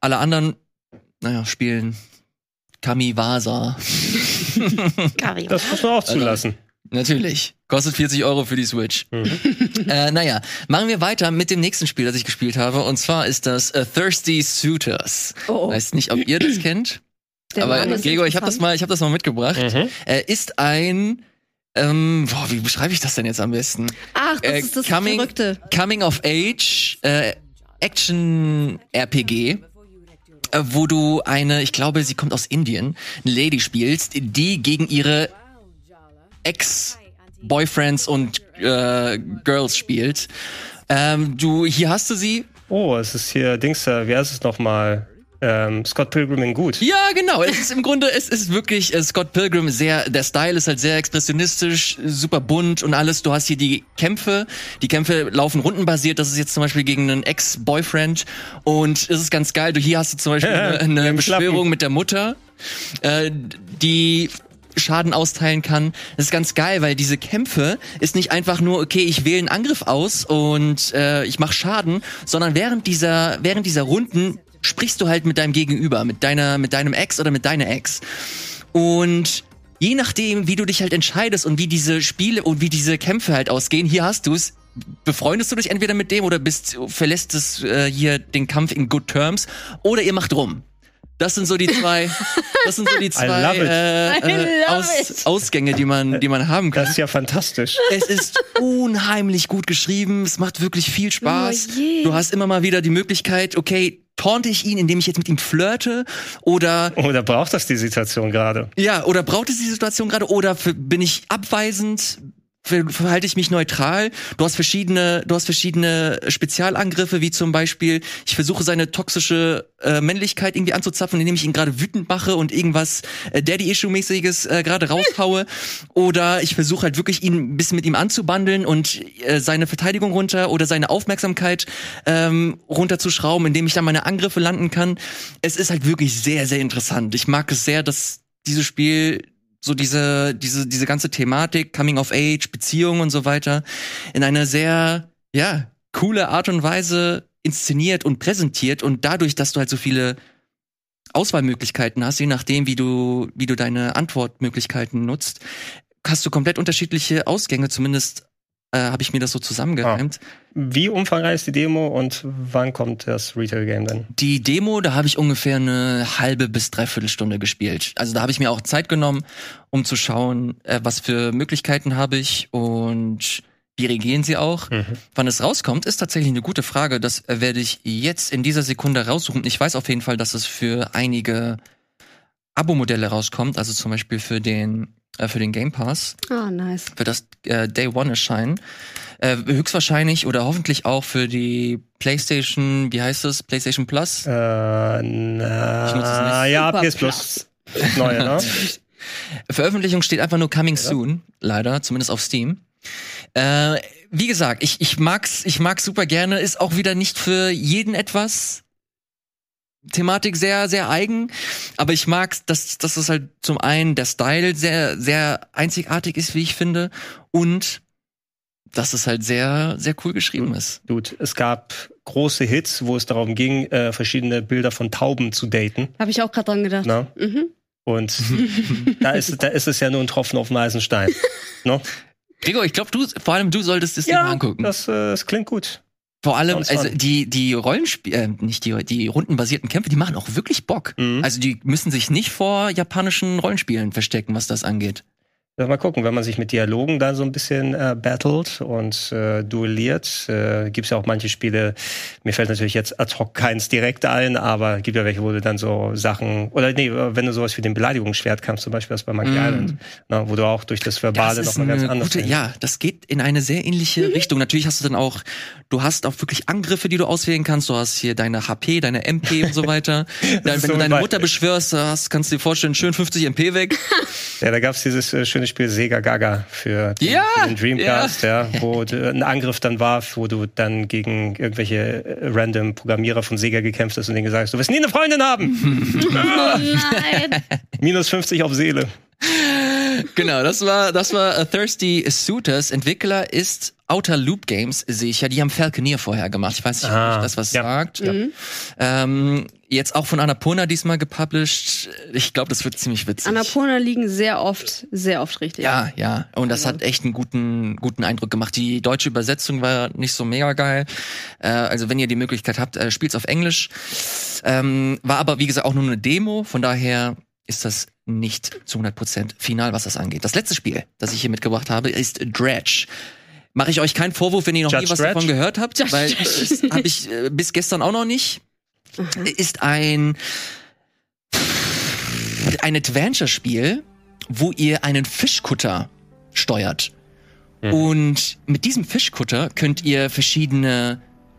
alle anderen, naja, spielen Kamiwasa. Das muss man auch zulassen. Also, natürlich. Kostet vierzig Euro für die Switch. Mhm. äh, naja, machen wir weiter mit dem nächsten Spiel, das ich gespielt habe. Und zwar ist das uh, Thirsty Suitors. Oh. Weiß nicht, ob ihr das kennt. Der aber Gregor, ich habe das mal, ich habe das mal mitgebracht. Mhm. Äh, ist ein ähm, boah, wie beschreibe ich das denn jetzt am besten? Ach, das äh, ist das Coming, Verrückte. Coming of Age äh, Action R P G. Wo du eine, ich glaube, sie kommt aus Indien, eine Lady spielst, die gegen ihre Ex-Boyfriends und äh, Girls spielt. Ähm, du, hier hast du sie. Oh, es ist hier, Dings, wie heißt es nochmal? Ähm, Scott Pilgrim in gut. Ja, genau. Es ist im Grunde, es ist wirklich äh, Scott Pilgrim sehr, der Style ist halt sehr expressionistisch, super bunt und alles. Du hast hier die Kämpfe. Die Kämpfe laufen rundenbasiert. Das ist jetzt zum Beispiel gegen einen Ex-Boyfriend. Und es ist ganz geil. Du, hier hast du zum Beispiel eine, eine Beschwörung mit der Mutter, äh, die Schaden austeilen kann. Das ist ganz geil, weil diese Kämpfe ist nicht einfach nur, okay, ich wähle einen Angriff aus und äh, ich mache Schaden, sondern während dieser, während dieser Runden sprichst du halt mit deinem Gegenüber, mit deiner, mit deinem Ex oder mit deiner Ex. Und je nachdem, wie du dich halt entscheidest und wie diese Spiele und wie diese Kämpfe halt ausgehen, hier hast du es, befreundest du dich entweder mit dem oder bist, verlässt es äh, hier den Kampf in good terms oder ihr macht rum. Das sind so die zwei, das sind so die zwei äh, äh, Aus, Ausgänge, die man, die man haben kann. Das ist ja fantastisch. Es ist unheimlich gut geschrieben. Es macht wirklich viel Spaß. Oh, du hast immer mal wieder die Möglichkeit, okay, taunte ich ihn, indem ich jetzt mit ihm flirte oder oder braucht das die Situation gerade? Ja, oder braucht es die Situation gerade oder für, bin ich abweisend? Ver- verhalte ich mich neutral. Du hast verschiedene, du hast verschiedene Spezialangriffe, wie zum Beispiel, ich versuche seine toxische äh, Männlichkeit irgendwie anzuzapfen, indem ich ihn gerade wütend mache und irgendwas äh, Daddy-Issue-mäßiges äh, gerade raushaue. Oder ich versuche halt wirklich ihn ein bisschen mit ihm anzubandeln und äh, seine Verteidigung runter oder seine Aufmerksamkeit ähm, runterzuschrauben, indem ich dann meine Angriffe landen kann. Es ist halt wirklich sehr, sehr interessant. Ich mag es sehr, dass dieses Spiel so diese, diese, diese ganze Thematik, Coming of Age, Beziehungen und so weiter, in einer sehr, ja, coole Art und Weise inszeniert und präsentiert und dadurch, dass du halt so viele Auswahlmöglichkeiten hast, je nachdem, wie du, wie du deine Antwortmöglichkeiten nutzt, hast du komplett unterschiedliche Ausgänge, zumindest äh, habe ich mir das so zusammengereimt. Ah. Wie umfangreich ist die Demo und wann kommt das Retail-Game dann? Die Demo, da habe ich ungefähr eine halbe bis dreiviertel Stunde gespielt. Also da habe ich mir auch Zeit genommen, um zu schauen, äh, was für Möglichkeiten habe ich und wie reagieren sie auch. Mhm. Wann es rauskommt, ist tatsächlich eine gute Frage. Das äh, werde ich jetzt in dieser Sekunde raussuchen. Ich weiß auf jeden Fall, dass es für einige Abo-Modelle rauskommt, also zum Beispiel für den äh, für den Game Pass. Ah, oh, nice. Für das äh, Day One erscheinen. Äh, höchstwahrscheinlich oder hoffentlich auch für die PlayStation, wie heißt das? PlayStation Plus? Äh, na, ich nutze es nicht. Ja, P S Plus. Das neue, ne? Veröffentlichung steht einfach nur Coming ja. Soon, leider, zumindest auf Steam. Äh, wie gesagt, ich, ich mag's, ich mag's super gerne, ist auch wieder nicht für jeden etwas. Thematik sehr, sehr eigen, aber ich mag's, dass, dass es halt zum einen der Style sehr, sehr einzigartig ist, wie ich finde, und dass es halt sehr, sehr cool geschrieben ist. Dude, es gab große Hits, wo es darum ging, äh, verschiedene Bilder von Tauben zu daten. Habe ich auch gerade dran gedacht. Na? Mhm. Und da ist, da ist es ja nur ein Tropfen auf den heißen Stein. No? Gregor, ich glaube, du, vor allem du solltest es dir ja, mal angucken. Das, äh, das klingt gut. Vor allem, also die die Rollenspiel, äh, nicht die die rundenbasierten Kämpfe, die machen auch wirklich Bock. Mhm. Also die müssen sich nicht vor japanischen Rollenspielen verstecken, was das angeht. Ja, mal gucken, wenn man sich mit Dialogen da so ein bisschen äh, battelt und äh, duelliert, äh, gibt's ja auch manche Spiele, mir fällt natürlich jetzt ad hoc keins direkt ein, aber gibt ja welche, wo du dann so Sachen, oder nee, wenn du sowas wie den Beleidigungsschwertkampf zum Beispiel hast bei Monkey mm. Island, na, wo du auch durch das Verbale nochmal ganz anders gute, ja, das geht in eine sehr ähnliche mhm. Richtung. Natürlich hast du dann auch, du hast auch wirklich Angriffe, die du auswählen kannst. Du hast hier deine H P, deine M P und so weiter. Dann, wenn so du deine Mutter beschwörst, hast, kannst du dir vorstellen, schön fünfzig M P weg. Ja, da gab's dieses äh, schöne Spiel Sega Gaga für den, ja, für den Dreamcast, ja. ja, wo ein Angriff dann war, wo du dann gegen irgendwelche random Programmierer von Sega gekämpft hast und denen gesagt hast, du wirst nie eine Freundin haben. Oh nein. Minus fünfzig auf Seele. Genau, das war das war uh, Thirsty Suitors. Entwickler ist Outer Loop Games sehe ich ja, die haben Falconeer vorher gemacht. Ich weiß nicht, Ah, ob euch das was ja. sagt. Mhm. Ähm, jetzt auch von Annapurna diesmal gepublished. Ich glaube, das wird ziemlich witzig. Annapurna liegen sehr oft, sehr oft richtig. Ja, ja. Und das Also. hat echt einen guten, guten Eindruck gemacht. Die deutsche Übersetzung war nicht so mega geil. Äh, also wenn ihr die Möglichkeit habt, äh, spielt's auf Englisch. Ähm, war aber, wie gesagt, auch nur eine Demo. Von daher ist das nicht zu hundert Prozent final, was das angeht. Das letzte Spiel, das ich hier mitgebracht habe, ist Dredge. Mache ich euch keinen Vorwurf, wenn ihr noch Judge nie was Dredge? davon gehört habt, Judge weil Dredge. das habe ich äh, bis gestern auch noch nicht. Mhm. Ist ein ein Adventure-Spiel, wo ihr einen Fischkutter steuert. Mhm. Und mit diesem Fischkutter könnt ihr verschiedene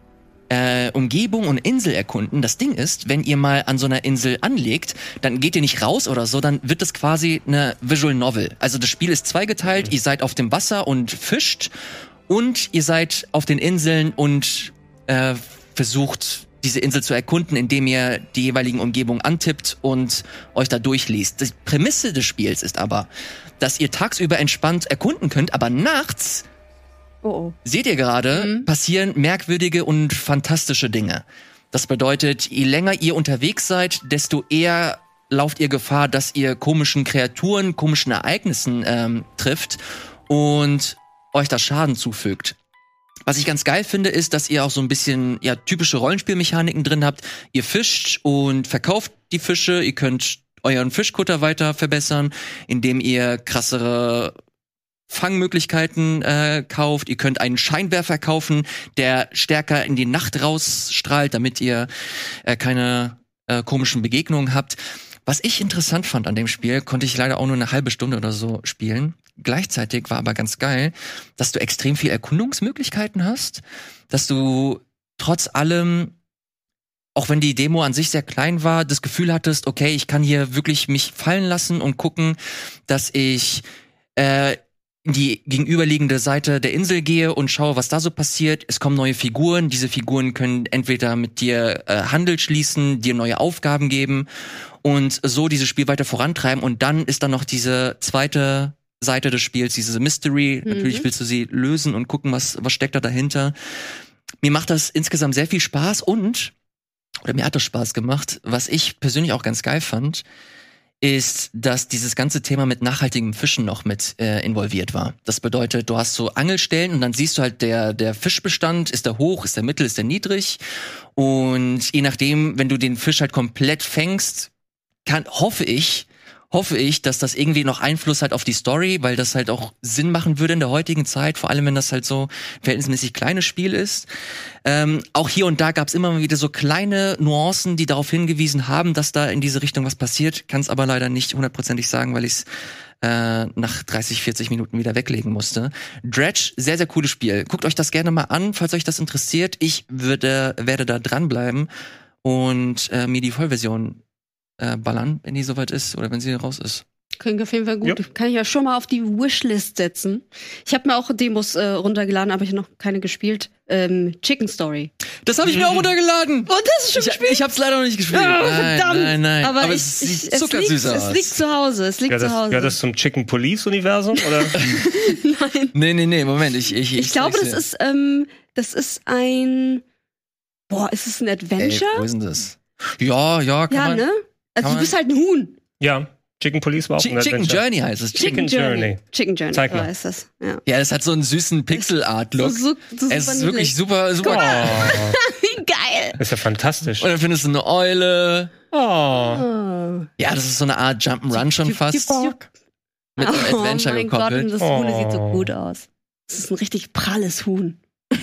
äh, Umgebung und Insel erkunden. Das Ding ist, wenn ihr mal an so einer Insel anlegt, dann geht ihr nicht raus oder so, dann wird das quasi eine Visual Novel. Also das Spiel ist zweigeteilt, ihr seid auf dem Wasser und fischt und ihr seid auf den Inseln und äh, versucht, diese Insel zu erkunden, indem ihr die jeweiligen Umgebungen antippt und euch da durchliest. Die Prämisse des Spiels ist aber, dass ihr tagsüber entspannt erkunden könnt, aber nachts Oh, oh. seht ihr gerade, Mhm. passieren merkwürdige und fantastische Dinge. Das bedeutet, je länger ihr unterwegs seid, desto eher lauft ihr Gefahr, dass ihr komischen Kreaturen, komischen Ereignissen ähm, trifft und euch da Schaden zufügt. Was ich ganz geil finde, ist, dass ihr auch so ein bisschen ja typische Rollenspielmechaniken drin habt. Ihr fischt und verkauft die Fische. Ihr könnt euren Fischkutter weiter verbessern, indem ihr krassere Fangmöglichkeiten äh, kauft. Ihr könnt einen Scheinwerfer kaufen, der stärker in die Nacht rausstrahlt, damit ihr äh, keine äh, komischen Begegnungen habt. Was ich interessant fand an dem Spiel, konnte ich leider auch nur eine halbe Stunde oder so spielen. Gleichzeitig war aber ganz geil, dass du extrem viel Erkundungsmöglichkeiten hast, dass du trotz allem, auch wenn die Demo an sich sehr klein war, das Gefühl hattest, okay, ich kann hier wirklich mich fallen lassen und gucken, dass ich äh, in die gegenüberliegende Seite der Insel gehe und schaue, was da so passiert. Es kommen neue Figuren. Diese Figuren können entweder mit dir äh, Handel schließen, dir neue Aufgaben geben und so dieses Spiel weiter vorantreiben. Und dann ist dann noch diese zweite Seite des Spiels, diese Mystery. Mhm. Natürlich willst du sie lösen und gucken, was, was steckt da dahinter. Mir macht das insgesamt sehr viel Spaß und, oder mir hat das Spaß gemacht, was ich persönlich auch ganz geil fand, ist, dass dieses ganze Thema mit nachhaltigem Fischen noch mit äh, involviert war. Das bedeutet, du hast so Angelstellen und dann siehst du halt, der der Fischbestand, ist der hoch, ist der mittel, ist der niedrig und je nachdem, wenn du den Fisch halt komplett fängst, kann, hoffe ich, hoffe ich, dass das irgendwie noch Einfluss hat auf die Story, weil das halt auch Sinn machen würde in der heutigen Zeit, vor allem wenn das halt so ein verhältnismäßig kleines Spiel ist. Ähm, auch hier und da gab es immer mal wieder so kleine Nuancen, die darauf hingewiesen haben, dass da in diese Richtung was passiert. Kann es aber leider nicht hundertprozentig sagen, weil ich es äh, nach dreißig, vierzig Minuten wieder weglegen musste. Dredge, sehr, sehr cooles Spiel. Guckt euch das gerne mal an, falls euch das interessiert. Ich würde, werde da dranbleiben und äh, mir die Vollversion Äh, ballern, wenn die soweit ist oder wenn sie raus ist. Klingt auf jeden Fall gut. Ja. Kann ich ja schon mal auf die Wishlist setzen. Ich habe mir auch Demos äh, runtergeladen, aber ich habe noch keine gespielt. Ähm, Chicken Story. Das habe ich mir auch runtergeladen. Und das ist schon Ich, gespielt? ich hab's leider noch nicht gespielt. Oh, nein, verdammt. nein, nein. Aber, Aber ich, es ich, sieht es, zuckersüß liegt, aus. es liegt zu Hause. Es liegt Gehört das, zu Hause. gehört das zum Chicken Police Universum oder? Nein. Nee, nee, nee, Moment. Ich, ich, Ich, glaube, das zeig's dir. ist, ähm, das ist ein. Boah, ist es ein Ey, Adventure? wo ist denn das? Ja, ja, kann ja, man. ne? Also kann du bist halt ein Huhn. Ja, Chicken Police war auch Chi- ein Chicken Adventure. Journey heißt es. Chicken Journey. Chicken Journey. Zeig mal. so heißt das. Ja. Ja, das hat so einen süßen Pixel-Art-Look. So, so, so Es super ist wirklich niedlich. super, super. Oh, Wie geil. ist ja fantastisch. Und dann findest du eine Eule. Oh. Oh. Ja, das ist so eine Art Jump'n'Run schon Jup, fast. jup, jup. Mit einem Oh Adventure mein Gott, gekoppelt. und das Huhn Oh. sieht so gut aus. Das ist ein richtig pralles Huhn.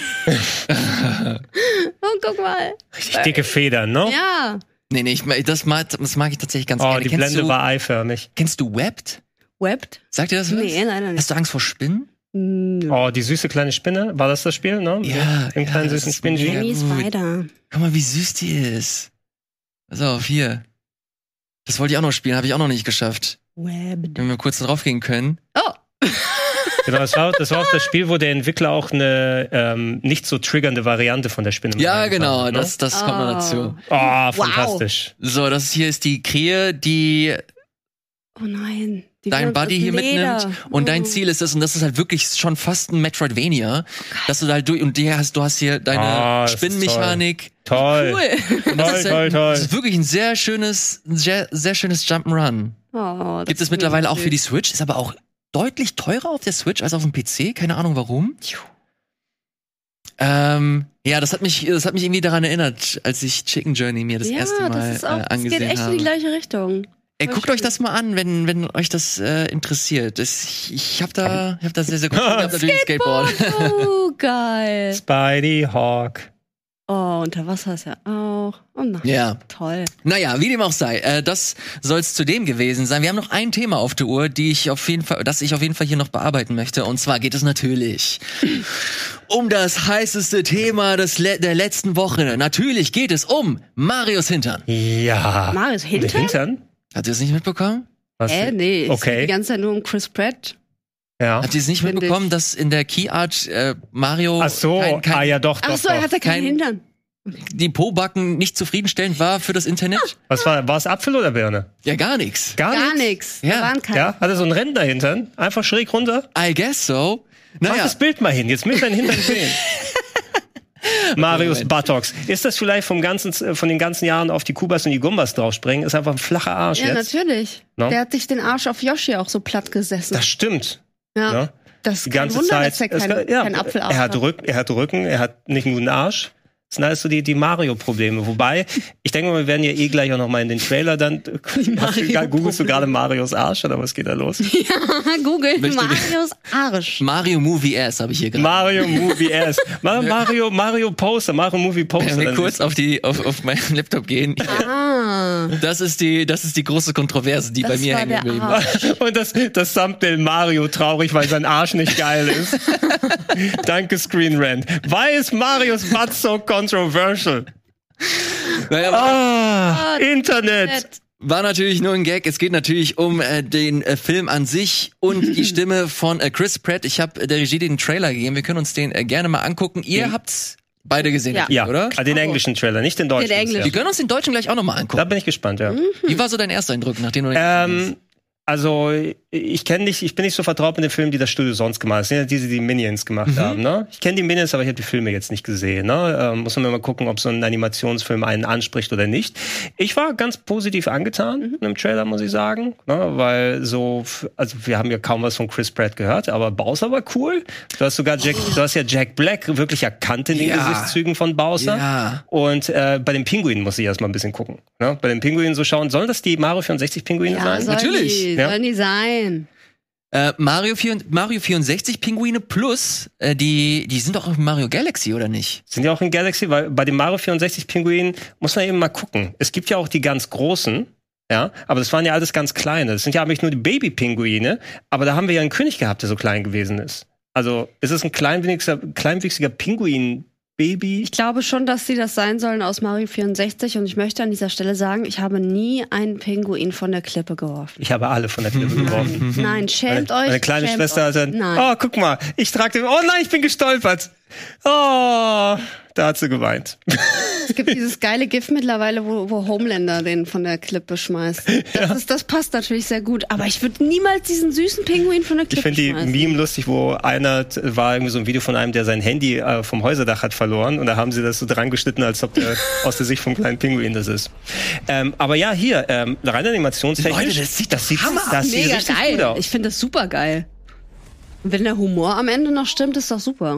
Oh, guck mal. Richtig dicke Federn, ne? Ja. Nee, nee, ich, mag- das, mag, das mag ich tatsächlich ganz Oh, gerne. die Kennst Blende du, war eiförmig. Kennst du Webbed? Webbed? Sagt dir das was? Nee, leider nicht. Hast du Angst vor Spinnen? Hm. Oh, die süße kleine Spinne. War das das Spiel, ne? Ja, Im ja, kleinen das süßen ist Spinji. mega Amy gut. Spider. Guck mal, wie süß die ist. Pass auf, hier. Das wollte ich auch noch spielen, habe ich auch noch nicht geschafft. Webbed. Wenn wir kurz drauf gehen können. Oh. Genau, das war, das war auch das Spiel, wo der Entwickler auch eine ähm, nicht so triggernde Variante von der Spinne mit Ja, reingetan genau, hat, ne? das, das kommt noch dazu. Oh, fantastisch. So, das hier ist die Krähe, die Oh nein. Die dein werden Buddy aus hier Leder. mitnimmt und Oh. dein Ziel ist es, und das ist halt wirklich schon fast ein Metroidvania, dass du da halt durch, und die hast, du hast hier deine Ah, das ist Spinnenmechanik. Toll. Cool. Und das Toll, ist toll, halt, toll. Das ist wirklich ein sehr schönes, ein sehr, sehr schönes Jump'n'Run. Oh, das Gibt es ist mittlerweile auch süß. für die Switch, ist aber auch deutlich teurer auf der Switch als auf dem P C, keine Ahnung warum. Ähm, ja, das hat mich, das hat mich irgendwie daran erinnert, als ich Chicken Journey mir das ja, erste Mal das ist auch, äh, das angesehen geht echt habe. in die gleiche Richtung. Ey, Voll guckt schön. euch das mal an, wenn, wenn euch das äh, interessiert. Das, ich ich habe da, ich hab da sehr, sehr gut. Ich hab natürlich ein Skateboard. Oh, geil. Spidey Hawk. Oh, unter Wasser ist ja auch. Oh nein. Ja. Toll. Naja, wie dem auch sei, äh, das soll's zu dem gewesen sein. Wir haben noch ein Thema auf der Uhr, die ich auf jeden Fall, das ich auf jeden Fall hier noch bearbeiten möchte. Und zwar geht es natürlich um das heißeste Thema des Le der letzten Woche. Natürlich geht es um Marios Hintern. Ja. Marius Und Hintern? der Hintern? Habt ihr es nicht mitbekommen? Was? Äh, nee. Es geht Okay. die ganze Zeit nur um Chris Pratt. Ja. Habt ihr es nicht Find mitbekommen, ich. dass in der Key Art äh, Mario Ach so, kein, kein, ah ja, doch, doch, Ach so, doch. er hat ja keinen Kein- Hintern. die Po-Backen nicht zufriedenstellend war für das Internet? Was war, war es Apfel oder Birne? Ja, gar nichts. Gar, Gar nichts? nichts. Ja. Da waren keine. Ja, hat er so einen Rentner hintern? Einfach schräg runter? I guess so. Mach Naja, das Bild mal hin, jetzt müssen wir den Hintern sehen. Marius Moment. Buttocks. Ist das vielleicht vom ganzen, von den ganzen Jahren auf die Kubas und die Gumbas draufspringen? Ist einfach ein flacher Arsch Ja, jetzt. natürlich. No? Der hat sich den Arsch auf Yoshi auch so platt gesessen. Das stimmt. ja. Ja. Das ist Die kein ganze Wunder, Zeit. dass er Es- kein, ja, kein Apfelarsch er hat, hat. Rück, er hat Rücken, er hat nicht nur einen Arsch. Das sind alles so die, die Mario-Probleme. Wobei, ich denke mal, wir werden ja eh gleich auch noch mal in den Trailer dann. Mario-Probleme. Googlest du gerade Marios Arsch oder was geht da los? Ja, Google Möchte- Marius Arsch. Mario Movie Ass habe ich hier gerade. Mario Movie S. Mario, Mario Poster, Mario Movie Poster. Wenn wir Dann kurz auf die auf, auf meinen Laptop gehen. Ah. Das ist die das ist die große Kontroverse, die bei Das mir war hängen der geblieben Arsch. ist. Und das, das Thumbnail Mario traurig, weil sein Arsch nicht geil ist. Danke, Screen Rant. Why is Marios butt so controversial? Naja, aber Ah, Internet. war natürlich nur ein Gag. Es geht natürlich um äh, den äh, Film an sich und die Stimme von äh, Chris Pratt. Ich habe äh, der Regie den Trailer gegeben. Wir können uns den äh, gerne mal angucken. Ihr Mhm. habt's beide gesehen, Ja. Ja, oder? ah, den englischen Trailer, nicht den deutschen. Den englischen. Wir können uns den deutschen gleich auch noch mal Da angucken. bin ich gespannt, ja. Wie war so dein erster Eindruck, nachdem du den Ähm, also, ich kenne nicht, ich bin nicht so vertraut mit den Filmen, die das Studio sonst gemacht hat. Das sind ja diese, die Minions gemacht haben, ne? Ich kenne die Minions, aber ich habe die Filme jetzt nicht gesehen, ne? Ähm, muss man mal gucken, ob so ein Animationsfilm einen anspricht oder nicht. Ich war ganz positiv angetan Mhm. im Trailer, muss ich sagen, ne? Weil so, also wir haben ja kaum was von Chris Pratt gehört, aber Bowser war cool. Du hast sogar Jack, du hast ja Jack Black wirklich erkannt in den Ja. Gesichtszügen von Bowser. Ja. Und äh, bei den Pinguinen muss ich erstmal ein bisschen gucken. Ne? Bei den Pinguinen so schauen, sollen das die Mario vierundsechzig Pinguine Ja, sein? sollen Natürlich. Die, Ja. Sollen die sein. Äh, Mario, vier, Mario vierundsechzig Pinguine plus, äh, die, die sind doch auch in Mario Galaxy, oder nicht? Sind ja auch in Galaxy, weil bei den Mario vierundsechzig Pinguinen muss man eben mal gucken. Es gibt ja auch die ganz großen, ja, aber das waren ja alles ganz kleine. Das sind ja eigentlich nur die Baby-Pinguine, aber da haben wir ja einen König gehabt, der so klein gewesen ist. Also ist es ein kleinwüchsiger, kleinwüchsiger Pinguin-Baby? Ich glaube schon, dass sie das sein sollen aus Mario vierundsechzig. Und ich möchte an dieser Stelle sagen, ich habe nie einen Pinguin von der Klippe geworfen. Ich habe alle von der Klippe geworfen. Nein, schämt Meine, euch. meine kleine schämt Schwester euch. hat dann, Nein. oh, guck mal, ich trage den, oh nein, ich bin gestolpert. Oh, da hat sie geweint. Es gibt dieses geile GIF mittlerweile, wo, wo Homelander den von der Klippe schmeißt. Das, ist, das passt natürlich sehr gut. Aber ich würde niemals diesen süßen Pinguin von der Ich Klippe finde die schmeißen. Meme lustig, wo einer t- war irgendwie so ein Video von einem, der sein Handy äh, vom Häuserdach hat verloren und da haben sie das so dran geschnitten, als ob der aus der Sicht vom kleinen Pinguin das ist. Ähm, aber ja, hier, ähm, rein animationstechnisch, Leute, das sieht das sieht, Hammer das sieht Mega richtig geil. gut aus. Ich finde das super geil. Und wenn der Humor am Ende noch stimmt, ist doch super.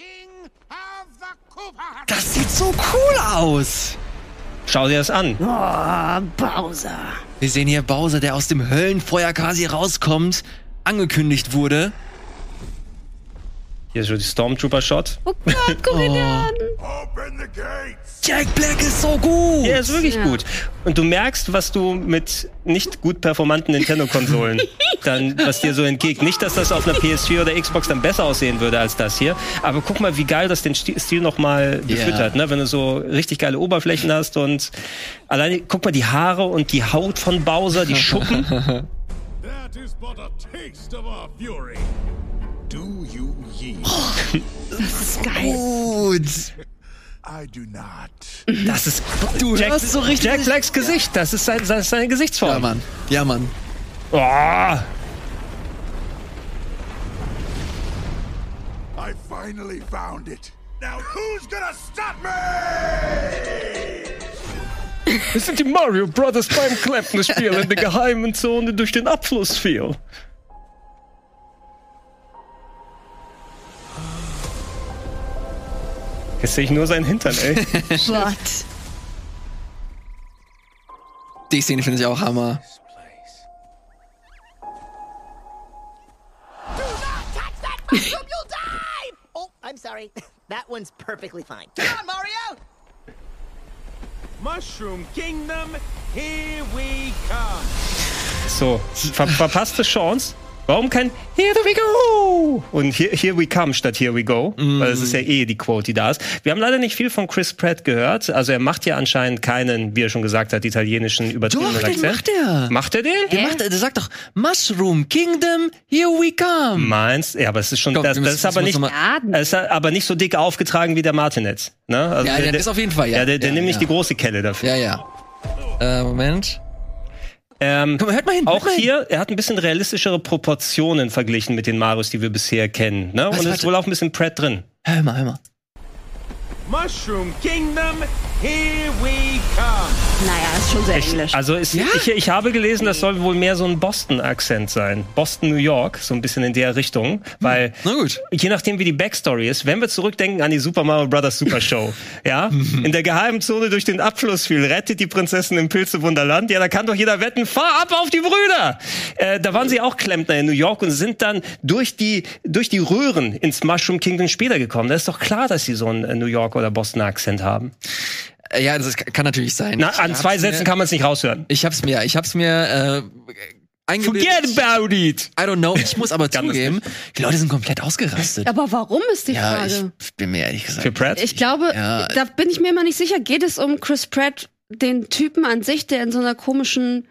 Das sieht so cool aus. Schau dir das an. Oh, Bowser. Wir sehen hier Bowser, der aus dem Höllenfeuer quasi rauskommt, angekündigt wurde. Hier ist schon die Stormtrooper-Shot. Oh Gott, guck ihn dir an. Open the gates! Jack Black ist so gut. Ja, ist wirklich Ja. gut. Und du merkst, was du mit nicht gut performanten Nintendo-Konsolen dann, was dir so entgeht. Nicht, dass das auf einer P S vier oder Xbox dann besser aussehen würde als das hier. Aber guck mal, wie geil das den Sti- Stil nochmal befüttert, ne? Wenn du so richtig geile Oberflächen hast und alleine, guck mal, die Haare und die Haut von Bowser, die Schuppen. That is but a taste of our fury. Do you yield? Das ist geil. Gut. I do not. Das ist Du Jack, hörst so richtig- Jack Blacks Gesicht. Das ist, sein, das ist seine Gesichtsform. Ja, Mann. Ja, Mann. Oh. I finally found it. Now who's gonna stop me? Wir sind die Mario Brothers beim Klempnerspiel in der geheimen Zone durch den Abfluss fiel. Jetzt sehe ich nur seinen Hintern, ey. Gott. Die Szene finde ich auch Hammer. Mushroom, you'll die! Oh, I'm sorry. That one's perfectly fine. Come on, Mario! Mushroom Kingdom, here we come. So, ver verpasste Chance. Warum kein Here we go und Here, here we come statt Here we go? Mm. Weil das ist ja eh die Quote, die da ist. Wir haben leider nicht viel von Chris Pratt gehört. Also er macht ja anscheinend keinen, wie er schon gesagt hat, italienischen übertriebenen Doch, den Akzent. macht er. Macht er den? Der, macht, der sagt doch Mushroom Kingdom, here we come. Meinst? Ja, aber es ist schon, Komm, das, müssen, das ist aber nicht, Ja, es ist aber nicht so dick aufgetragen wie der Martinez. Ne? Also Ja, der ist auf jeden Fall, ja. Ja, der, der Ja, nimmt ja. nicht die große Kelle dafür. Ja, ja. Äh, Moment. Ähm, Komm, hört mal hin. Auch hört mal hin. hier, er hat ein bisschen realistischere Proportionen verglichen mit den Marios, die wir bisher kennen. Ne? Und Was, es ist warte. wohl auch ein bisschen Pratt drin. Hör mal, hör mal. Mushroom Kingdom, here we come. Naja, ist schon sehr Ich, englisch. also ist, Ja? ich, ich habe gelesen, das soll wohl mehr so ein Boston-Akzent sein. Boston, New York, so ein bisschen in der Richtung. Weil, Na gut. je nachdem, wie die Backstory ist, wenn wir zurückdenken an die Super Mario Brothers Super Show, ja, in der geheimen Zone durch den Abfluss fiel, rettet die Prinzessin im Pilzewunderland, ja, da kann doch jeder wetten, fahr ab auf die Brüder! Äh, da waren sie auch Klempner in New York und sind dann durch die, durch die Röhren ins Mushroom Kingdom später gekommen. Da ist doch klar, dass sie so einen äh, New York oder Boston-Akzent haben. Äh, Ja, das kann natürlich sein. Na, Ich an hab's zwei mir- Sätzen kann man es nicht raushören. Ich hab's mir, ich hab's mir äh, eingebildet. Forget about it! I don't know. Ich muss aber Kann das zugeben, die Leute sind komplett ausgerastet. Aber warum ist die Ja, Frage? ich bin mir ehrlich gesagt. Für Pratt? Ich glaube, Ja. da bin ich mir immer nicht sicher. Geht es um Chris Pratt, den Typen an sich, der in so einer komischen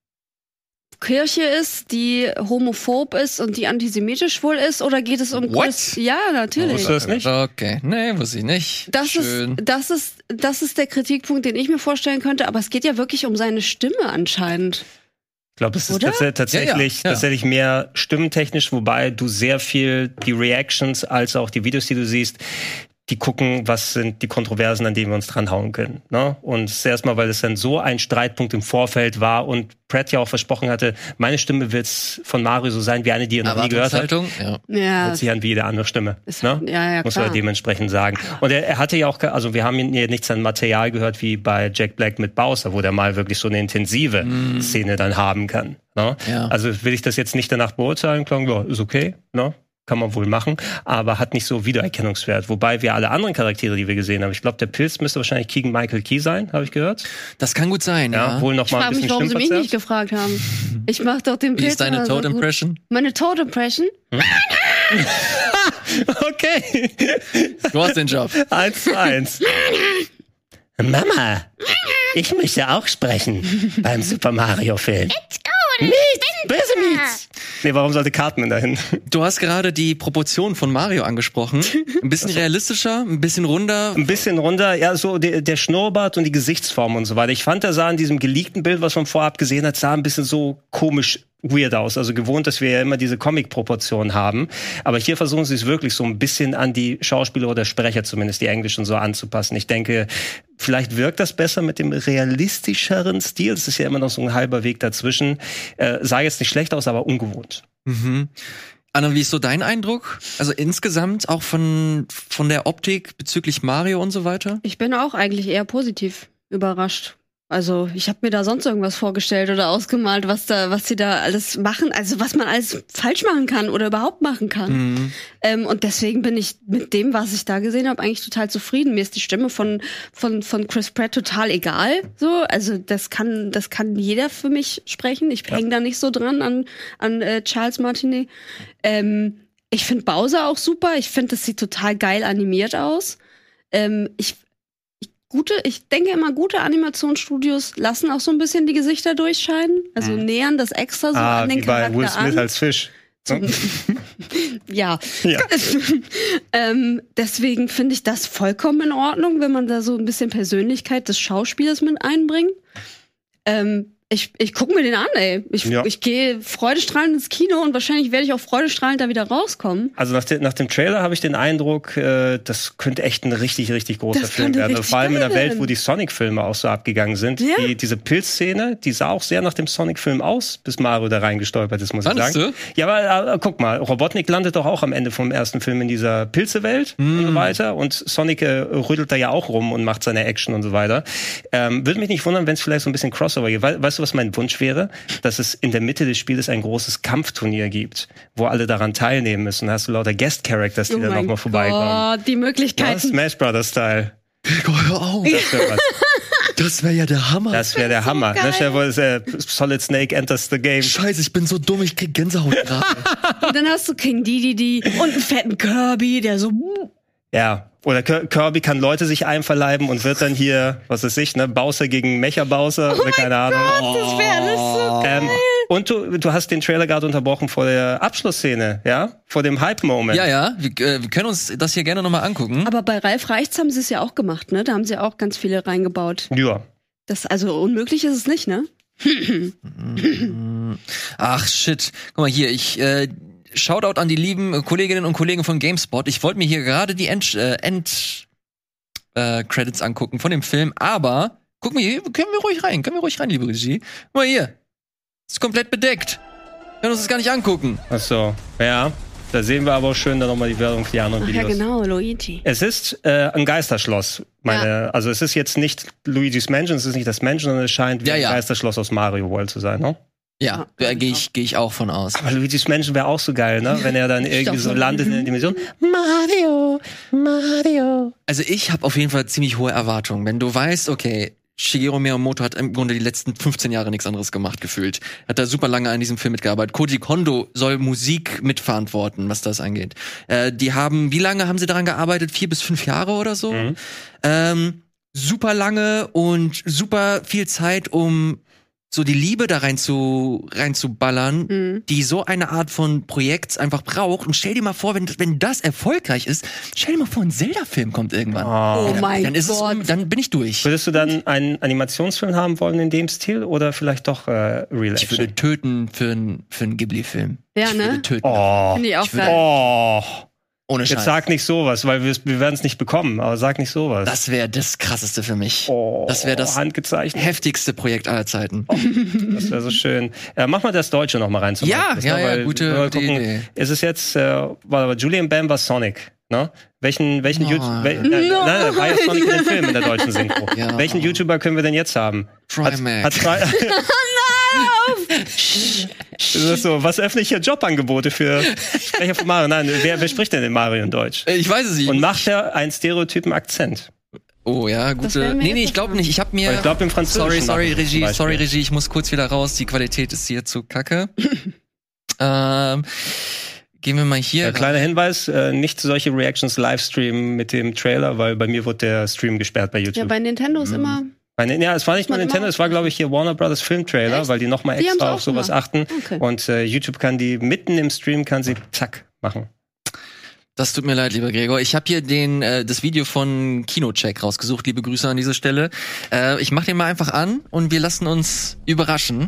Kirche ist, die homophob ist und die antisemitisch wohl ist? Oder geht es um What? Chris? Ja, natürlich. Wusstest du das nicht? Okay, nee, wusste ich nicht. Das Schön. ist, das ist, das ist der Kritikpunkt, den ich mir vorstellen könnte. Aber es geht ja wirklich um seine Stimme anscheinend. Ich glaube, es ist Oder? tats tatsächlich, Ja, ja, ja. tatsächlich mehr stimmentechnisch, wobei du sehr viel die Reactions als auch die Videos, die du siehst, die gucken, was sind die Kontroversen, an denen wir uns dran hauen können. Ne? Und es ist erstmal, weil es dann so ein Streitpunkt im Vorfeld war und Pratt ja auch versprochen hatte, meine Stimme wird's von Mario so sein wie eine, die ihr noch nie gehört habt. Erwartungshaltung, ja. Ja, Hört sich an wie jede andere Stimme. Ist- Ne? ja, ja, Muss klar. man dementsprechend sagen. Und er, er hatte ja auch, ge- also wir haben ja nichts an Material gehört wie bei Jack Black mit Bowser, wo der mal wirklich so eine intensive Szene dann haben kann. Ne? Ja. Also will ich das jetzt nicht danach beurteilen, klar, ja, ist okay, ne? Kann man wohl machen, aber hat nicht so Wiedererkennungswert. Wobei wir alle anderen Charaktere, die wir gesehen haben, ich glaube, der Pilz müsste wahrscheinlich Keegan Michael Key sein, habe ich gehört. Das kann gut sein, Ja, ja. wohl noch ich mal ein frage bisschen mich, warum sie mich nicht Stimmverzerrt. gefragt haben. Ich mache doch den Wie Pilz ist deine immer so Toad gut. Impression? Meine Toad Impression? Okay. Du hast den Job. Eins zu eins. Mama, ich möchte auch sprechen beim Super Mario Film. Let's go! Meets, böse Meets! Nee, warum sollte Cartman dahin? Du hast gerade die Proportionen von Mario angesprochen. Ein bisschen realistischer, ein bisschen runder. Ein bisschen runter, ja, so der, der Schnurrbart und die Gesichtsform und so weiter. Ich fand, er sah in diesem geleakten Bild, was man vorab gesehen hat, sah ein bisschen so komisch weird aus. Also gewohnt, dass wir ja immer diese Comic-Proportionen haben. Aber hier versuchen sie es wirklich so ein bisschen an die Schauspieler oder Sprecher zumindest, die Englischen so anzupassen. Ich denke, vielleicht wirkt das besser mit dem realistischeren Stil. Das ist ja immer noch so ein halber Weg dazwischen. Äh, sah jetzt nicht schlecht aus, aber ungewohnt. Mhm. Anna, wie ist so dein Eindruck? Also insgesamt auch von, von der Optik bezüglich Mario und so weiter? Ich bin auch eigentlich eher positiv überrascht. Also ich habe mir da sonst irgendwas vorgestellt oder ausgemalt, was da, was sie da alles machen, also was man alles falsch machen kann oder überhaupt machen kann. Mhm. Ähm, und deswegen bin ich mit dem, was ich da gesehen habe, eigentlich total zufrieden. Mir ist die Stimme von von von Chris Pratt total egal. So, also das kann das kann jeder für mich sprechen. Ich häng da nicht so dran an an äh, Charles Martinet. Ähm, ich finde Bowser auch super. Ich finde, das sieht total geil animiert aus. Ähm, ich Gute, ich denke immer, gute Animationsstudios lassen auch so ein bisschen die Gesichter durchscheinen. Also Mhm. nähern das extra so ah, an den wie bei Charakter Will Smith an. als Fisch. Ne? Ja. Ja. ähm, deswegen finde ich das vollkommen in Ordnung, wenn man da so ein bisschen Persönlichkeit des Schauspielers mit einbringt. Ähm, Ich, ich gucke mir den an, ey. Ich, Ja. ich gehe freudestrahlend ins Kino und wahrscheinlich werde ich auch freudestrahlend da wieder rauskommen. Also nach, de, nach dem Trailer habe ich den Eindruck, äh, das könnte echt ein richtig, richtig großer Das Film könnte werden. richtig Vor allem in der geil Welt, werden. wo die Sonic-Filme auch so abgegangen sind. Ja. Die, diese Pilzszene, die sah auch sehr nach dem Sonic-Film aus, bis Mario da reingestolpert ist, muss Fandest ich sagen. du? Ja, aber äh, guck mal, Robotnik landet doch auch am Ende vom ersten Film in dieser Pilzewelt Mm. und so weiter. Und Sonic äh, rüttelt da ja auch rum und macht seine Action und so weiter. Ähm, würde mich nicht wundern, wenn es vielleicht so ein bisschen Crossover gibt. We weißt du, was mein Wunsch wäre? Dass es in der Mitte des Spieles ein großes Kampfturnier gibt, wo alle daran teilnehmen müssen. Da hast du lauter Guest-Characters, die Oh dann mein nochmal vorbeikommen. Gott, die Ja, Möglichkeiten. Smash Brothers-Style. Hör auf. Das wäre was. Das wäre ja der Hammer. Das wäre der Hammer. geil. Ne, stell dir vor, es, äh, Solid Snake enters the game. Scheiße, ich bin so dumm, ich krieg Gänsehaut gerade. Und dann hast du King Dedede und einen fetten Kirby, der so. Ja. Oder K- Kirby kann Leute sich einverleiben und wird dann hier, was weiß ich, ne, Bowser gegen Mecha-Bowser oder keine Ahnung. Das wäre alles so. Ähm, und du, du hast den Trailer gerade unterbrochen vor der Abschlussszene, ja? Vor dem Hype-Moment. Ja, ja, wir, äh, wir können uns das hier gerne nochmal angucken. Aber bei Ralf Reichts haben sie es ja auch gemacht, ne? Da haben sie auch ganz viele reingebaut. Ja. Das, also unmöglich ist es nicht, ne? Ach, shit. Guck mal hier, ich, äh, Shoutout an die lieben Kolleginnen und Kollegen von GameSpot. Ich wollte mir hier gerade die End, äh, End äh, Credits angucken von dem Film, aber guck mal hier, können wir ruhig rein, können wir ruhig rein, liebe Regie. Guck mal hier. Ist komplett bedeckt. Wir können uns das gar nicht angucken. Ach so. Ja. Da sehen wir aber auch schön dann nochmal die Werbung für die anderen Ach ja, Videos. genau, Luigi. Es ist äh, ein Geisterschloss. Meine, also es ist jetzt nicht Luigi's Mansion, es ist nicht das Mansion, sondern es scheint wie Ja, ein ja. Geisterschloss aus Mario World zu sein, ne? Ja, Ja, da gehe ich, geh ich auch von aus. Aber Luigi's Mansion wäre auch so geil, ne? Wenn er dann irgendwie so Stopp. landet in der Dimension. Mario, Mario. Also ich habe auf jeden Fall ziemlich hohe Erwartungen. Wenn du weißt, okay, Shigeru Miyamoto hat im Grunde die letzten fünfzehn Jahre nichts anderes gemacht, gefühlt. Hat da super lange an diesem Film mitgearbeitet. Koji Kondo soll Musik mitverantworten, was das angeht. Äh, die haben, wie lange haben sie daran gearbeitet? Vier bis fünf Jahre oder so? Mhm. Ähm, super lange und super viel Zeit, um so die Liebe da rein zu reinzuballern, Mhm. die so eine Art von Projekt einfach braucht. Und stell dir mal vor, wenn, wenn das erfolgreich ist, stell dir mal vor, ein Zelda-Film kommt irgendwann. Oh mein dann ist Gott. es, dann bin ich durch. Würdest du dann einen Animationsfilm haben wollen in dem Stil oder vielleicht doch äh, Real Ich Action? würde töten für einen für einen Ghibli-Film. Ja, ich ne? würde töten. Oh, Finde ich auch Ich würde- geil. oh. Ohne Jetzt Scheiß. sag nicht sowas, weil wir, wir werden es nicht bekommen, aber sag nicht sowas. Das wäre das krasseste für mich. oh, das wäre das handgezeichnet. heftigste Projekt aller Zeiten. Das wäre so schön. Äh, mach mal das Deutsche noch mal rein zum Ja, Abschluss, ja, ne? ja, Weil, gute- wenn wir gute gucken, Idee. Ist es jetzt, äh, war aber Julian Bam war Sonic, ne? Welchen, welchen Nein. YouTube, wel, nein, nein, nein, war ja Sonic in dem Film in der deutschen Synchro. Ja. Welchen YouTuber können wir denn jetzt haben? Trimax. Hat, hat Tri Das ist so, was öffentliche Jobangebote für Sprecher von Mario? Nein, wer, wer spricht denn den Mario in Deutsch? Äh, Ich weiß es nicht. Und macht er einen stereotypen Akzent? oh ja, Das gute. werden wir Nee, nee, jetzt ich glaube erfahren. nicht. Ich habe mir Weil ich glaube im Sorry, Französischen. sorry, machen sie zum Regie, Beispiel. sorry, Regie, ich muss kurz wieder raus. Die Qualität ist hier zu kacke. ähm, gehen wir mal hier. Äh, kleiner Hinweis, äh, nicht solche Reactions livestreamen mit dem Trailer, weil bei mir wurde der Stream gesperrt bei Ja, YouTube. bei Nintendo ist immer. Bei, ja, es war nicht nur Man Nintendo, immer- es war, glaube ich, hier Warner Brothers Filmtrailer, Echt? weil die nochmal Die haben's extra auch auf sowas gemacht. achten. Okay. Und äh, YouTube kann die mitten im Stream, kann sie zack machen. Das tut mir leid, lieber Gregor. Ich habe hier den äh, das Video von Kinocheck rausgesucht. Liebe Grüße an dieser Stelle. Äh, ich mach den mal einfach an und wir lassen uns überraschen.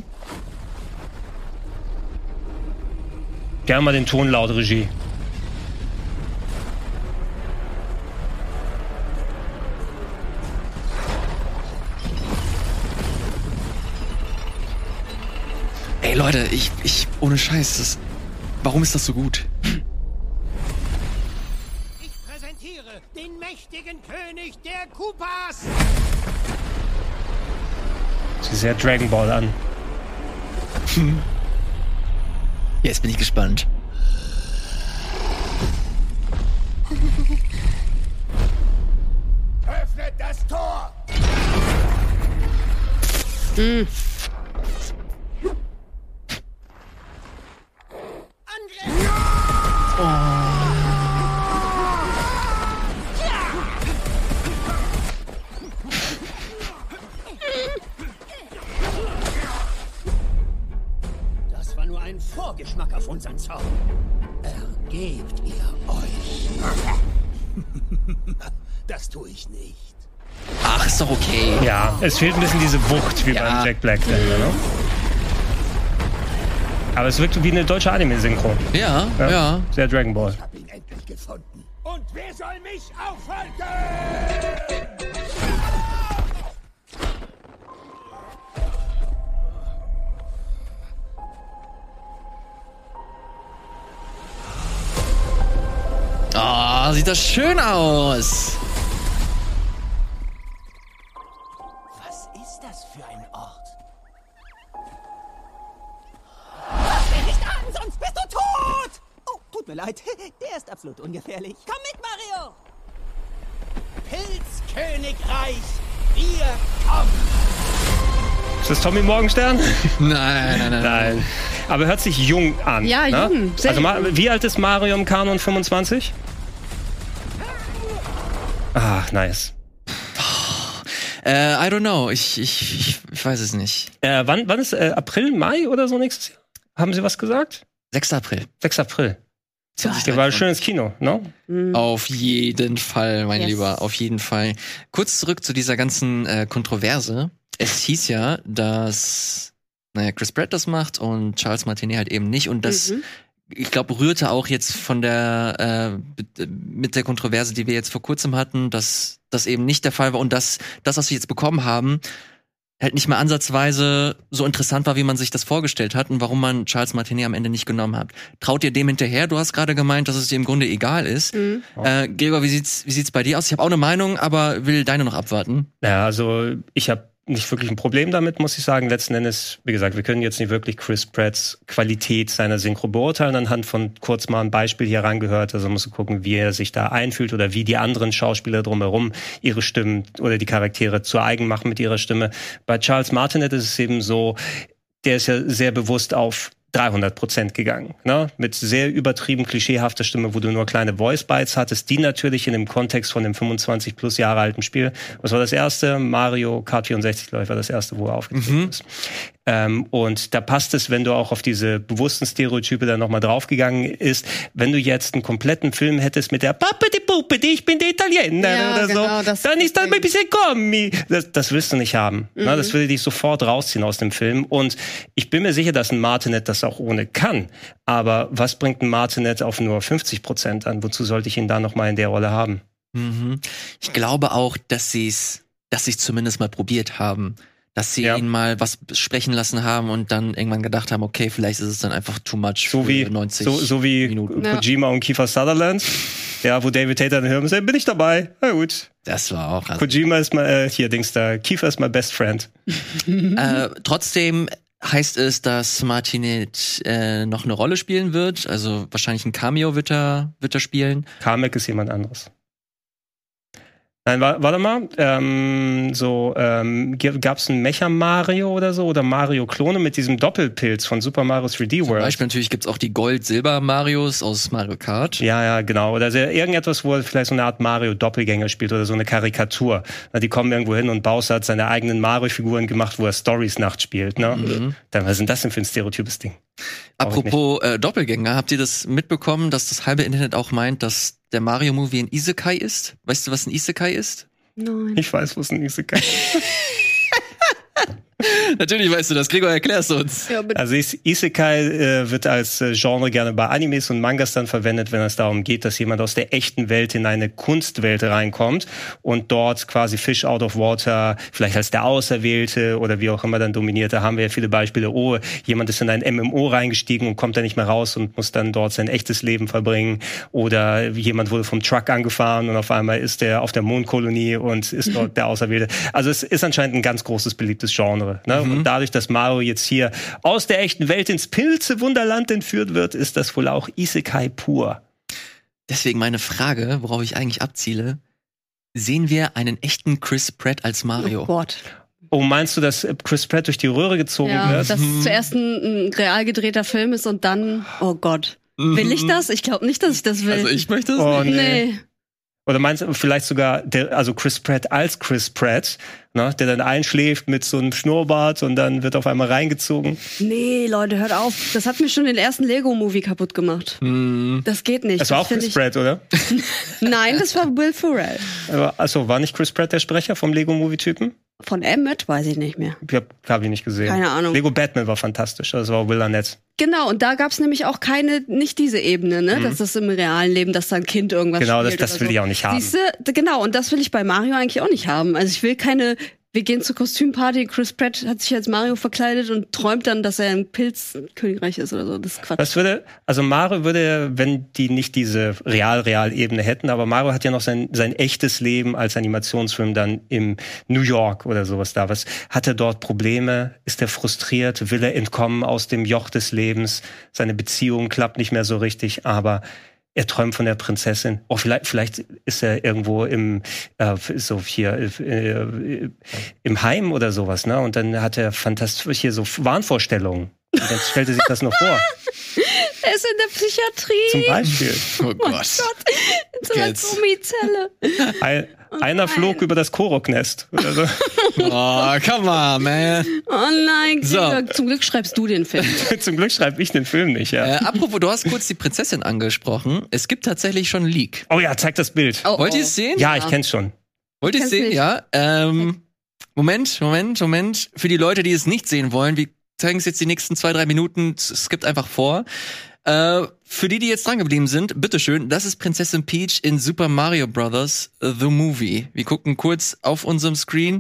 Gerne mal den Ton laut, Regie. Ey Leute, ich ich ohne Scheiß, das, warum ist das so gut? Ich präsentiere den mächtigen König der Koopas. Sieht sehr Dragon Ball an. Jetzt bin ich gespannt. Öffnet das Tor. Angriff. Das war nur ein Vorgeschmack auf unseren Zorn. Ergebt ihr euch. Das tue ich nicht. Ach, ist doch okay. Ja, es fehlt ein bisschen diese Wucht wie Ja. beim Jack Black. Ne? Aber es wirkt wie eine deutsche Anime-Synchro. Ja, ja. ja. Sehr Dragon Ball. hab ihn endlich gefunden. Und wer soll mich aufhalten? Oh, sieht das schön aus. Was ist das für ein Ort? Fass mich nicht an, sonst bist du tot! Oh, tut mir leid. Der ist absolut ungefährlich. Komm mit, Mario! Pilzkönigreich, wir kommen! Ist das Tommy Morgenstern? Nein, nein, nein. Nein. Aber hört sich jung an. Ja, ne? jung, sehr Also, Ma- wie alt ist Mario im Kanon? fünfundzwanzig? Ach, nice. Äh, I don't know. Ich, ich, ich, ich weiß es nicht. Äh, wann, wann ist äh, April, Mai oder so nächstes Jahr? Haben Sie was gesagt? sechster April. sechster April. Tja, Der war ein schönes Kino, ne? Auf jeden Fall, mein Yes. Lieber, auf jeden Fall. Kurz zurück zu dieser ganzen äh, Kontroverse. Es hieß ja, dass naja, Chris Pratt das macht und Charles Martinet halt eben nicht. Und das, Mhm. ich glaube, rührte auch jetzt von der äh, mit der Kontroverse, die wir jetzt vor kurzem hatten, dass das eben nicht der Fall war und dass das, was wir jetzt bekommen haben, halt nicht mehr ansatzweise so interessant war, wie man sich das vorgestellt hat und warum man Charles Martinet am Ende nicht genommen hat. Traut ihr dem hinterher? Du hast gerade gemeint, dass es dir im Grunde egal ist. Mhm. Äh, Gregor, wie sieht's, wie sieht's bei dir aus? Ich habe auch eine Meinung, aber will deine noch abwarten. Ja, also ich habe nicht wirklich ein Problem damit, muss ich sagen. Letzten Endes, wie gesagt, wir können jetzt nicht wirklich Chris Pratts Qualität seiner Synchro beurteilen, anhand von kurz mal ein Beispiel hier rangehört. Also musst du gucken, wie er sich da einfühlt oder wie die anderen Schauspieler drumherum ihre Stimmen oder die Charaktere zu eigen machen mit ihrer Stimme. Bei Charles Martinet ist es eben so, der ist ja sehr bewusst auf dreihundert Prozent gegangen, ne? Mit sehr übertrieben klischeehafter Stimme, wo du nur kleine Voice-Bites hattest, die natürlich in dem Kontext von dem fünfundzwanzig plus Jahre alten Spiel, was war das erste? Mario Kart vierundsechzig, glaube ich, war das erste, wo er aufgetreten Mhm. ist. Ähm, und da passt es, wenn du auch auf diese bewussten Stereotype dann nochmal draufgegangen ist, wenn du jetzt einen kompletten Film hättest mit der Pappeti Puppeti, ich bin der Italiener Ja, oder genau, so, das- dann ist dann ein bisschen Kommi. Das, das willst du nicht haben. Mhm. Ne? Das würde dich sofort rausziehen aus dem Film. Und ich bin mir sicher, dass ein Martinet das auch ohne kann. Aber was bringt ein Martinet auf nur fünfzig Prozent an? Wozu sollte ich ihn da nochmal in der Rolle haben? Mhm. Ich glaube auch, dass sie es, dass sie es zumindest mal probiert haben. Dass sie Ja. ihn mal was sprechen lassen haben und dann irgendwann gedacht haben, okay, vielleicht ist es dann einfach too much So für wie, neunzig so, so wie Minuten. Ja. Kojima und Kiefer Sutherland. Ja, wo David Tate dann hören sagt, bin ich dabei. Na gut. Das war auch. Also, Kojima ist mal, äh, hier, Dings da, Kiefer ist mein Best Friend. äh, trotzdem heißt es, dass Martinet äh, noch eine Rolle spielen wird. Also wahrscheinlich ein Cameo wird er, wird er spielen. Carmack ist jemand anderes. Nein, wa warte mal. Ähm, so, ähm, gab es einen Mecha Mario oder so? Oder Mario-Klone mit diesem Doppelpilz von Super Mario drei D Zum World? Beispiel natürlich gibt's auch die Gold-Silber-Marios aus Mario Kart. Ja, ja, genau. Oder sehr, irgendetwas, wo er vielleicht so eine Art Mario-Doppelgänger spielt oder so eine Karikatur. Na, die kommen irgendwo hin und Bowser hat seine eigenen Mario-Figuren gemacht, wo er Stories nachts spielt. Ne? Mhm. Dann, was ist denn das denn für ein stereotypes Ding? Apropos äh, Doppelgänger, habt ihr das mitbekommen, dass das halbe Internet auch meint, dass der Mario-Movie ein Isekai ist? Weißt du, was ein Isekai ist? Nein. Ich weiß, wo es ein Isekai ist. Natürlich weißt du das. Gregor, erklär's uns. Ja, bitte. Also Is- Isekai äh, wird als äh, Genre gerne bei Animes und Mangas dann verwendet, wenn es darum geht, dass jemand aus der echten Welt in eine Kunstwelt reinkommt und dort quasi Fish out of water, vielleicht als der Auserwählte oder wie auch immer dann dominiert. Da haben wir ja viele Beispiele. Oh, jemand ist in ein M M O reingestiegen und kommt da nicht mehr raus und muss dann dort sein echtes Leben verbringen. Oder jemand wurde vom Truck angefahren und auf einmal ist er auf der Mondkolonie und ist dort der Auserwählte. Also es ist anscheinend ein ganz großes, beliebtes Genre. Ne? Mhm. Und dadurch, dass Mario jetzt hier aus der echten Welt ins Pilze-Wunderland entführt wird, ist das wohl auch Isekai pur. Deswegen meine Frage, worauf ich eigentlich abziele. Sehen wir einen echten Chris Pratt als Mario? Oh Gott. Oh, meinst du, dass Chris Pratt durch die Röhre gezogen Ja, wird? dass zuerst ein, ein real gedrehter Film ist und dann, oh Gott. Will ich das? Ich glaube nicht, dass ich das will. Also ich möchte es Oh, nicht. nee. nee. Oder meinst du vielleicht sogar, der, also Chris Pratt als Chris Pratt, ne, der dann einschläft mit so einem Schnurrbart und dann wird auf einmal reingezogen? Nee, Leute, hört auf. Das hat mir schon den ersten Lego-Movie kaputt gemacht. Mm. Das geht nicht. Das war auch find Chris ich- Pratt, oder? Nein, das war Will Ferrell. Aber, achso, war nicht Chris Pratt der Sprecher vom Lego-Movie-Typen? Von Emmett weiß ich nicht mehr. Ich hab, hab ich nicht gesehen. Keine Ahnung. Lego Batman war fantastisch, das war Will Arnett. Genau, und da gab's nämlich auch keine, nicht diese Ebene, ne, dass das im realen Leben, dass da ein Kind irgendwas Genau, das, spielt das oder will so. ich auch nicht haben. Siehste, d- genau, und das will ich bei Mario eigentlich auch nicht haben. Also ich will keine, wir gehen zur Kostümparty, Chris Pratt hat sich als Mario verkleidet und träumt dann, dass er ein Pilzkönigreich ist oder so. Das ist Quatsch. Das würde, also Mario würde, wenn die nicht diese Real-Real-Ebene hätten, aber Mario hat ja noch sein, sein echtes Leben als Animationsfilm dann im New York oder sowas da. Was hat er dort Probleme? Ist er frustriert? Will er entkommen aus dem Joch des Lebens? Seine Beziehung klappt nicht mehr so richtig, aber er träumt von der Prinzessin. Oh, vielleicht, vielleicht ist er irgendwo im, äh, so hier, äh, im Heim oder sowas, ne? Und dann hat er fantastisch hier so Wahnvorstellungen. Und dann stellt er sich das noch vor. Er ist in der Psychiatrie. Zum Beispiel. Oh Gott. In so einer Jetzt. Gummizelle. Ein, einer flog über das Koroknest. Oder so. Oh, come on, man. Oh nein, So. Gregor, zum Glück schreibst du den Film. Zum Glück schreibe ich den Film nicht, ja. Äh, apropos, du hast kurz die Prinzessin angesprochen. Es gibt tatsächlich schon einen Leak. Oh ja, zeig das Bild. Oh, Wollt ihr oh. es sehen? Ja, ich kenn's schon. Wollt ihr es Kenn's sehen? nicht. Ja. Ähm, Moment, Moment, Moment. Für die Leute, die es nicht sehen wollen, wir zeigen es jetzt die nächsten zwei, drei Minuten. Es gibt einfach vor. Äh, für die, die jetzt dran geblieben sind, bitteschön, das ist Prinzessin Peach in Super Mario Bros. The Movie. Wir gucken kurz auf unserem Screen.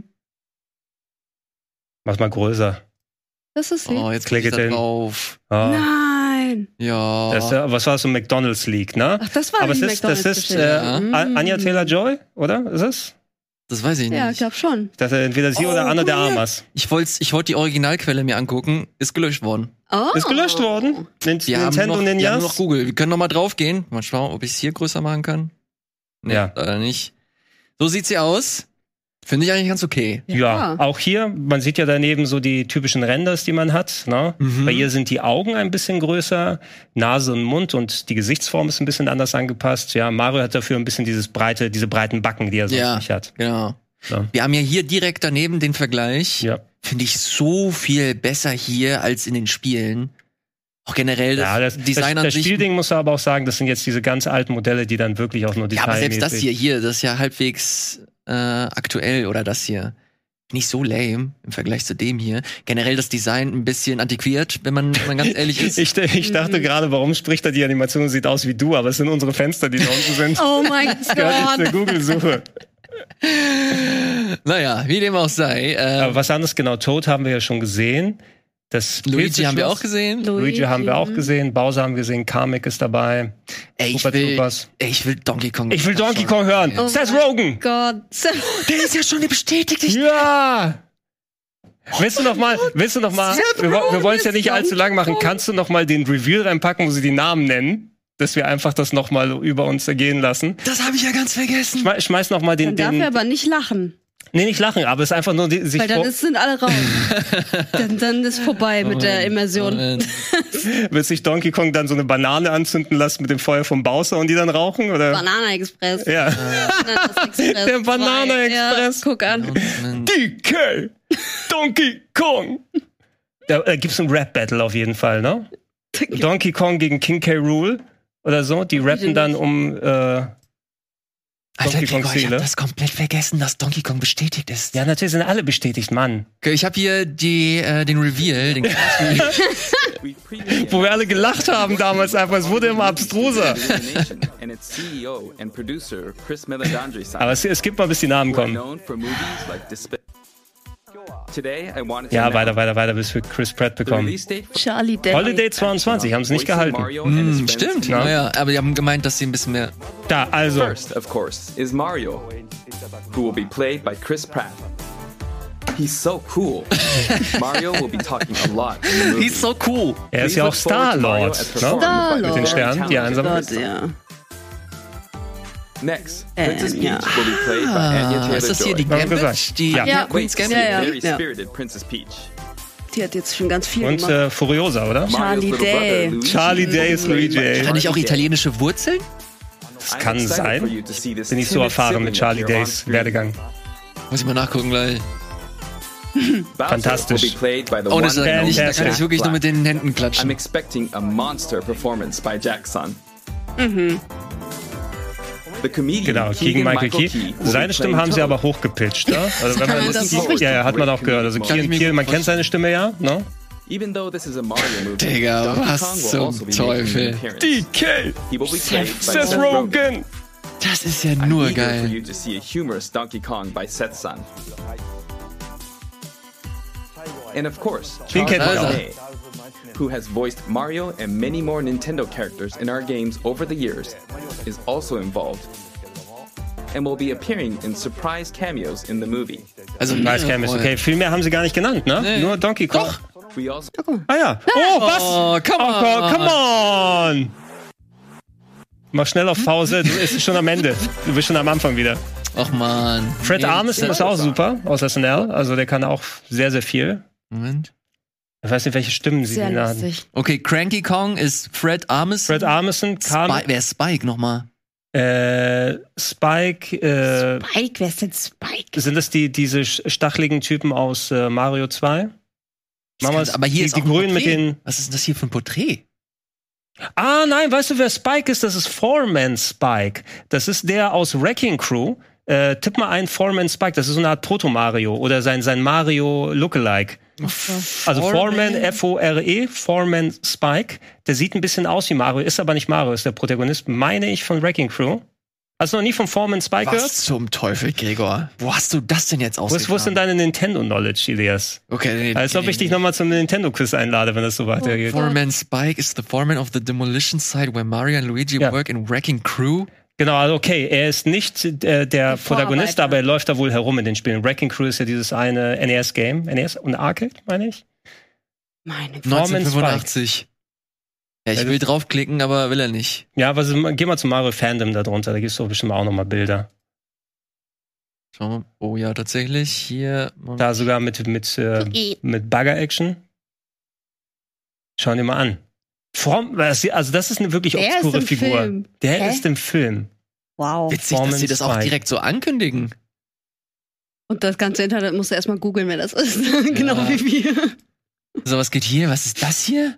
Mach mal größer. Das ist lieb. Oh, jetzt Klick klicke ich it da in. drauf. Oh. Nein. Ja. Das, äh, was war so ein McDonald's Leak, ne? Ach, das war Aber die es ist, das ist McDonald's-Geschichte. äh, Mhm. A- Anya Taylor-Joy, oder? Ist es? Das weiß ich nicht. Ja, ich glaube schon. Ich dachte, entweder sie Oh, oder Anna guck de mal hier. Armas. Ich wollte ich wollt die Originalquelle mir angucken. Ist gelöscht worden. Oh. Ist gelöscht worden. Nin- Die haben Nintendo noch, die haben Ninjas. noch Google. Wir können noch mal draufgehen. Mal schauen, ob ich es hier größer machen kann. Nee, Ja. leider nicht. So sieht sie aus. Finde ich eigentlich ganz okay. Ja, auch hier, man sieht ja daneben so die typischen Renders, die man hat. Ne? Mhm. Bei ihr sind die Augen ein bisschen größer, Nase und Mund und die Gesichtsform ist ein bisschen anders angepasst. Ja, Mario hat dafür ein bisschen dieses breite, diese breiten Backen, die er sonst Ja. nicht hat. Genau. Ja. Wir haben ja hier direkt daneben den Vergleich. Ja. Finde ich so viel besser hier als in den Spielen. Auch generell das, Ja, das, Design das, an das sich. Spielding muss er aber auch sagen, das sind jetzt diese ganz alten Modelle, die dann wirklich auch nur Ja, aber detailmäßig... selbst das hier, hier, das ist ja halbwegs äh, aktuell oder das hier. Nicht so lame im Vergleich zu dem hier. Generell das Design ein bisschen antiquiert, wenn man, wenn man ganz ehrlich ist. Ich, ich dachte gerade, warum spricht er die Animation, sieht aus wie du, aber es sind unsere Fenster, die da unten sind. Oh mein Das gehört jetzt Gott. zur Google-Suche. Naja, wie dem auch sei. Äh, Aber was anderes, genau, Toad haben wir ja schon gesehen. Das Luigi haben wir Pilzeschloss- auch gesehen. Luigi haben wir auch gesehen, Bowser haben wir gesehen, Kamek ist dabei. Ey, ich Super will, Troopers. ey, ich will Donkey Kong. Ich will Donkey Kong hören. Oh Seth mein Rogen. Gott. Der ist ja schon bestätigt. Ich Ja. Willst du noch mal, willst du noch mal, wir, wo- wir wollen es ja nicht allzu lang machen. Kannst du noch mal den Reveal reinpacken, wo sie die Namen nennen? Dass wir einfach das noch mal über uns ergehen lassen. das habe ich ja ganz vergessen. Schme schmeiß noch mal den, Dann darf den er aber nicht lachen, nee, nicht lachen, aber es ist einfach nur die, sich weil dann vor, ist, sind alle raus. dann, dann ist vorbei mit der Immersion. Moment. wird sich Donkey Kong dann so eine Banane anzünden lassen mit dem Feuer vom Bowser und die dann rauchen, oder? Banana Express. Ja. Bananas Express. Der Banana Express. Ja, guck an. D K Donkey Kong. Da, da gibt's ein Rap-Battle auf jeden Fall, ne? Donkey Kong gegen King K. Rool oder so. Die rappen dann um äh, Alter, Donkey Kong Gregor, ich Seele. hab das komplett vergessen, dass Donkey Kong bestätigt ist. Ja, natürlich sind alle bestätigt, Mann. Okay, ich habe hier die, äh, den Reveal. Den Wo wir alle gelacht haben damals einfach. Es wurde immer abstruser. Aber es, es gibt mal, bis die Namen kommen. Ja, weiter, weiter, weiter, bis wir Chris Pratt bekommen. Charlie Day. Holiday zweiundzwanzig, haben sie nicht gehalten. hm, stimmt, Ja. naja, aber die haben gemeint, dass sie ein bisschen mehr. Da, also. First, of course, is Mario, who will be played by Chris Pratt. He's so cool. Mario will be talking a lot in the movie. He's so cool. Er ist ja auch Star-Lord, ne? Star-Lord. Mit den Sternen, die einsam Gott, ja. Next, Ähm, Princess Peach ja. will be played by Anya Ah, ist das hier die Taylor-Joy. Haben wir Gambit? gesagt. Die Ja. Ja. Queen's Wait, Gambit? Ja, ja. very spirited Princess Peach. Die hat jetzt schon ganz viel Und gemacht. äh, Furiosa, oder? Charlie Mario's little Day. brother, Luigi, Charlie Day ist will be played Luigi, by ey. Hat nicht auch Charlie Day. italienische Wurzeln? Das I'm kann excited sein. for you to see this Bin ich so timid erfahren sibling mit Charlie appear on Days screen. Werdegang. Muss ich mal nachgucken gleich. Bowser Fantastisch. will be played by the Oh, one das ist and nicht, da only kann ich Jack wirklich nur Black. mit den Händen I'm klatschen. expecting a monster performance by Jackson. The comedian Genau, gegen Keegan Michael Key. Key. will Seine be Stimme playing haben sie Toad. aber hochgepitcht, ne? Also wenn kann man man das das auch sieht, ja, ja, hat man auch gehört. Also Kann Key ich und mir Kiel, gut man kennt seine Stimme ja, ne? Even though this is a Mario movie, Digga, Donkey was Kong will zum also be Teufel. making an appearance. D K! He will be played by Seth Seth Rogen. Rogen! Das ist ja I'm nur eager for geil. you to see a humorous Donkey Kong by Seth's son. And of course, Den kennt Charles man auch. Martinet, who has voiced Mario and many more Nintendo characters in our games over the years, is also involved and will be appearing in surprise cameos in the movie. Also, Nice Camus, okay. Viel mehr haben sie gar nicht genannt, ne? Nee. Nur Donkey Kong. Doch. We also Ah ja. Oh, was? Oh, come on. Oh, come on! Mach schnell auf Pause, du bist schon am Ende. Du bist schon am Anfang wieder. Och man. Fred Nee, Armisen ist auch super aus S N L. Also der kann auch sehr, sehr viel. Moment. Ich weiß nicht, welche Stimmen sie Sehr den haben. lustig. Okay, Cranky Kong ist Fred Armisen. Fred Armisen kam. Spike, wer ist Spike nochmal? Äh, Spike, äh, Spike, wer ist denn Spike? sind das die, diese sch- stacheligen Typen aus äh, Mario zwei? Mama, Aber hier die, ist die auch ein Grünen mit Porträt. den. Was ist denn das hier für ein Porträt? Ah, nein, weißt du, wer Spike ist? Das ist Foreman Spike. Das ist der aus Wrecking Crew. Äh, tipp mal ein Foreman Spike. Das ist so eine Art Proto-Mario oder sein, sein Mario Lookalike. Also Foreman, F O R E, Foreman Spike. Der sieht ein bisschen aus wie Mario, ist aber nicht Mario, ist der Protagonist, meine ich, von Wrecking Crew. Hast du noch nie von Foreman Spike gehört? Was zum Teufel, Gregor? Wo hast du das denn jetzt Wo ist, wo ist denn ausgegraben? deine Nintendo-Knowledge, Elias? Okay, nee, Als ob ich dich nochmal zum Nintendo-Quiz einlade, wenn das so weitergeht. Foreman Spike is the foreman of the demolition site where Mario and Luigi Ja. work in Wrecking Crew. Genau, also okay, er ist nicht äh, der Die Protagonist, Vorarbeiter. aber er läuft da wohl herum in den Spielen. Wrecking Crew ist ja dieses eine N E S-Game. N E S und Arcade, meine ich. Meine Güte. Norman neunzehnhundertfünfundachtzig. Ja, ich Ja, will das- draufklicken, aber will er nicht. Ja, aber so, geh mal zum Mario Fandom da drunter, da gibt's doch bestimmt auch nochmal Bilder. Schauen wir. Oh ja, tatsächlich. Hier. Da sogar mit, mit, äh, mit Bagger-Action. Schau dir mal an. Form, also das ist eine wirklich Der ist obskure im Figur. Film. Der Hä? ist im Film. Wow. Witzig, dass sie das auch Foreman Spike. direkt so ankündigen. Und das ganze Internet musst du erstmal googeln, wer das ist. Genau Ja. wie wir. So, was geht hier? Was ist das hier?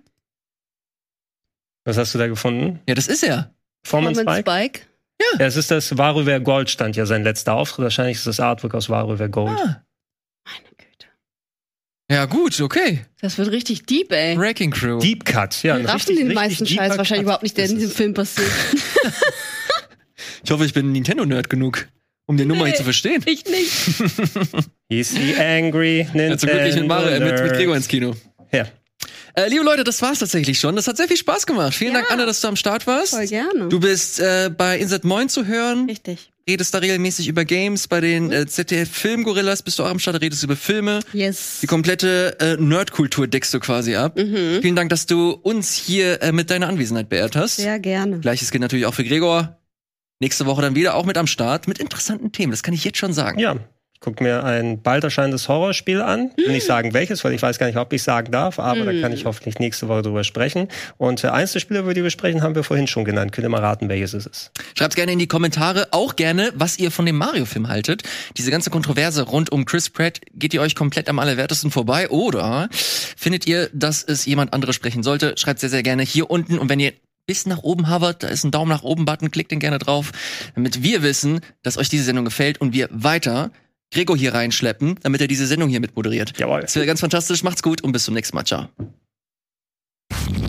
Was hast du da gefunden? Ja, das ist er. Foreman Norman Spike? Spike. Ja, es ist das Warrior Gold, stand ja sein letzter Auftritt. Wahrscheinlich ist das Artwork aus Warrior Gold. Ah. Meine Güte. Ja, gut, okay. Das wird richtig deep, ey. Wrecking Crew. Deep Cut, ja. Wir ein raffen richtig, den richtig meisten deeper Scheiß wahrscheinlich Cut überhaupt nicht, der in ist diesem es. Film passiert. Ich hoffe, ich bin Nintendo-Nerd genug, um den Nummer hier zu verstehen. Ich nicht. He's the angry Nintendo Ja, zum Glück nicht mit, Mario, äh, mit, mit Gregor ins Kino. Ja. Äh, liebe Leute, das war's tatsächlich schon. Das hat sehr viel Spaß gemacht. Vielen Ja. Dank, Anna, dass du am Start warst. Voll gerne. Du bist äh, bei Insert Moin zu hören. Richtig. Redest da regelmäßig über Games. Bei den äh, Z D F-Filmgorillas bist du auch am Start, redest über Filme. Yes. Die komplette äh, Nerdkultur deckst du quasi ab. Mhm. Vielen Dank, dass du uns hier äh, mit deiner Anwesenheit beehrt hast. Sehr gerne. Gleiches gilt natürlich auch für Gregor. Nächste Woche dann wieder auch mit am Start mit interessanten Themen. Das kann ich jetzt schon sagen. Ja. Ich guck mir ein bald erscheinendes Horrorspiel an. Will nicht sagen welches, weil ich weiß gar nicht, ob ich sagen darf, aber da kann ich hoffentlich nächste Woche drüber sprechen. Und äh, eins der Spiele, über die wir sprechen, haben wir vorhin schon genannt. Könnt ihr mal raten, welches es ist. Schreibt's gerne in die Kommentare. Auch gerne, was ihr von dem Mario-Film haltet. Diese ganze Kontroverse rund um Chris Pratt, geht ihr euch komplett am allerwertesten vorbei? Oder findet ihr, dass es jemand anderes sprechen sollte? Schreibt sehr, sehr gerne hier unten. Und wenn ihr bis nach oben hovert, da ist ein Daumen nach oben Button, klickt den gerne drauf, damit wir wissen, dass euch diese Sendung gefällt und wir weiter Gregor hier reinschleppen, damit er diese Sendung hier mitmoderiert. Jawohl. Das wäre ganz fantastisch. Macht's gut und bis zum nächsten Mal. Ciao.